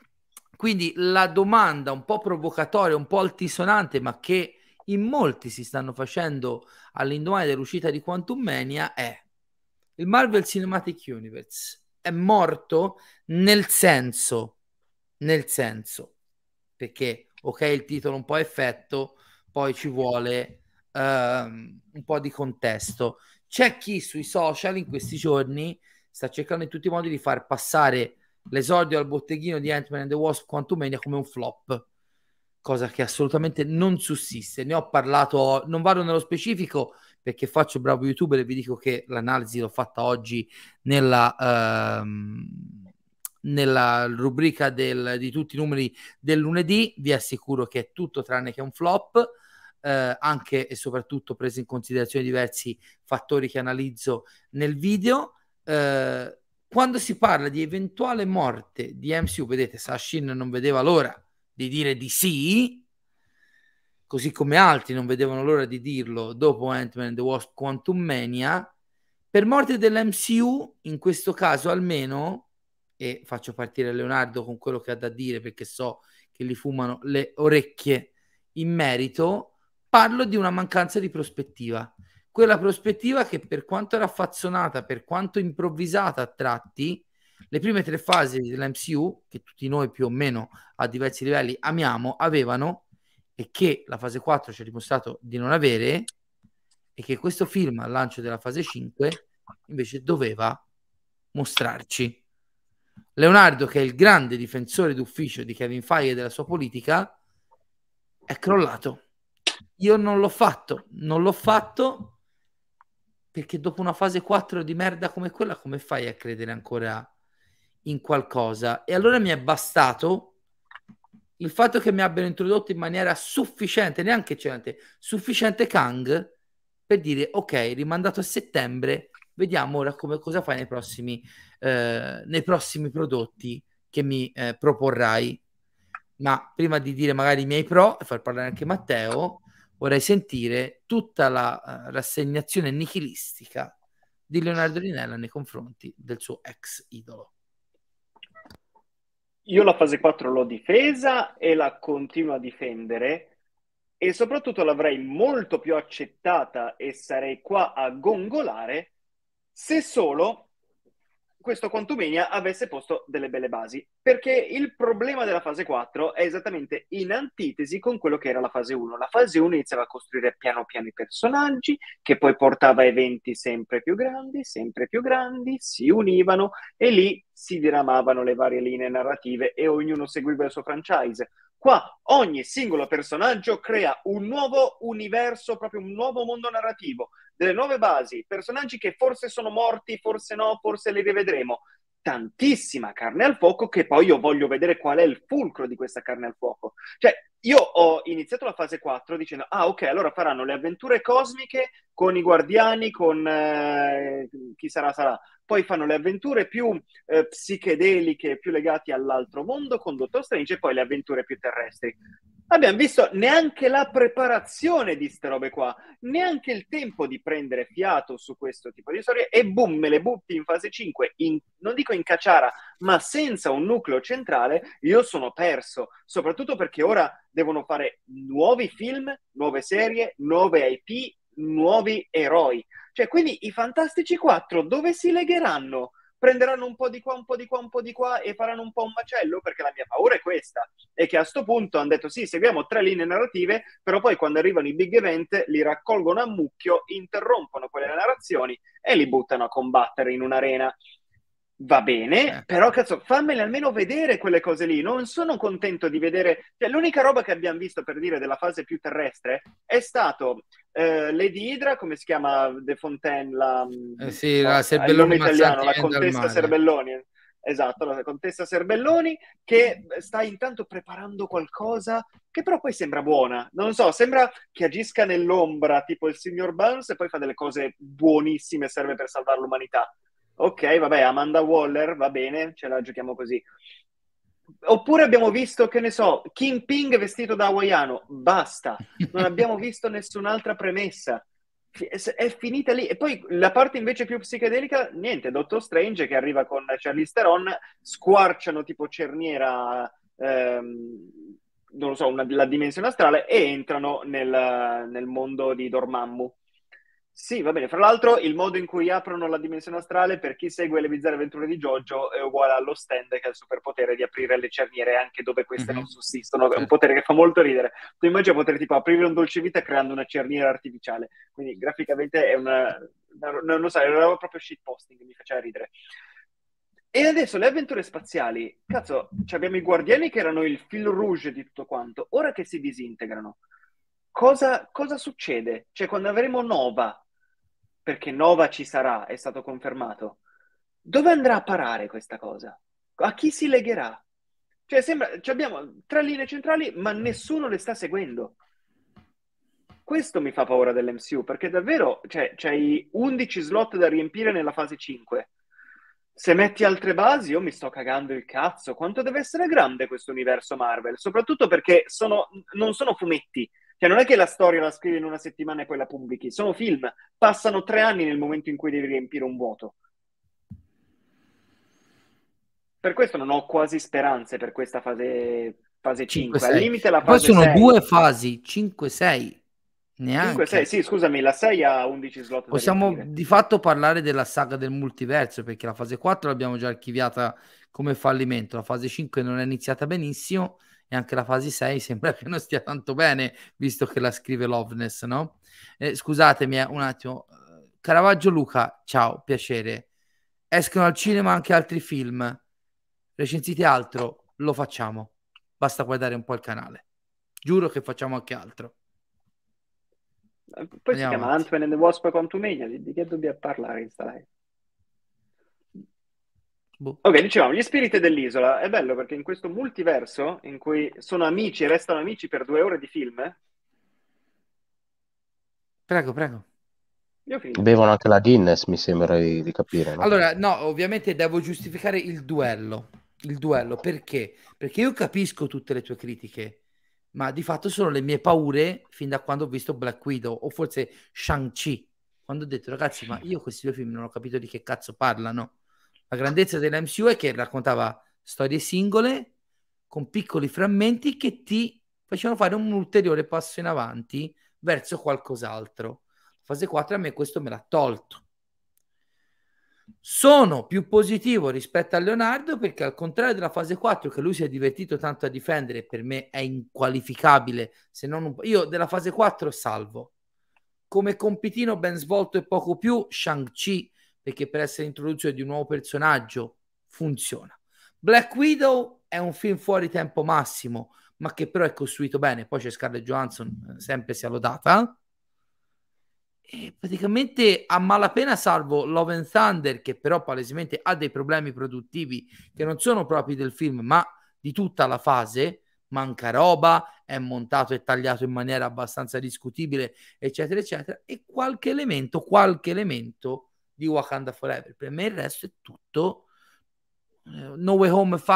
Quindi la domanda un po' provocatoria, un po' altisonante, ma che in molti si stanno facendo all'indomani dell'uscita di Quantumania è: il Marvel Cinematic Universe è morto nel senso, nel senso, perché ok il titolo un po' effetto, poi ci vuole um, un po' di contesto. C'è chi sui social in questi giorni sta cercando in tutti i modi di far passare l'esordio al botteghino di Ant-Man and the Wasp Quantumania come un flop, cosa che assolutamente non sussiste. Ne ho parlato, non vado nello specifico perché faccio bravo youtuber e vi dico che l'analisi l'ho fatta oggi nella, ehm, nella rubrica del, di tutti i numeri del lunedì. Vi assicuro che è tutto tranne che un flop, eh, anche e soprattutto preso in considerazione diversi fattori che analizzo nel video. Eh, quando si parla di eventuale morte di M C U, vedete, Sashin non vedeva l'ora di dire di sì, così come altri non vedevano l'ora di dirlo dopo Ant-Man and the Wasp Quantumania. Per morte dell'M C U, in questo caso almeno, e faccio partire Leonardo con quello che ha da dire perché so che gli fumano le orecchie in merito, parlo di una mancanza di prospettiva. Quella prospettiva che, per quanto raffazzonata, per quanto improvvisata a tratti, le prime tre fasi dell'M C U, che tutti noi più o meno a diversi livelli amiamo, avevano, e che la fase quattro ci ha dimostrato di non avere, e che questo film al lancio della fase cinque invece doveva mostrarci. Leonardo, che è il grande difensore d'ufficio di Kevin Feige e della sua politica, è crollato. Io non l'ho fatto, non l'ho fatto perché dopo una fase quattro di merda come quella, come fai a credere ancora in qualcosa? E allora mi è bastato il fatto che mi abbiano introdotto in maniera sufficiente, neanche eccellente, sufficiente Kang, per dire ok, rimandato a settembre, vediamo ora come, cosa fai nei prossimi, eh, nei prossimi prodotti che mi eh, proporrai. Ma prima di dire magari i miei pro e far parlare anche Matteo, vorrei sentire tutta la uh, rassegnazione nichilistica di Leonardo Rinella nei confronti del suo ex idolo. Io la fase quattro l'ho difesa e la continuo a difendere, e soprattutto l'avrei molto più accettata e sarei qua a gongolare se solo questo Quantumania avesse posto delle belle basi, perché il problema della fase quattro è esattamente in antitesi con quello che era la fase uno. La fase uno iniziava a costruire piano piano i personaggi, che poi portava a eventi sempre più grandi, sempre più grandi, si univano e lì si diramavano le varie linee narrative e ognuno seguiva il suo franchise. Qua ogni singolo personaggio crea un nuovo universo, proprio un nuovo mondo narrativo, delle nuove basi, personaggi che forse sono morti, forse no, forse li rivedremo. Tantissima carne al fuoco, che poi io voglio vedere qual è il fulcro di questa carne al fuoco. Cioè, io ho iniziato la fase quattro dicendo, ah ok, allora faranno le avventure cosmiche con i guardiani, con eh, chi sarà sarà. Poi fanno le avventure più eh, psichedeliche, più legate all'altro mondo con Dottor Strange, e poi le avventure più terrestri. abbiamo visto neanche la preparazione di ste robe qua, neanche il tempo di prendere fiato su questo tipo di storie, e boom, me le butti in fase cinque, in, non dico in cacciara, ma senza un nucleo centrale. Io sono perso, soprattutto perché ora devono fare nuovi film, nuove serie, nuove I P, nuovi eroi. Cioè, quindi i Fantastici quattro dove si legheranno? Prenderanno un po' di qua, un po' di qua, un po' di qua e faranno un po' un macello? Perché la mia paura è questa, è che a sto punto hanno detto sì, seguiamo tre linee narrative, però poi quando arrivano i big event li raccolgono a mucchio, interrompono quelle narrazioni e li buttano a combattere in un'arena. Va bene, Eh. però cazzo, fammele almeno vedere quelle cose lì. Non sono contento di vedere, cioè, l'unica roba che abbiamo visto, per dire, della fase più terrestre è stato eh, Lady Hydra, come si chiama, De Fontaine, la, Eh sì, no, la è il Serbelloni nome italiano, Mazzanti la viene dal contessa mare. Serbelloni. Esatto, la contessa Serbelloni, che sta intanto preparando qualcosa che però poi sembra buona. Non so, sembra che agisca nell'ombra, tipo il signor Burns, e poi fa delle cose buonissime, serve per salvare l'umanità. Ok, vabbè, Amanda Waller, va bene, ce la giochiamo così. Oppure abbiamo visto, che ne so, Kingpin vestito da hawaiano, basta. Non abbiamo visto nessun'altra premessa. È finita lì. E poi la parte invece più psichedelica, niente, Doctor Strange che arriva con Charlize Theron, squarciano tipo cerniera, ehm, non lo so, una, la dimensione astrale, e entrano nel, nel mondo di Dormammu. Sì, va bene. Fra l'altro, il modo in cui aprono la dimensione astrale, per chi segue le bizzarre avventure di Jojo, è uguale allo stand, che ha il superpotere di aprire le cerniere anche dove queste Mhm. non sussistono. È un Certo. potere che fa molto ridere. Tu immagini poter tipo aprire un dolcevita creando una cerniera artificiale. Quindi graficamente è una... una- non lo so, era proprio shitposting, mi faceva ridere. E adesso le avventure spaziali, cazzo, cioè abbiamo i Guardiani che erano il fil rouge di tutto quanto. Ora che si disintegrano, cosa, cosa succede? Cioè, quando avremo Nova, perché Nova ci sarà, è stato confermato, dove andrà a parare questa cosa? A chi si legherà? Cioè, sembra, cioè abbiamo tre linee centrali, ma nessuno le sta seguendo. Questo mi fa paura dell'M C U, perché davvero, cioè, c'hai undici slot da riempire nella fase cinque. Se metti altre basi, io mi sto cagando il cazzo. Quanto deve essere grande questo universo Marvel? Soprattutto perché sono, non sono fumetti. Cioè, non è che la storia la scrivi in una settimana e poi la pubblichi. Sono film. Passano tre anni nel momento in cui devi riempire un vuoto. Per questo non ho quasi speranze per questa fase, fase cinque. Al cinque sei. limite la Poi fase sono sei. due fasi, cinque sei. cinque Neanche. sei, sì, scusami, la sei ha undici slot da Possiamo riempire. di fatto parlare della saga del multiverso, perché la fase quattro l'abbiamo già archiviata come fallimento, la fase cinque non è iniziata benissimo e anche la fase sei sembra che non stia tanto bene, visto che la scrive Loveness, no? Eh, scusatemi eh, un attimo. Caravaggio Luca, ciao, piacere. Escono al cinema anche altri film. Recensite altro, lo facciamo. Basta guardare un po' il canale. Giuro che facciamo anche altro. Poi Andiamo si chiama avanti. Ant-Man and the Wasp Quantumania, di, di che dobbiamo parlare in sta live? Boh. Ok, dicevamo, gli spiriti dell'isola. È bello perché in questo multiverso, in cui sono amici e restano amici per due ore di film, eh, Prego, prego. io ho finito. Bevono anche la Guinness, mi sembra di, di capire, no? Allora, no, ovviamente devo giustificare il duello. Il duello, perché? Perché io capisco tutte le tue critiche, ma di fatto sono le mie paure fin da quando ho visto Black Widow, o forse Shang-Chi, quando ho detto, ragazzi, ma io questi due film non ho capito di che cazzo parlano. La grandezza dell'M C U è che raccontava storie singole, con piccoli frammenti che ti facevano fare un ulteriore passo in avanti verso qualcos'altro. Fase quattro a me questo me l'ha tolto. Sono più positivo rispetto a Leonardo perché, al contrario della fase quattro, che lui si è divertito tanto a difendere, per me è inqualificabile, se non un... io della fase quattro salvo come compitino ben svolto e poco più Shang-Chi, perché per essere introduzione di un nuovo personaggio funziona. Black Widow è un film fuori tempo massimo, ma che però è costruito bene. Poi c'è Scarlett Johansson, sempre sia lodata. E praticamente a malapena salvo Love and Thunder, che però palesemente ha dei problemi produttivi che non sono propri del film, ma di tutta la fase. Manca roba, è montato e tagliato in maniera abbastanza discutibile, eccetera, eccetera, e qualche elemento, qualche elemento di Wakanda Forever. Per me il resto è tutto. No Way Home fa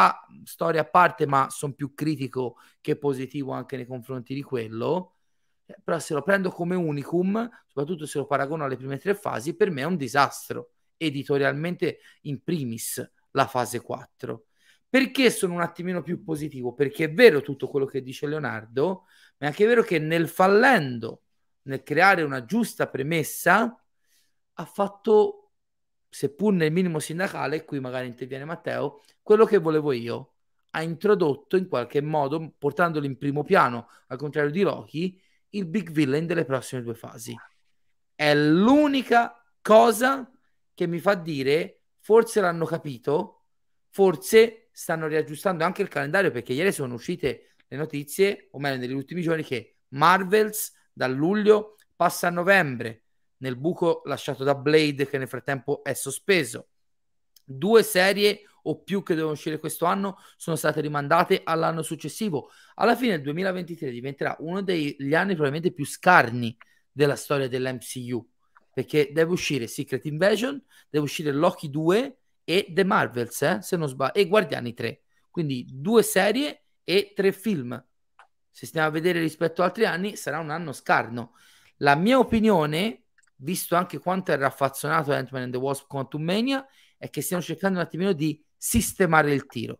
storia a parte, ma sono più critico che positivo anche nei confronti di quello. Eh, però se lo prendo come unicum, soprattutto se lo paragono alle prime tre fasi, per me è un disastro, editorialmente in primis la fase quattro. Perché sono un attimino più positivo? Perché è vero tutto quello che dice Leonardo, ma è anche vero che nel fallendo, nel creare una giusta premessa, ha fatto, seppur nel minimo sindacale, qui magari interviene Matteo, quello che volevo io. Ha introdotto in qualche modo, portandolo in primo piano, al contrario di Loki, il big villain delle prossime due fasi. È l'unica cosa che mi fa dire forse l'hanno capito, forse stanno riaggiustando anche il calendario, perché ieri sono uscite le notizie, o meglio negli ultimi giorni, che Marvels da luglio passa a novembre, nel buco lasciato da Blade, che nel frattempo è sospeso. Due serie o più che devono uscire questo anno sono state rimandate all'anno successivo. Alla fine il duemilaventitré diventerà uno degli anni probabilmente più scarni della storia dell'M C U, perché deve uscire Secret Invasion, deve uscire Loki due e The Marvels, eh, se non sbaglio, e Guardiani tre. Quindi due serie e tre film. Se stiamo a vedere rispetto ad altri anni, sarà un anno scarno. La mia opinione, visto anche quanto è raffazzonato Ant-Man and the Wasp Quantumania, è che stiano cercando un attimino di sistemare il tiro.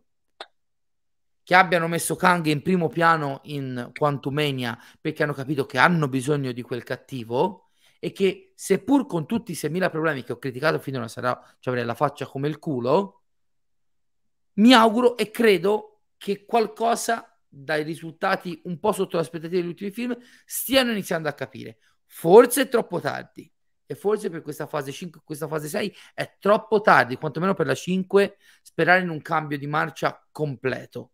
Che abbiano messo Kang in primo piano in Quantumania perché hanno capito che hanno bisogno di quel cattivo, e che seppur con tutti i seimila problemi che ho criticato finora sarà, cioè avrei la faccia come il culo, mi auguro e credo che qualcosa dai risultati un po' sotto le aspettative degli ultimi film stiano iniziando a capire. Forse è troppo tardi, e forse per questa fase cinque, questa fase sei è troppo tardi, quantomeno per la cinque, sperare in un cambio di marcia completo.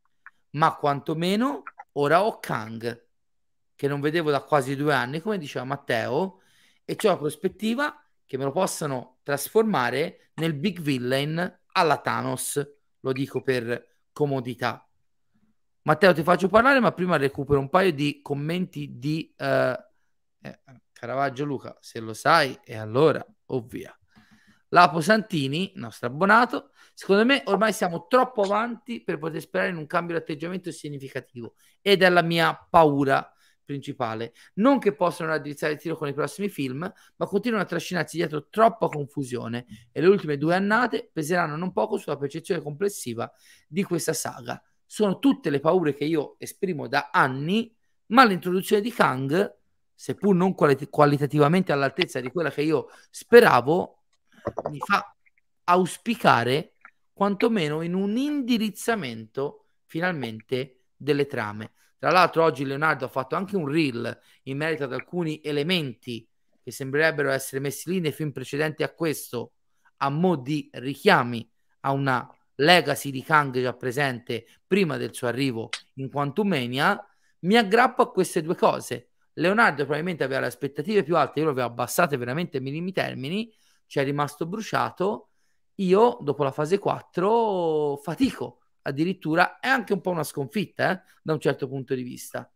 Ma quantomeno ora ho Kang, che non vedevo da quasi due anni, come diceva Matteo, e c'ho la prospettiva che me lo possano trasformare nel big villain alla Thanos, lo dico per comodità. Matteo, ti faccio parlare, ma prima recupero un paio di commenti di uh, eh, Caravaggio Luca, se lo sai, e allora, ovvia. Lapo Santini, nostro abbonato, secondo me ormai siamo troppo avanti per poter sperare in un cambio di atteggiamento significativo, ed è la mia paura principale. Non che possano raddrizzare il tiro con i prossimi film, ma continuano a trascinarsi dietro troppa confusione, e le ultime due annate peseranno non poco sulla percezione complessiva di questa saga. Sono tutte le paure che io esprimo da anni, ma l'introduzione di Kang, seppur non quali- qualitativamente all'altezza di quella che io speravo, mi fa auspicare quantomeno in un indirizzamento finalmente delle trame. Tra l'altro oggi Leonardo ha fatto anche un reel in merito ad alcuni elementi che sembrerebbero essere messi lì nei film precedenti a questo, a mo' di richiami a una legacy di Kang già presente prima del suo arrivo in Quantumania. Mi aggrappo a queste due cose. Leonardo probabilmente aveva le aspettative più alte, io le avevo abbassate veramente ai minimi termini, ci è rimasto bruciato. Io dopo la fase quattro fatico, addirittura è anche un po' una sconfitta, eh, da un certo punto di vista,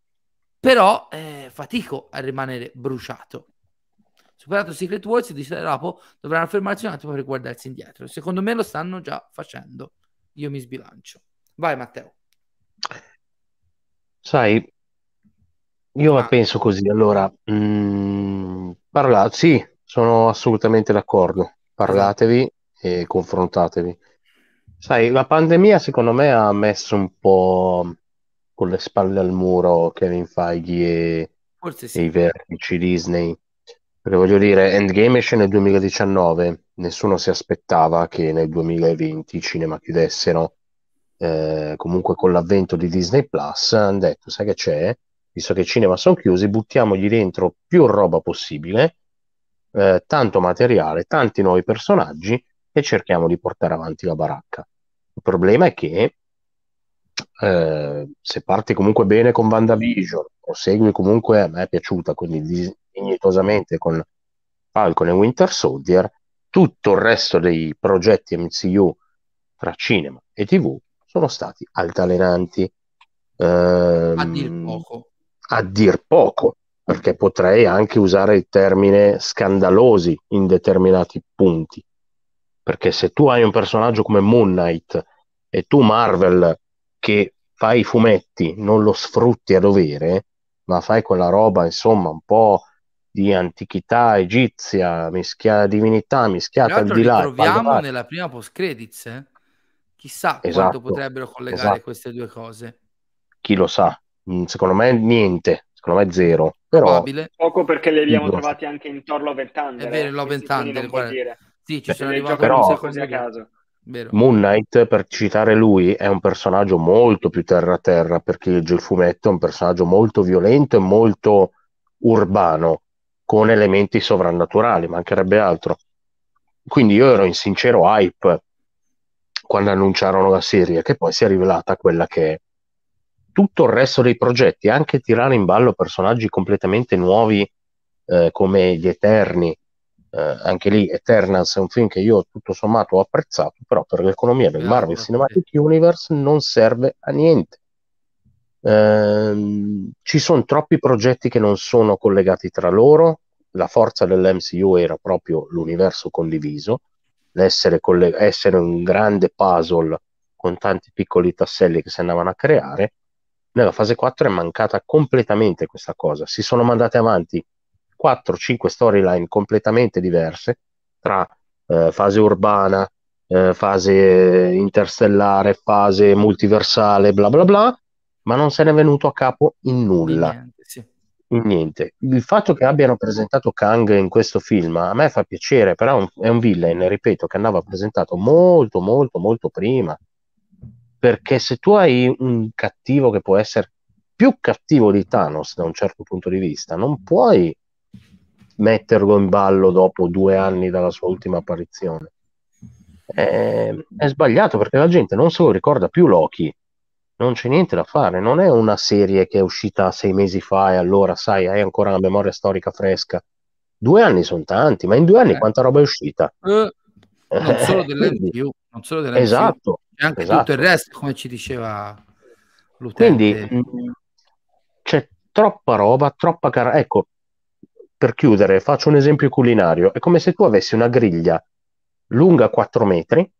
però eh, fatico a rimanere bruciato. Superato Secret Wars, dice Rapo, dovranno fermarsi un attimo per guardarsi indietro. Secondo me lo stanno già facendo, io mi sbilancio. Vai Matteo. Sai, io la Ah. penso così, allora, mh, parla- sì, sono assolutamente d'accordo, parlatevi e confrontatevi. Sai, la pandemia secondo me ha messo un po' con le spalle al muro Kevin Feige e, Forse e i sì. vertici Disney, perché voglio dire, Endgame esce nel duemiladiciannove, nessuno si aspettava che nel duemilaventi i cinema chiudessero. Eh, comunque con l'avvento di Disney Plus hanno detto, sai che c'è? Visto che i cinema sono chiusi, buttiamogli dentro più roba possibile, eh, tanto materiale, tanti nuovi personaggi, e cerchiamo di portare avanti la baracca. Il problema è che eh, se parti comunque bene con WandaVision, o segui comunque, a me è piaciuta, quindi dignitosamente con Falcon e Winter Soldier, tutto il resto dei progetti M C U tra cinema e tivù sono stati altalenanti. Ehm, A dir poco. a dir poco, perché potrei anche usare il termine scandalosi in determinati punti, perché se tu hai un personaggio come Moon Knight E tu Marvel che fai i fumetti non lo sfrutti a dovere, ma fai quella roba insomma un po' di antichità egizia, mischia divinità, Tra mischiata al l'altro di là e ritroviamo pagliare. nella prima post credits, eh? Chissà quanto Esatto, potrebbero collegare esatto. queste due cose. Chi lo sa? Mm, Secondo me niente, secondo me zero, però Probabile, Poco perché li chi abbiamo lo sa? trovati anche in Thor Love and è Thunder, vero, eh? in Love and Questi quindi Thunder, non puoi guarda. dire. Sì, ci Cioè, Se sono ne arrivato giocano un però tutte così secondo a dopo. caso. Vero. Moon Knight, per citare lui, è un personaggio molto più terra-terra perché legge il fumetto, è un personaggio molto violento e molto urbano, con elementi sovrannaturali, mancherebbe altro. Quindi io ero in sincero hype quando annunciarono la serie, che poi si è rivelata quella che è. Tutto il resto dei progetti, anche tirare in ballo personaggi completamente nuovi eh, come gli Eterni, eh, anche lì Eternals è un film che io tutto sommato ho apprezzato, però per l'economia del Marvel Beato a te. Cinematic Universe non serve a niente. Ehm, ci sono troppi progetti che non sono collegati tra loro. La forza dell'M C U era proprio l'universo condiviso, l'essere coll- essere un grande puzzle con tanti piccoli tasselli che si andavano a creare. Nella fase quattro è mancata completamente questa cosa. Si sono mandate avanti quattro cinque storyline completamente diverse tra eh, fase urbana, eh, fase interstellare, fase multiversale, bla bla bla, ma non se n'è venuto a capo in Di nulla, niente, sì. in niente. Il fatto che abbiano presentato Kang in questo film a me fa piacere, però è un, è un villain, ripeto, che andava presentato molto, molto, molto prima. Perché se tu hai un cattivo che può essere più cattivo di Thanos da un certo punto di vista, non puoi metterlo in ballo dopo due anni dalla sua ultima apparizione. È, è sbagliato perché la gente non se lo ricorda più Loki. Non c'è niente da fare, non è una serie che è uscita sei mesi fa e allora, sai, hai ancora la memoria storica fresca. Due anni sono tanti, ma in due anni Eh. quanta roba è uscita? Eh, non solo Quindi, dell'M C U, non solo dell'M C U, esatto, c'è anche tutto il esatto. resto, come ci diceva Quindi l'utente. mh, c'è troppa roba, troppa cara. Ecco, per chiudere, faccio un esempio culinario. È come se tu avessi una griglia lunga quattro metri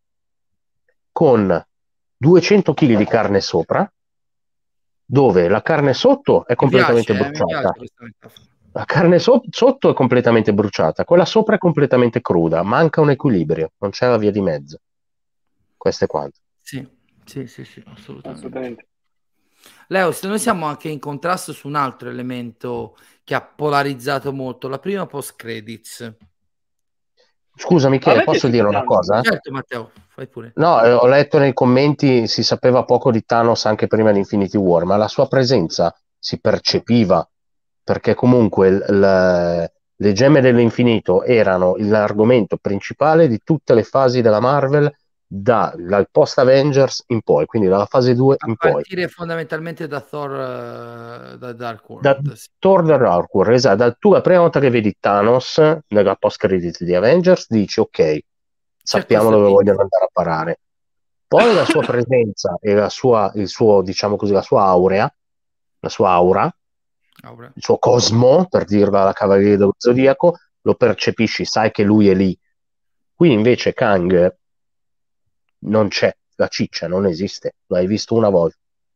con duecento chili di carne sopra, dove la carne sotto è Mi piace, completamente eh, mi piace bruciata. questa metafora. La carne so- sotto è completamente bruciata, quella sopra è completamente cruda, manca un equilibrio, non c'è la via di mezzo. Questo è quanto. Sì, sì, sì, sì, assolutamente. Assolutamente. Leo, se noi siamo anche in contrasto su un altro elemento che ha polarizzato molto, la prima post credits. Scusa A Michele, me è posso piaciuta dire una tanto. cosa? Certo, Matteo, fai pure. No, eh, ho letto nei commenti, si sapeva poco di Thanos anche prima di Infinity War, ma la sua presenza si percepiva, perché comunque il- il- le gemme dell'infinito erano l'argomento principale di tutte le fasi della Marvel da- dal post Avengers in poi, quindi dalla fase due A in poi. partire fondamentalmente da Thor, eh, da Dark Da World. Sì. Thor the Dark World, esatto, da- tu la prima volta che vedi Thanos nella post credit di Avengers dici ok, C'è sappiamo questo dove tizio. vogliono andare a parare. Poi la sua presenza e la sua, il suo, diciamo così, la sua aurea, la sua aura, Aura. il suo cosmo, per dirla alla Cavaliere dello Zodiaco, lo percepisci, sai che lui è lì. Qui invece Kang non c'è, la ciccia non esiste, l'hai visto una volta.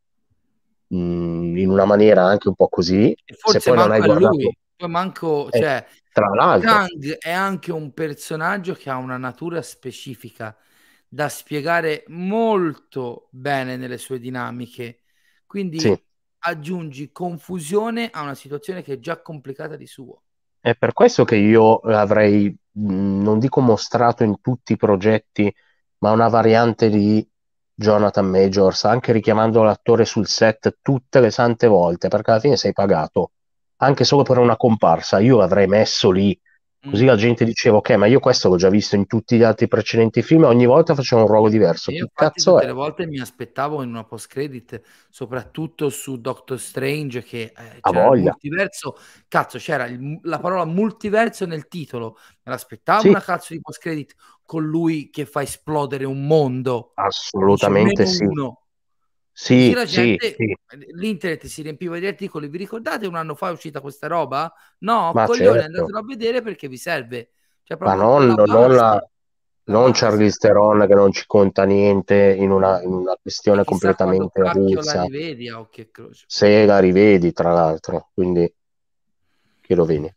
Mm, in una maniera anche un po' così, E se forse poi non hai manco a guardato, lui, poi manco, eh, cioè, tra l'altro, Kang è anche un personaggio che ha una natura specifica da spiegare molto bene nelle sue dinamiche, sì. quindi aggiungi confusione a una situazione che è già complicata di suo. È per questo che io avrei, mh, non dico mostrato in tutti i progetti, ma una variante di Jonathan Majors, anche richiamando l'attore sul set tutte le sante volte, perché alla fine sei pagato, anche solo per una comparsa. Io l'avrei messo lì, così Mm. la gente diceva, ok, ma io questo l'ho già visto in tutti gli altri precedenti film, ogni volta faceva un ruolo diverso. Io Chi infatti cazzo tutte è? le volte mi aspettavo in una post credit, soprattutto su Doctor Strange, che eh, Ha c'era il voglia. multiverso, cazzo, c'era il- la parola multiverso nel titolo, me l'aspettavo Sì, una cazzo di post credit con lui che fa esplodere un mondo, dice assolutamente meno sì. uno, così Sì, la sì, gente, sì, l'internet si riempiva di articoli, vi ricordate un anno fa è uscita questa roba? No, ma coglione, certo, andatelo a vedere perché vi serve, cioè ma proprio non, la non la, base. La non base. Charlize Theron che non ci conta niente in una, in una E questione chissà quando completamente cacchio la avulsa. rivedi a occhio e croce. Se la rivedi, tra l'altro, quindi chi lo vedi?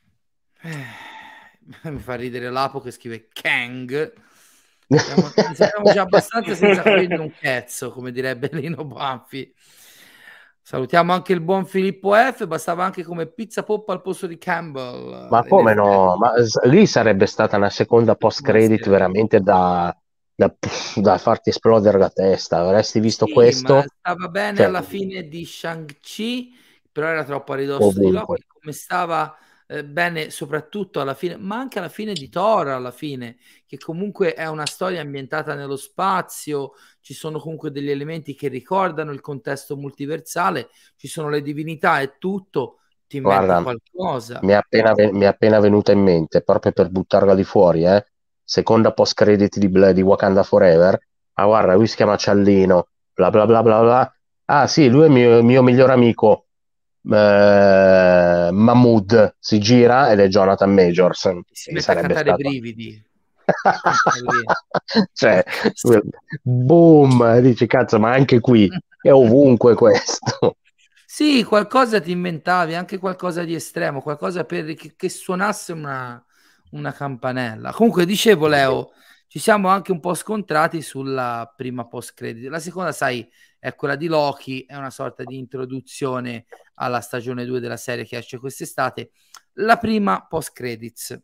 Eh, mi fa ridere Lapo che scrive Kang. Siamo, ne sappiamo già abbastanza senza capirne un cazzo, come direbbe Lino Banfi. Salutiamo anche il buon Filippo F. Bastava anche come pizza poppa al posto di Campbell. Ma eh, in come effetti. no? Ma s- lì sarebbe stata una seconda post-credit Buonasera. veramente da, da, da farti esplodere la testa. Avresti visto Sì, ma questo? stava bene Cioè, alla fine di Shang-Chi, però era troppo a ridosso di ovunque. Loki, come stava eh, bene soprattutto alla fine, ma anche alla fine di Thor, alla fine, che comunque è una storia ambientata nello spazio, ci sono comunque degli elementi che ricordano il contesto multiversale, ci sono le divinità e tutto, ti inventi Guarda, qualcosa. mi è appena, ve- mi è appena venuta in mente, proprio per buttarla di fuori, eh? Seconda post-credit di, Bla- di Wakanda Forever. Ah, guarda, lui si chiama Ciallino, bla bla bla bla bla. Ah, sì, lui è mio, mio miglior amico. Eh, Mahmood si gira ed è Jonathan Majors. Si E mette a sarebbe cantare i stato. brividi. Lì. Cioè, Cazzo. boom, dici cazzo, ma anche qui è ovunque questo. Sì, qualcosa ti inventavi, anche qualcosa di estremo, qualcosa per che, che suonasse una, una campanella. Comunque, dicevo, Leo, ci siamo anche un po' scontrati sulla prima post credit. La seconda, sai, è quella di Loki, è una sorta di introduzione alla stagione due della serie che esce quest'estate. La prima post credits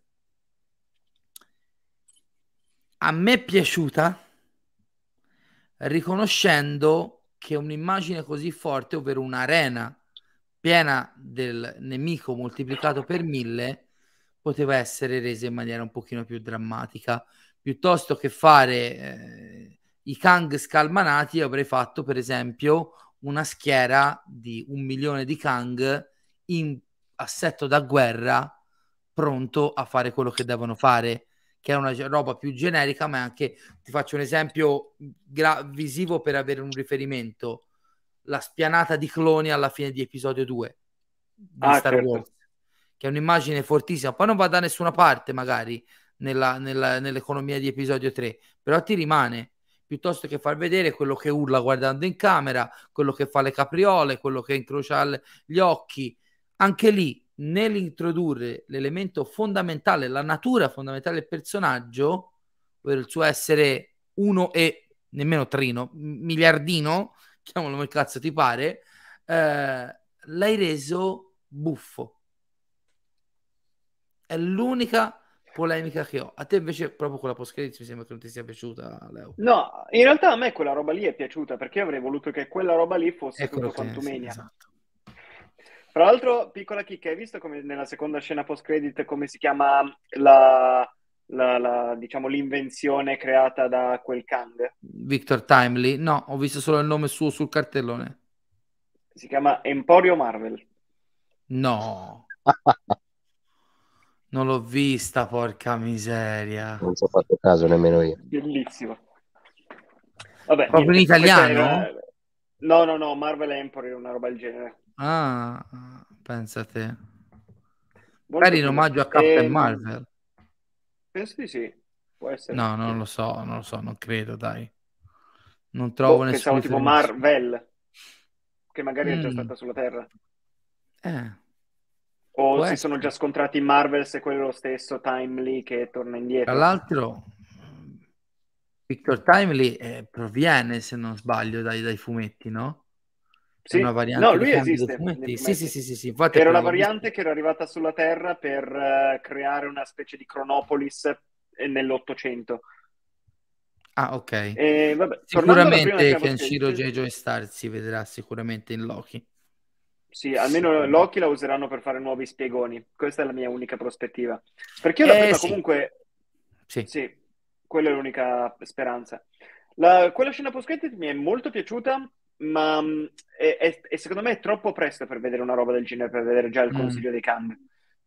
a me è piaciuta, riconoscendo che un'immagine così forte, ovvero un'arena piena del nemico moltiplicato per mille, poteva essere resa in maniera un pochino più drammatica. Piuttosto che fare eh, i Kang scalmanati, avrei fatto per esempio una schiera di un milione di Kang in assetto da guerra, pronto a fare quello che devono fare, che è una roba più generica, ma anche, ti faccio un esempio gra- visivo per avere un riferimento: la spianata di cloni alla fine di episodio due di Ah, Star certo. Wars, che è un'immagine fortissima, poi non va da nessuna parte magari nella, nella, nell'economia di episodio tre, però ti rimane, piuttosto che far vedere quello che urla guardando in camera, quello che fa le capriole, quello che incrocia gli occhi. Anche lì, nell'introdurre l'elemento fondamentale, la natura fondamentale del personaggio, ovvero il suo essere uno e nemmeno trino, miliardino, chiamalo come cazzo ti pare, eh, l'hai reso buffo. È l'unica polemica che ho. A te invece proprio quella post credits mi sembra che non ti sia piaciuta, Leo. No, in realtà a me quella roba lì è piaciuta perché io avrei voluto che quella roba lì fosse È quello tutto che sì, Quantumania. esatto. Tra l'altro, piccola chicca, hai visto come nella seconda scena post-credit come si chiama la, la, la, diciamo, l'invenzione creata da quel Kang? Victor Timely? No, ho visto solo il nome suo sul cartellone. Si chiama Emporio Marvel. No, non l'ho vista, porca miseria. Non ci ho fatto caso nemmeno io. Bellissimo. Vabbè, Proprio in niente. Questa italiano? era... No, no, no, Marvel Empire, una roba del genere. Ah, pensa a te. Molto Magari in figo. omaggio a Captain Ehm, Marvel. penso di sì, può essere. No, non Sì. lo so, non lo so, non credo, dai. Non trovo Boh, nessun pensavo tipo riferimento. Marvel, che magari è già Mm, stata sulla Terra. eh, O può si sono essere. già scontrati in Marvel se quello è lo stesso Timely che torna Tra indietro. l'altro, Victor Timely eh, proviene, se non sbaglio, dai, dai fumetti, no? È una Sì, no, variante di lui Kang dei esiste nei fumetti? Sì, sì, fumetti. sì, sì, sì, infatti è Era quello una che ho visto. variante che era arrivata sulla Terra per eh, creare una specie di Chronopolis eh, nell'Ottocento. Ah, ok. E vabbè, tornando alla prima Sicuramente scena Kenshiro post-credit, J J Star si vedrà sicuramente in Loki. sì, almeno Loki la useranno per fare nuovi spiegoni. Questa è la mia unica prospettiva. Perché io la Eh prima sì, comunque, sì. sì, quella è l'unica speranza. La- quella scena post-credit mi è molto piaciuta, ma mh, è, è- è- secondo me è troppo presto per vedere una roba del genere, per vedere già il Mm. Consiglio dei Kang.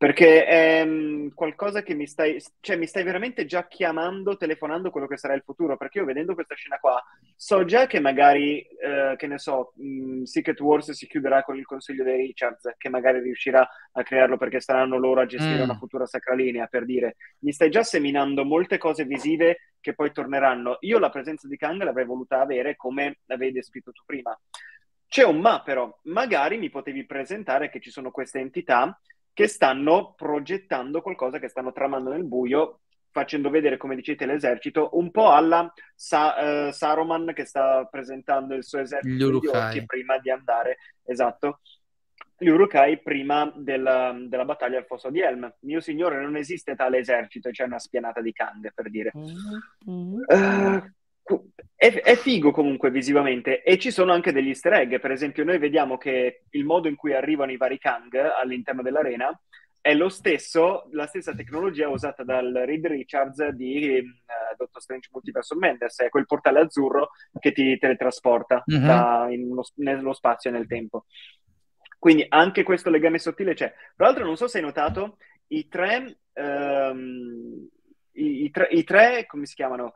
Perché è mm, qualcosa che mi stai, cioè mi stai veramente già chiamando, telefonando quello che sarà il futuro, perché io vedendo questa scena qua so già che magari, eh, che ne so, mh, Secret Wars si chiuderà con il consiglio dei Richards, che magari riuscirà a crearlo perché saranno loro a gestire una Mm. futura sacra linea, per dire. Mi stai già seminando molte cose visive che poi torneranno. Io la presenza di Kang l'avrei voluta avere come l'avevi descritto tu prima. C'è un ma però, magari mi potevi presentare che ci sono queste entità che stanno progettando qualcosa, che stanno tramando nel buio, facendo vedere, come dicete, l'esercito, un po' alla Sa- eh, Saruman che sta presentando il suo Gli esercito di orchi Urukai. prima di andare, esatto, gli Urukai prima della, della battaglia al fosso di Helm. Mio signore, non esiste tale esercito, c'è una spianata di Kang, per dire. Eh, è, è figo comunque visivamente e ci sono anche degli easter egg. Per esempio, noi vediamo che il modo in cui arrivano i vari Kang all'interno dell'arena è lo stesso, la stessa tecnologia usata dal Reed Richards di eh, Doctor Strange Multiverse of Madness, è quel portale azzurro che ti teletrasporta Mhm. da- in uno- nello spazio e nel tempo. Quindi anche questo legame sottile c'è. Tra l'altro non so se hai notato, i tre, ehm, i, i tre, i tre, come si chiamano?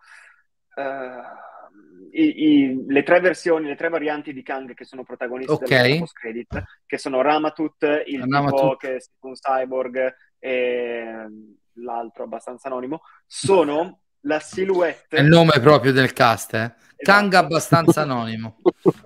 Eh, i- i- le tre versioni, le tre varianti di Kang che sono protagonisti della scena Ok. post-credit, che sono Ramatut, il Andiamo a tipo tutto. che è un cyborg e l'altro abbastanza anonimo, sono la È il silhouette. nome proprio del cast, eh? Kang Esatto. abbastanza anonimo.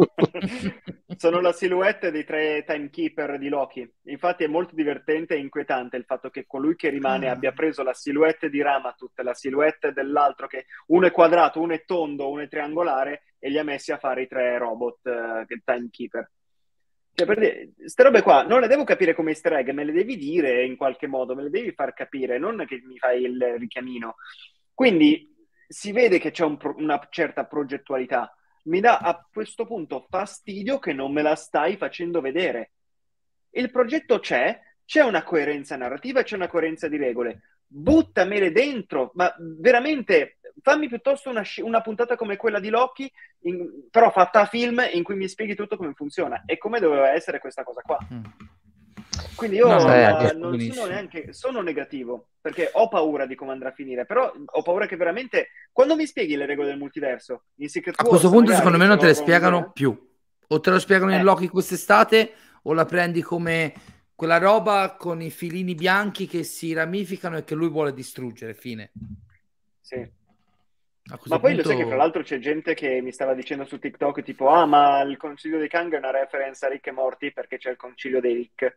Sono la silhouette dei tre timekeeper di Loki. Infatti è molto divertente e inquietante il fatto che colui che rimane abbia preso la silhouette di Ramatut, la silhouette dell'altro, che uno è quadrato, uno è tondo, uno è triangolare, e li ha messi a fare i tre robot eh, timekeeper. Cioè, per dire, queste robe qua non le devo capire come easter egg, me le devi dire in qualche modo, me le devi far capire, non che mi fai il richiamino. Quindi si vede che c'è un pro- una certa progettualità. Mi dà a questo punto fastidio che non me la stai facendo vedere. Il progetto c'è, c'è una coerenza narrativa, c'è una coerenza di regole. Buttamele dentro, ma veramente fammi piuttosto una, sci- una puntata come quella di Loki, in- però fatta a film in cui mi spieghi tutto come funziona e come doveva essere questa cosa qua. Mm. Quindi io No, no, la- capisco non sono benissimo. neanche, sono negativo, perché ho paura di come andrà a finire, però ho paura che veramente, quando mi spieghi le regole del multiverso, in Secret A questo Wars punto, magari, secondo me, se non te non le avevo un'idea, spiegano più. O te lo spiegano in eh, Loki quest'estate, o la prendi come quella roba con i filini bianchi che si ramificano e che lui vuole distruggere. Fine. sì. A questo Ma poi lo sai che fra punto, l'altro c'è gente che mi stava dicendo su TikTok tipo ah ma il concilio dei Kang è una reference a Rick e Morty perché c'è il concilio dei Rick.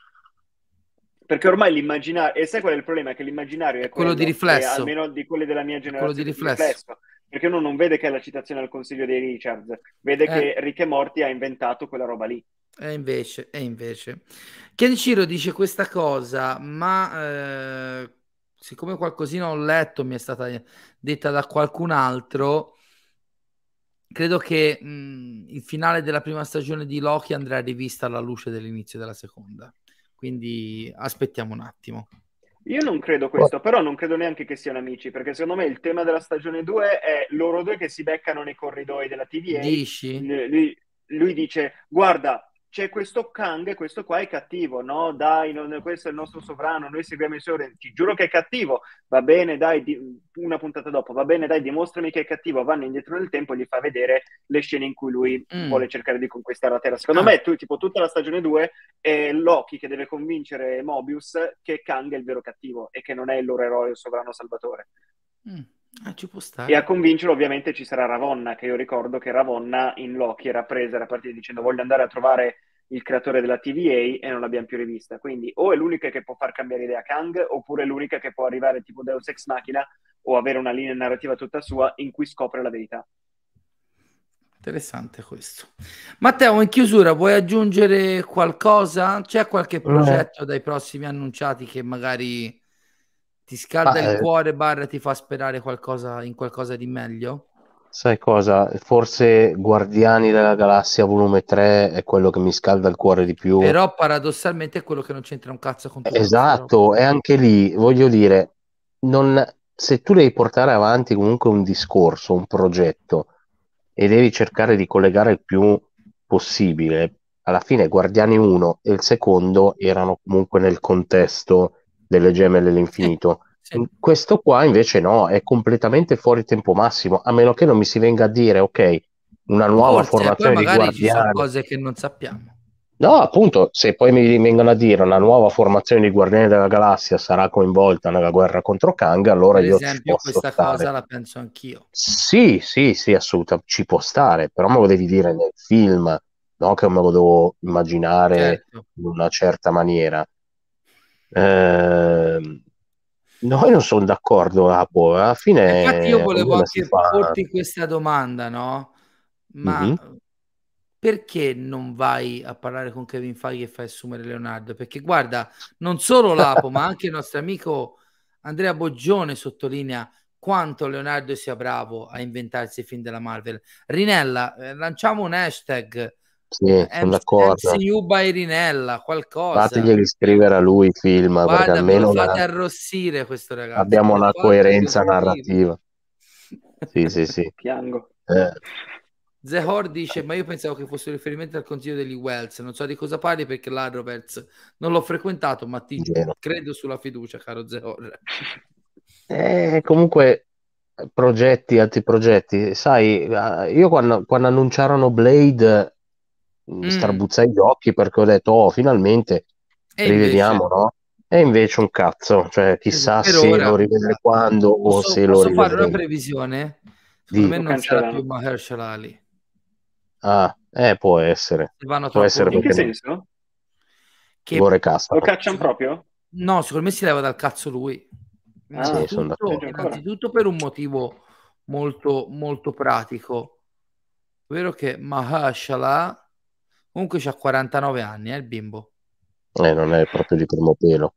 Perché ormai l'immaginario, e sai qual è il problema? Che l'immaginario è è quello di quello, e riflesso. almeno di quelli della mia È quello di generazione di riflesso. riflesso, perché uno non vede che è la citazione al consiglio dei Richards, vede Eh. che Rick e Morty ha inventato quella roba lì. E invece, e invece. Kenichiro dice questa cosa, ma eh, siccome qualcosina ho letto, mi è stata detta da qualcun altro, credo che mh, il finale della prima stagione di Loki andrà rivista alla luce dell'inizio della seconda. Quindi aspettiamo un attimo. Io non credo questo, però non credo neanche che siano amici, perché secondo me il tema della stagione due è loro due che si beccano nei corridoi della T V A. Dici? Lui, lui dice, guarda, c'è questo Kang e questo qua è cattivo, no? Dai, non- questo è il nostro sovrano, noi seguiamo il suo re, ti giuro che è cattivo, va bene, dai, di- una puntata dopo, va bene, dai, dimostrami che è cattivo, vanno indietro nel tempo e gli fa vedere le scene in cui lui Mm. vuole cercare di conquistare la Terra. Secondo Ah. me, tu, tipo, tutta la stagione due è Loki che deve convincere Mobius che Kang è il vero cattivo e che non è il loro eroe, il sovrano salvatore. Mm. Ah, ci può E a stare. convincerlo ovviamente ci sarà Ravonna, che io ricordo che Ravonna in Loki era presa, era partita dicendo voglio andare a trovare il creatore della T V A e non l'abbiamo più rivista. Quindi o è l'unica che può far cambiare idea a Kang, oppure è l'unica che può arrivare tipo Deus Ex Machina o avere una linea narrativa tutta sua in cui scopre la verità. Interessante questo. Matteo, in chiusura, vuoi aggiungere qualcosa? C'è qualche progetto dai prossimi annunciati che magari ti scalda Ah, il eh. cuore, barra ti fa sperare qualcosa in qualcosa di meglio? Sai cosa? Forse Guardiani della Galassia volume tre è quello che mi scalda il cuore di più. Però paradossalmente è quello che non c'entra un cazzo con tutto Esatto, e anche lì voglio dire, non, se tu devi portare avanti comunque un discorso, un progetto, e devi cercare di collegare il più possibile, alla fine Guardiani uno e il secondo erano comunque nel contesto delle Gemme dell'Infinito. Sì, sì. Questo qua invece no, è completamente fuori tempo massimo, a meno che non mi si venga a dire, ok, una nuova Forse, poi formazione di magari ci sono Guardiani. cose che non sappiamo. No, appunto, se poi mi vengono a dire una nuova formazione di Guardiani della Galassia sarà coinvolta nella guerra contro Kang, allora Per io ci esempio, posso questa stare. cosa la penso anch'io. Sì, sì, sì, assolutamente, ci può stare, però me lo devi dire nel film, no? Che me lo devo immaginare Certo. in una certa maniera. Ehm, no, io non sono d'accordo, Apo. Alla E infatti io fine volevo ognuno si anche fa. porti questa domanda, no? Ma Mhm. perché non vai a parlare con Kevin Feige e fai assumere Leonardo? Perché guarda, non solo l'Apo, ma anche il nostro amico Andrea Boggione sottolinea quanto Leonardo sia bravo a inventarsi i film della Marvel. Rinella, eh, lanciamo un hashtag Sì, eh, sono d'accordo. M C U by Rinella, qualcosa. Fateglieli scrivere a lui i film, perché Guarda, me lo almeno fate una- arrossire questo ragazzo, abbiamo me lo una fate coerenza arrossire. narrativa. Sì, sì, sì. Piango. Eh, Zehor dice, ma io pensavo che fosse riferimento al consiglio degli Wells, non so di cosa parli perché là Roberts non l'ho frequentato, ma ti vero. credo sulla fiducia, caro Zehor. Eh, comunque, progetti, altri progetti. Sai, eh, io quando, quando annunciarono Blade mh, Mm. strabuzzai gli occhi perché ho detto, oh, finalmente E rivediamo, invece, no? E invece un cazzo, cioè chissà per se ora, lo rivedrei quando o posso, se lo posso fare una rivedremo. previsione? Secondo Di, me Lo non sarà più cancellano. Mahershala Ali, ah, eh, può essere, se vanno può troppo essere In che perché lungo. non senso? lo Che, Lo recastano. cacciano proprio? no, secondo me si leva dal cazzo lui. Sì, Ah, sono Innanzitutto, d'accordo. peggio ancora. innanzitutto per un motivo molto, molto pratico. Vero che Mahershala comunque c'ha quarantanove anni, è il bimbo. Eh, non è proprio di primo pelo.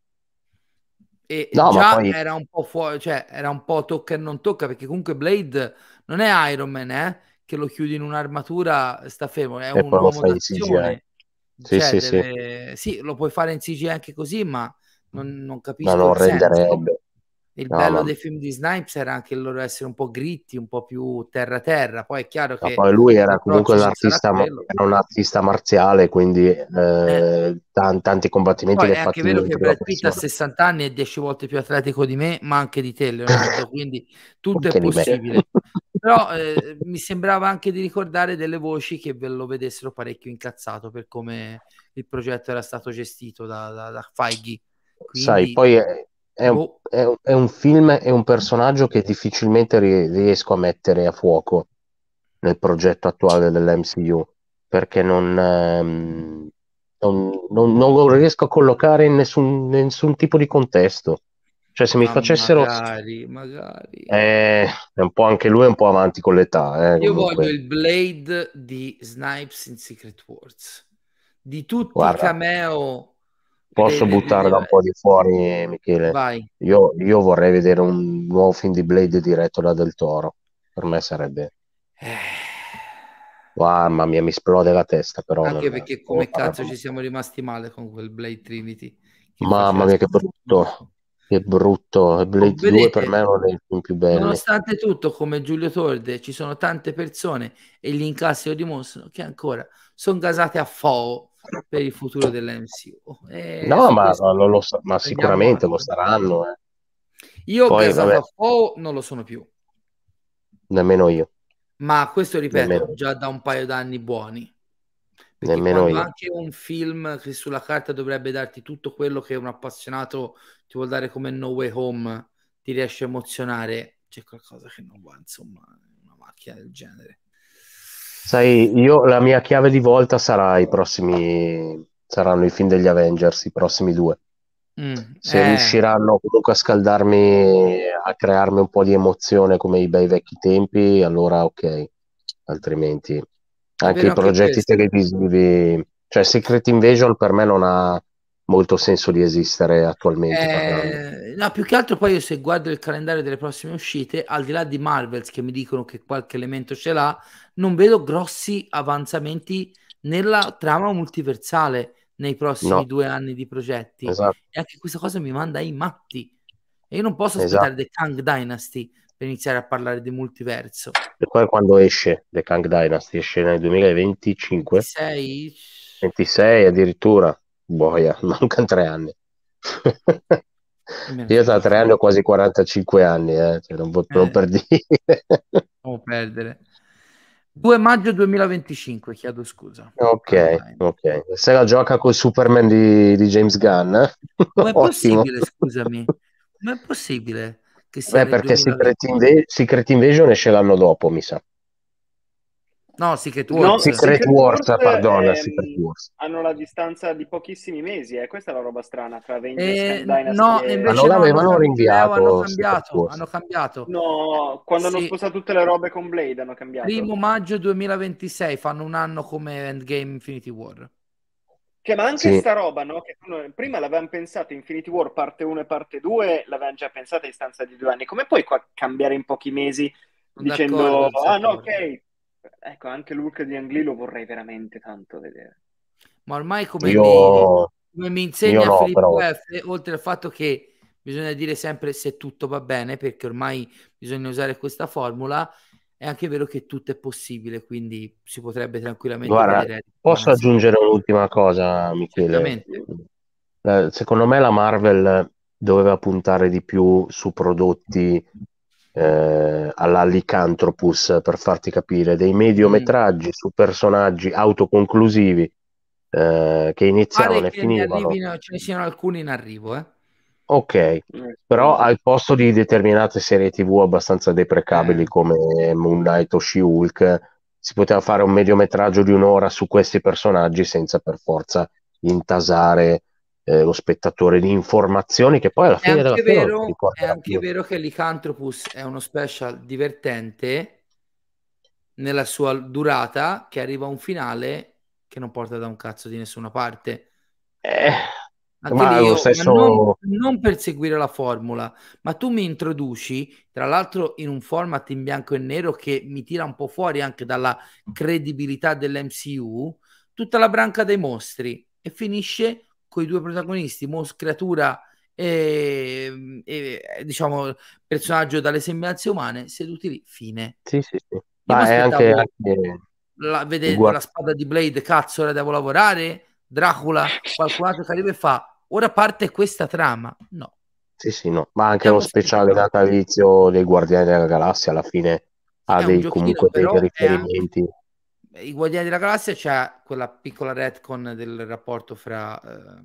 E No, ma già poi, era un po' fuori, cioè era un po' tocca e non tocca, perché comunque Blade non è Iron Man, eh, che lo chiudi in un'armatura, sta fermo, è e un poi lo uomo fai in C G I. d'azione. Sì, Cioè, sì, sì, deve... sì, lo puoi fare in C G I anche così, ma non, non ma capisco non il senso. renderebbe. Il No, bello ma, dei film di Snipes era anche il loro essere un po' gritti, un po' più terra-terra. Poi è chiaro ma che poi lui era comunque l'approccio un ci sarà artista, quello. era un artista marziale, quindi Eh, eh, tan- tanti combattimenti Poi li ha è anche fatti vero in che prima Brad Pitt a persona. sessanta anni è dieci volte più atletico di me, ma anche di te, Leonardo, quindi tutto è Anche di me. Sì. possibile. Però eh, mi sembrava anche di ricordare delle voci che ve lo vedessero parecchio incazzato per come il progetto era stato gestito da, da, da Feige. Sai, Quindi, poi è, è un, boh, è un- è un film, è un personaggio che difficilmente ri- riesco a mettere a fuoco nel progetto attuale dell'M C U, perché non, ehm, non, non- non lo riesco a collocare in nessun, nessun tipo di contesto. Cioè, se mi ma facessero... magari, magari. eh, è un po' anche lui è un po' avanti con l'età, eh, Io voglio comunque. il Blade di Snipes in Secret Wars. Di tutti i Guarda, cameo posso delle, buttare da un po' delle... di fuori, Michele. Vai. Io, io vorrei vedere un nuovo film di Blade diretto da Del Toro. Per me sarebbe... Eh, Mamma mia, mi esplode la testa, però non, anche non perché lo come cazzo faranno ci mai. siamo rimasti male con quel Blade Trinity che Mamma faceva mia, che schifo. brutto. Che brutto. E Oh, Blade due per vedete, me è uno dei film più belli. nonostante tutto, come Giulio Torde, ci sono tante persone e gli incassi lo dimostrano che ancora sono gasate a fuoco per il futuro dell'M C U. E No, su ma, questo lo, lo sa- ma prendiamo sicuramente lo atto. saranno. eh. Io Poi, gasato vabbè, a fuoco non lo sono più, nemmeno io. ma questo Nemmeno ripeto io. già da un paio d'anni buoni. Perché Nemmeno quando io. anche un film che sulla carta dovrebbe darti tutto quello che un appassionato ti vuol dare come No Way Home ti riesce a emozionare, c'è qualcosa che non va, insomma, in una macchina del genere. Sai, io la mia chiave di volta sarà i prossimi, saranno i film degli Avengers, i prossimi due. Mm, Se eh, riusciranno comunque a scaldarmi, a crearmi un po' di emozione come i bei vecchi tempi, allora ok. Altrimenti è anche vero i anche progetti questo. televisivi, cioè Secret Invasion per me non ha molto senso di esistere attualmente parlando. Eh, no, più che altro poi io se guardo il calendario delle prossime uscite, al di là di Marvels che mi dicono che qualche elemento ce l'ha, non vedo grossi avanzamenti nella trama multiversale nei prossimi No, due anni di progetti. esatto, E anche questa cosa mi manda ai matti. E io non posso aspettare esatto. The Kang Dynasty per iniziare a parlare di multiverso. E poi quando esce The Kang Dynasty, esce nel duemilaventicinque, ventisei? ventisei addirittura, boia, mancano tre anni. Io tra tre anni ho quasi quarantacinque anni, eh, cioè non, non Eh. per dire. Non perdere. due maggio duemilaventicinque, chiedo scusa. Ok, Online. ok. Se la gioca col Superman di, di James Gunn, eh? Com'è Ottimo. possibile, scusami? Com'è possibile che sia Beh, nel perché Secret, duemilaventi? Inva- Secret Invasion esce l'anno dopo, mi sa. No, Secret No, Wars. Secret Secret Wars, Wars pardon, ehm, Secret Wars. hanno la distanza di pochissimi mesi, eh. Questa è la roba strana tra Avengers, Eh, Kang Dynasty no, e... Ma invece non no, hanno, l'avevano cam- Leo, hanno rinviato Secret cambiato, Wars. hanno cambiato. No, quando hanno Sì, spostato tutte le robe con Blade hanno cambiato. primo maggio duemilaventisei, fanno un anno come Endgame Infinity War. Che, ma anche Sì. sta roba, no? Che tu- prima l'avevamo pensato Infinity War parte uno e parte due, l'avevamo già pensata a distanza di due anni. Come puoi qua cambiare in pochi mesi Sono dicendo, d'accordo, sono ah no, d'accordo. ok. Ecco, anche Luke di Ang Lee lo vorrei veramente tanto vedere. Ma ormai come, mi, Io, come mi io insegna no, Filippo però. F, oltre al fatto che bisogna dire sempre se tutto va bene, perché ormai bisogna usare questa formula, è anche vero che tutto è possibile, quindi si potrebbe tranquillamente Guarda, vedere. posso aggiungere un'ultima cosa, Michele? Certamente. Eh, Secondo me la Marvel doveva puntare di più su prodotti eh, alla Lycanthropus, per farti capire, dei mediometraggi su personaggi autoconclusivi eh, che iniziavano Pare e che ne finivano. arrivino, ce ne siano alcuni in arrivo, eh. Ok, Eh, però al posto di determinate serie T V abbastanza deprecabili Eh. come Moon Knight o She-Hulk, si poteva fare un mediometraggio di un'ora su questi personaggi senza per forza intasare eh, lo spettatore di informazioni che poi alla È fine della anche fiera non si vero, è ricorderà anche più. vero che Lycanthropus è uno special divertente nella sua durata, che arriva a un finale che non porta da un cazzo di nessuna parte. Eh, Anche ma lì lo io, ma non, stesso, non per seguire la formula, ma tu mi introduci, tra l'altro in un format in bianco e nero che mi tira un po' fuori anche dalla credibilità dell'M C U, tutta la branca dei mostri e finisce con i due protagonisti, mos- creatura e, e, diciamo personaggio dalle sembianze umane, seduti lì, fine. sì, sì, sì. Io mi Ma è anche, aspettavo anche la, il vedere guarda. la spada di Blade, cazzo, ora devo lavorare. Dracula, qualcun altro che arriva e fa, ora parte questa trama. No, Sì, sì, no, ma anche lo abbiamo speciale aspettato. natalizio dei Guardiani della Galassia alla fine Sì, ha è un dei, giochino, comunque dei però è anche riferimenti i Guardiani della Galassia c'è quella piccola retcon del rapporto fra eh,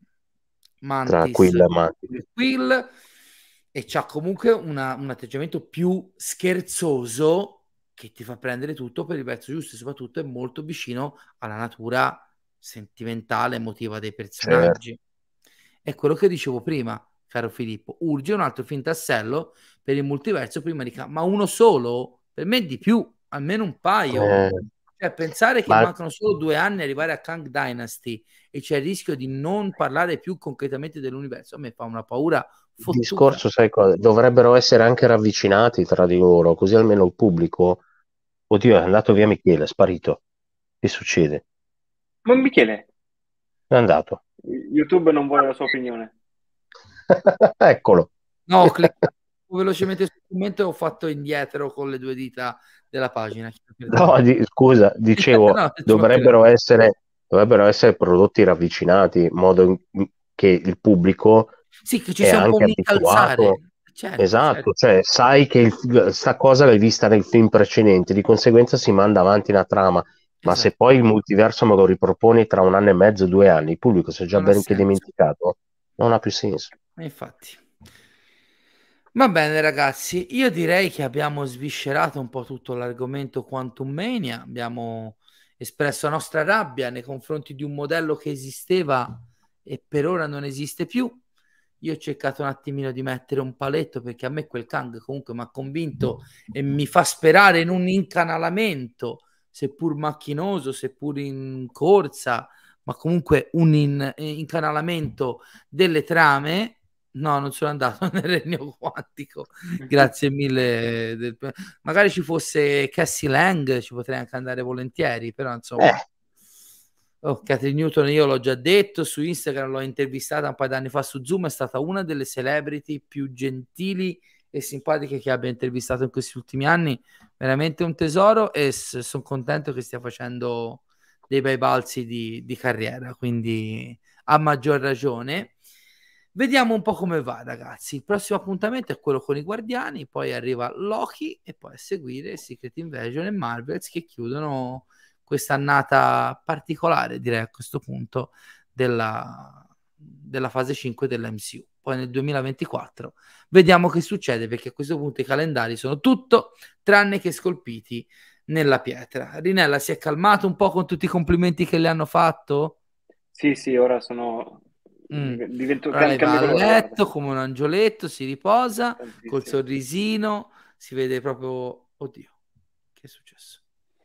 tra Mantis Quill e Mantis. e Quill e c'ha comunque una, un atteggiamento più scherzoso che ti fa prendere tutto per il pezzo giusto e soprattutto è molto vicino alla natura sentimentale, emotiva dei Certo. personaggi. È quello che dicevo prima, caro Filippo. Urge un altro film tassello per il multiverso prima di... Ma uno solo? Per me di più, almeno un paio. Eh, Cioè, pensare che ma mancano solo due anni a arrivare a Kang Dynasty e c'è il rischio di non parlare più concretamente dell'universo, a me fa una paura il fottuta. discorso, sai cosa? Dovrebbero essere anche ravvicinati tra di loro, così almeno il pubblico. Oddio, è andato via Michele, è sparito. Che succede? Ma Michele, È andato. YouTube non vuole la sua opinione. Eccolo. No, ho cliccato velocemente sul commento e ho fatto indietro con le due dita della pagina. No, di- scusa, dicevo, No, ci dovrebbero mancherebbe. essere, dovrebbero essere prodotti ravvicinati, in modo in- che il pubblico Sì, che ci è sia un po' anche un incalzare. abituato. Certo, Esatto, certo. cioè sai che il- sta cosa l'hai vista nel film precedente, di conseguenza si manda avanti una trama, ma se Esatto. poi il multiverso me lo riproponi tra un anno e mezzo, due anni, il pubblico si è già Non ha ben che senso. dimenticato, non ha più senso. E infatti. Va bene, ragazzi, io direi che abbiamo sviscerato un po' tutto l'argomento Quantum Mania, abbiamo espresso la nostra rabbia nei confronti di un modello che esisteva e per ora non esiste più. Io ho cercato un attimino di mettere un paletto perché a me quel Kang comunque mi ha convinto e mi fa sperare in un incanalamento, seppur macchinoso, seppur in corsa, ma comunque un in- incanalamento delle trame. No, non sono andato nel regno quantico. Grazie mille. Del... Magari ci fosse Cassie Lang, ci potrei anche andare volentieri, però insomma. Eh, Oh, Catherine Newton, io l'ho già detto, su Instagram l'ho intervistata un paio d'anni fa su Zoom, è stata una delle celebrity più gentili e simpatiche che abbia intervistato in questi ultimi anni, veramente un tesoro e s- sono contento che stia facendo dei bei balzi di, di carriera, quindi a maggior ragione. Vediamo un po' come va, ragazzi. Il prossimo appuntamento è quello con i Guardiani, poi arriva Loki e poi a seguire Secret Invasion e Marvels, che chiudono questa annata particolare, direi a questo punto, della, della fase cinque dell'M C U. Poi nel duemilaventiquattro vediamo che succede, perché a questo punto i calendari sono tutto tranne che scolpiti nella pietra. Rinella, si è calmato un po' con tutti i complimenti che le hanno fatto? Sì, sì, ora sono... Mm. Divento... Allora lei va a colore, letto guarda. come un angioletto, si riposa Tantissimo. col sorrisino, si vede proprio... Oddio, che è successo?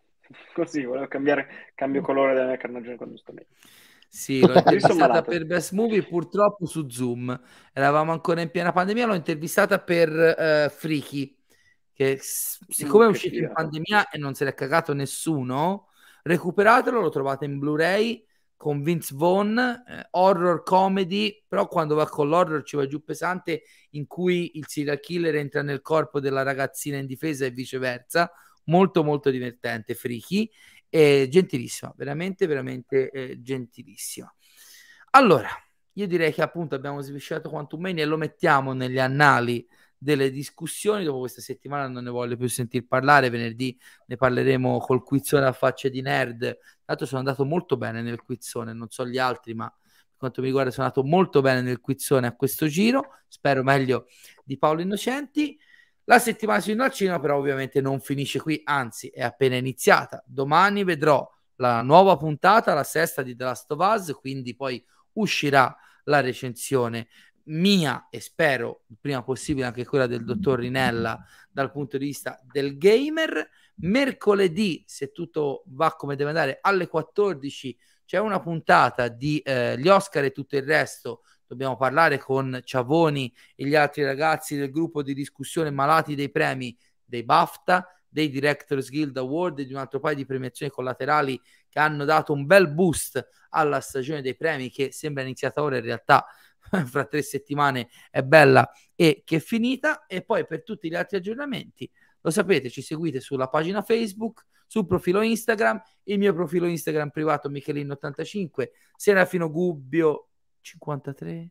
Così, volevo cambiare, cambio colore della mia carnagione quando sto meglio. Sì, l'ho intervistata malato. per Best Movie, purtroppo su Zoom. Eravamo ancora in piena pandemia, l'ho intervistata per uh, Freaky, che s- siccome Mm, è che uscito in figata. pandemia e non se l'è cagato nessuno, recuperatelo, lo trovate in Blu-ray con Vince Vaughn, eh, horror comedy, però quando va con l'horror ci va giù pesante, in cui il serial killer entra nel corpo della ragazzina indifesa e viceversa. Molto molto divertente, Freaky, e gentilissima, veramente veramente eh, gentilissima. Allora, io direi che appunto abbiamo sviscerato Quantumania e lo mettiamo negli annali delle discussioni. Dopo questa settimana non ne voglio più sentir parlare. Venerdì ne parleremo col quizzone a facce di nerd. Tanto sono andato molto bene nel quizzone, non so gli altri, ma per quanto mi riguarda sono andato molto bene nel quizzone a questo giro, spero meglio di Paolo Innocenti. La settimana su al cinema però ovviamente non finisce qui, anzi è appena iniziata. Domani vedrò la nuova puntata, la sesta di The Last of Us, quindi poi uscirà la recensione mia e spero il prima possibile anche quella del dottor Rinella dal punto di vista del gamer. Mercoledì, se tutto va come deve andare, alle quattordici c'è una puntata di eh, gli Oscar e tutto il resto. Dobbiamo parlare con Ciavoni e gli altri ragazzi del gruppo di discussione malati dei premi dei BAFTA, dei Directors Guild Award e di un altro paio di premiazioni collaterali che hanno dato un bel boost alla stagione dei premi, che sembra iniziata ora, in realtà fra tre settimane è bella e che è finita. E poi per tutti gli altri aggiornamenti, lo sapete, ci seguite sulla pagina Facebook, sul profilo Instagram, il mio profilo Instagram privato Michelin ottantacinque, Serafino Gubbio cinquantatré.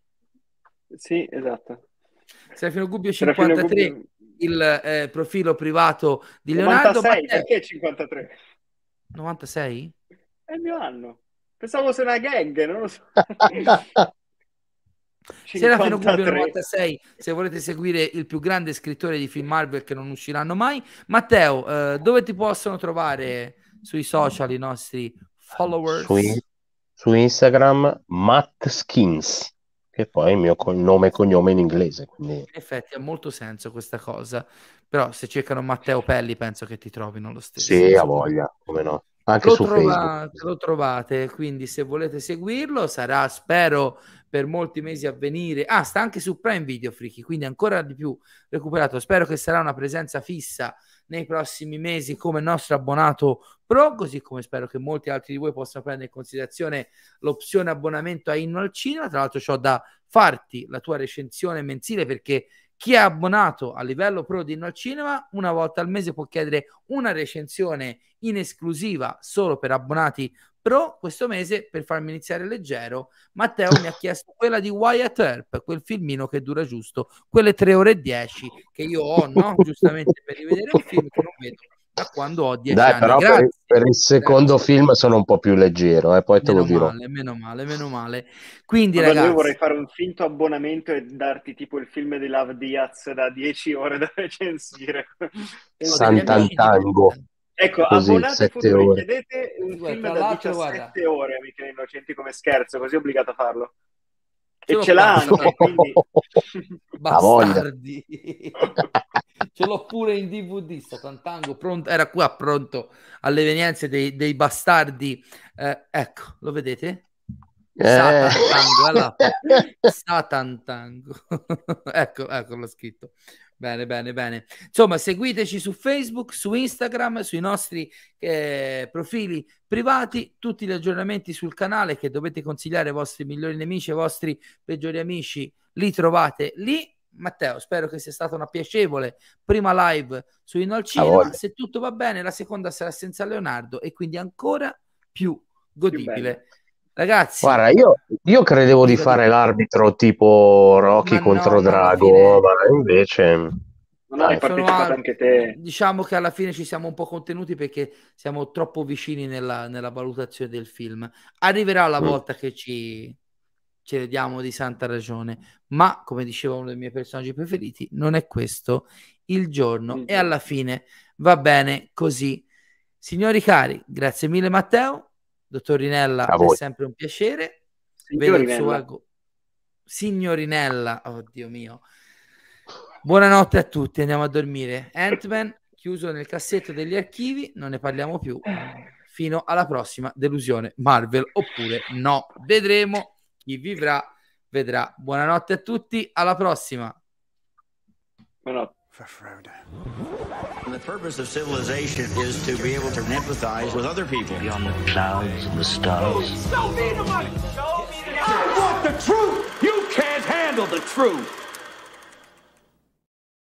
Sì, esatto. Serafino Gubbio Serafino cinquantatré, Gubbio... il eh, profilo privato di Leonardo. novantasei, Matteo. Perché cinquantatré? novantasei? È il mio anno. Pensavo fosse una gag, non lo so. Serafino Gubbio novantasei, se volete seguire il più grande scrittore di film Marvel che non usciranno mai. Matteo, eh, dove ti possono trovare sui social i nostri followers? Su, su Instagram Matt Skins, che poi è il mio nome e cognome in inglese, quindi... In effetti ha molto senso questa cosa, però se cercano Matteo Pelli penso che ti trovino lo stesso. Sì, ha voglia, come no. Anche lo su trovate, Facebook. lo trovate, quindi se volete seguirlo sarà, spero, per molti mesi a venire. Ah, sta anche su Prime Video, Friki, quindi ancora di più recuperato. Spero che sarà una presenza fissa nei prossimi mesi come nostro abbonato pro, così come spero che molti altri di voi possano prendere in considerazione l'opzione abbonamento a Inno al Cinema. Tra l'altro c'ho da farti la tua recensione mensile, perché chi è abbonato a livello pro di Inno al Cinema una volta al mese può chiedere una recensione in esclusiva solo per abbonati pro. Questo mese, per farmi iniziare leggero, Matteo mi ha chiesto quella di Wyatt Earp, quel filmino che dura giusto quelle tre ore e dieci che io ho, no? Giustamente per rivedere un film che non vedo da quando ho dieci Dai, anni. però Grazie. Per, per il secondo Grazie. film sono un po' più leggero, eh, poi te meno lo dirò. Male, meno male, meno male. Quindi, Vabbè, ragazzi, io vorrei fare un finto abbonamento e darti tipo il film di Love Diaz da dieci ore da recensire. Sant'Antango. Ecco, Così, abbonate futuri, ore. chiedete un Guarda, film tra da l'altro, diciassette guarda. ore a Michele Innocenti come scherzo, così è obbligato a farlo. Ce E l'ho ce l'ha qua, anche, quindi... bastardi. Ce l'ho pure in D V D, Sant'Antango, pronto, era qua pronto alle evenienze dei, dei bastardi. Eh, ecco, lo vedete? Eh. Sant'Antango, allora, Sant'Antango. ecco, ecco l'ho scritto. Bene, bene, bene. Insomma, seguiteci su Facebook, su Instagram, sui nostri eh, profili privati, tutti gli aggiornamenti sul canale che dovete consigliare ai vostri migliori nemici, ai vostri peggiori amici, li trovate lì. Matteo, spero che sia stata una piacevole prima live su Inno al Cinema. Se tutto va bene, la seconda sarà senza Leonardo e quindi ancora più godibile. Ragazzi, guarda, io, io credevo di fare l'arbitro tipo Rocky Ma contro no, ma alla Drago, fine- ma invece Non hai Eh, sono partecipato a- anche te. Diciamo che alla fine ci siamo un po' contenuti perché siamo troppo vicini nella, nella valutazione del film. Arriverà la Mm. volta che ci, ci le diamo di santa ragione, ma come diceva uno dei miei personaggi preferiti, non è questo il giorno Il e giorno. alla fine va bene così. Signori cari, grazie mille Matteo, dottor Rinella, A è voi. sempre un piacere. Vedo il suo Signorinella. ago- Signorinella, oddio mio. Buonanotte a tutti, andiamo a dormire. Ant-Man chiuso nel cassetto degli archivi, non ne parliamo più fino alla prossima delusione Marvel, oppure no, vedremo. Chi vivrà vedrà. Buonanotte a tutti, alla prossima. Buonanotte. The purpose of civilization is to be able to empathize with other people. Beyond the clouds and the stars. Show me the money! Show me the money! I want the truth! You can't handle the truth!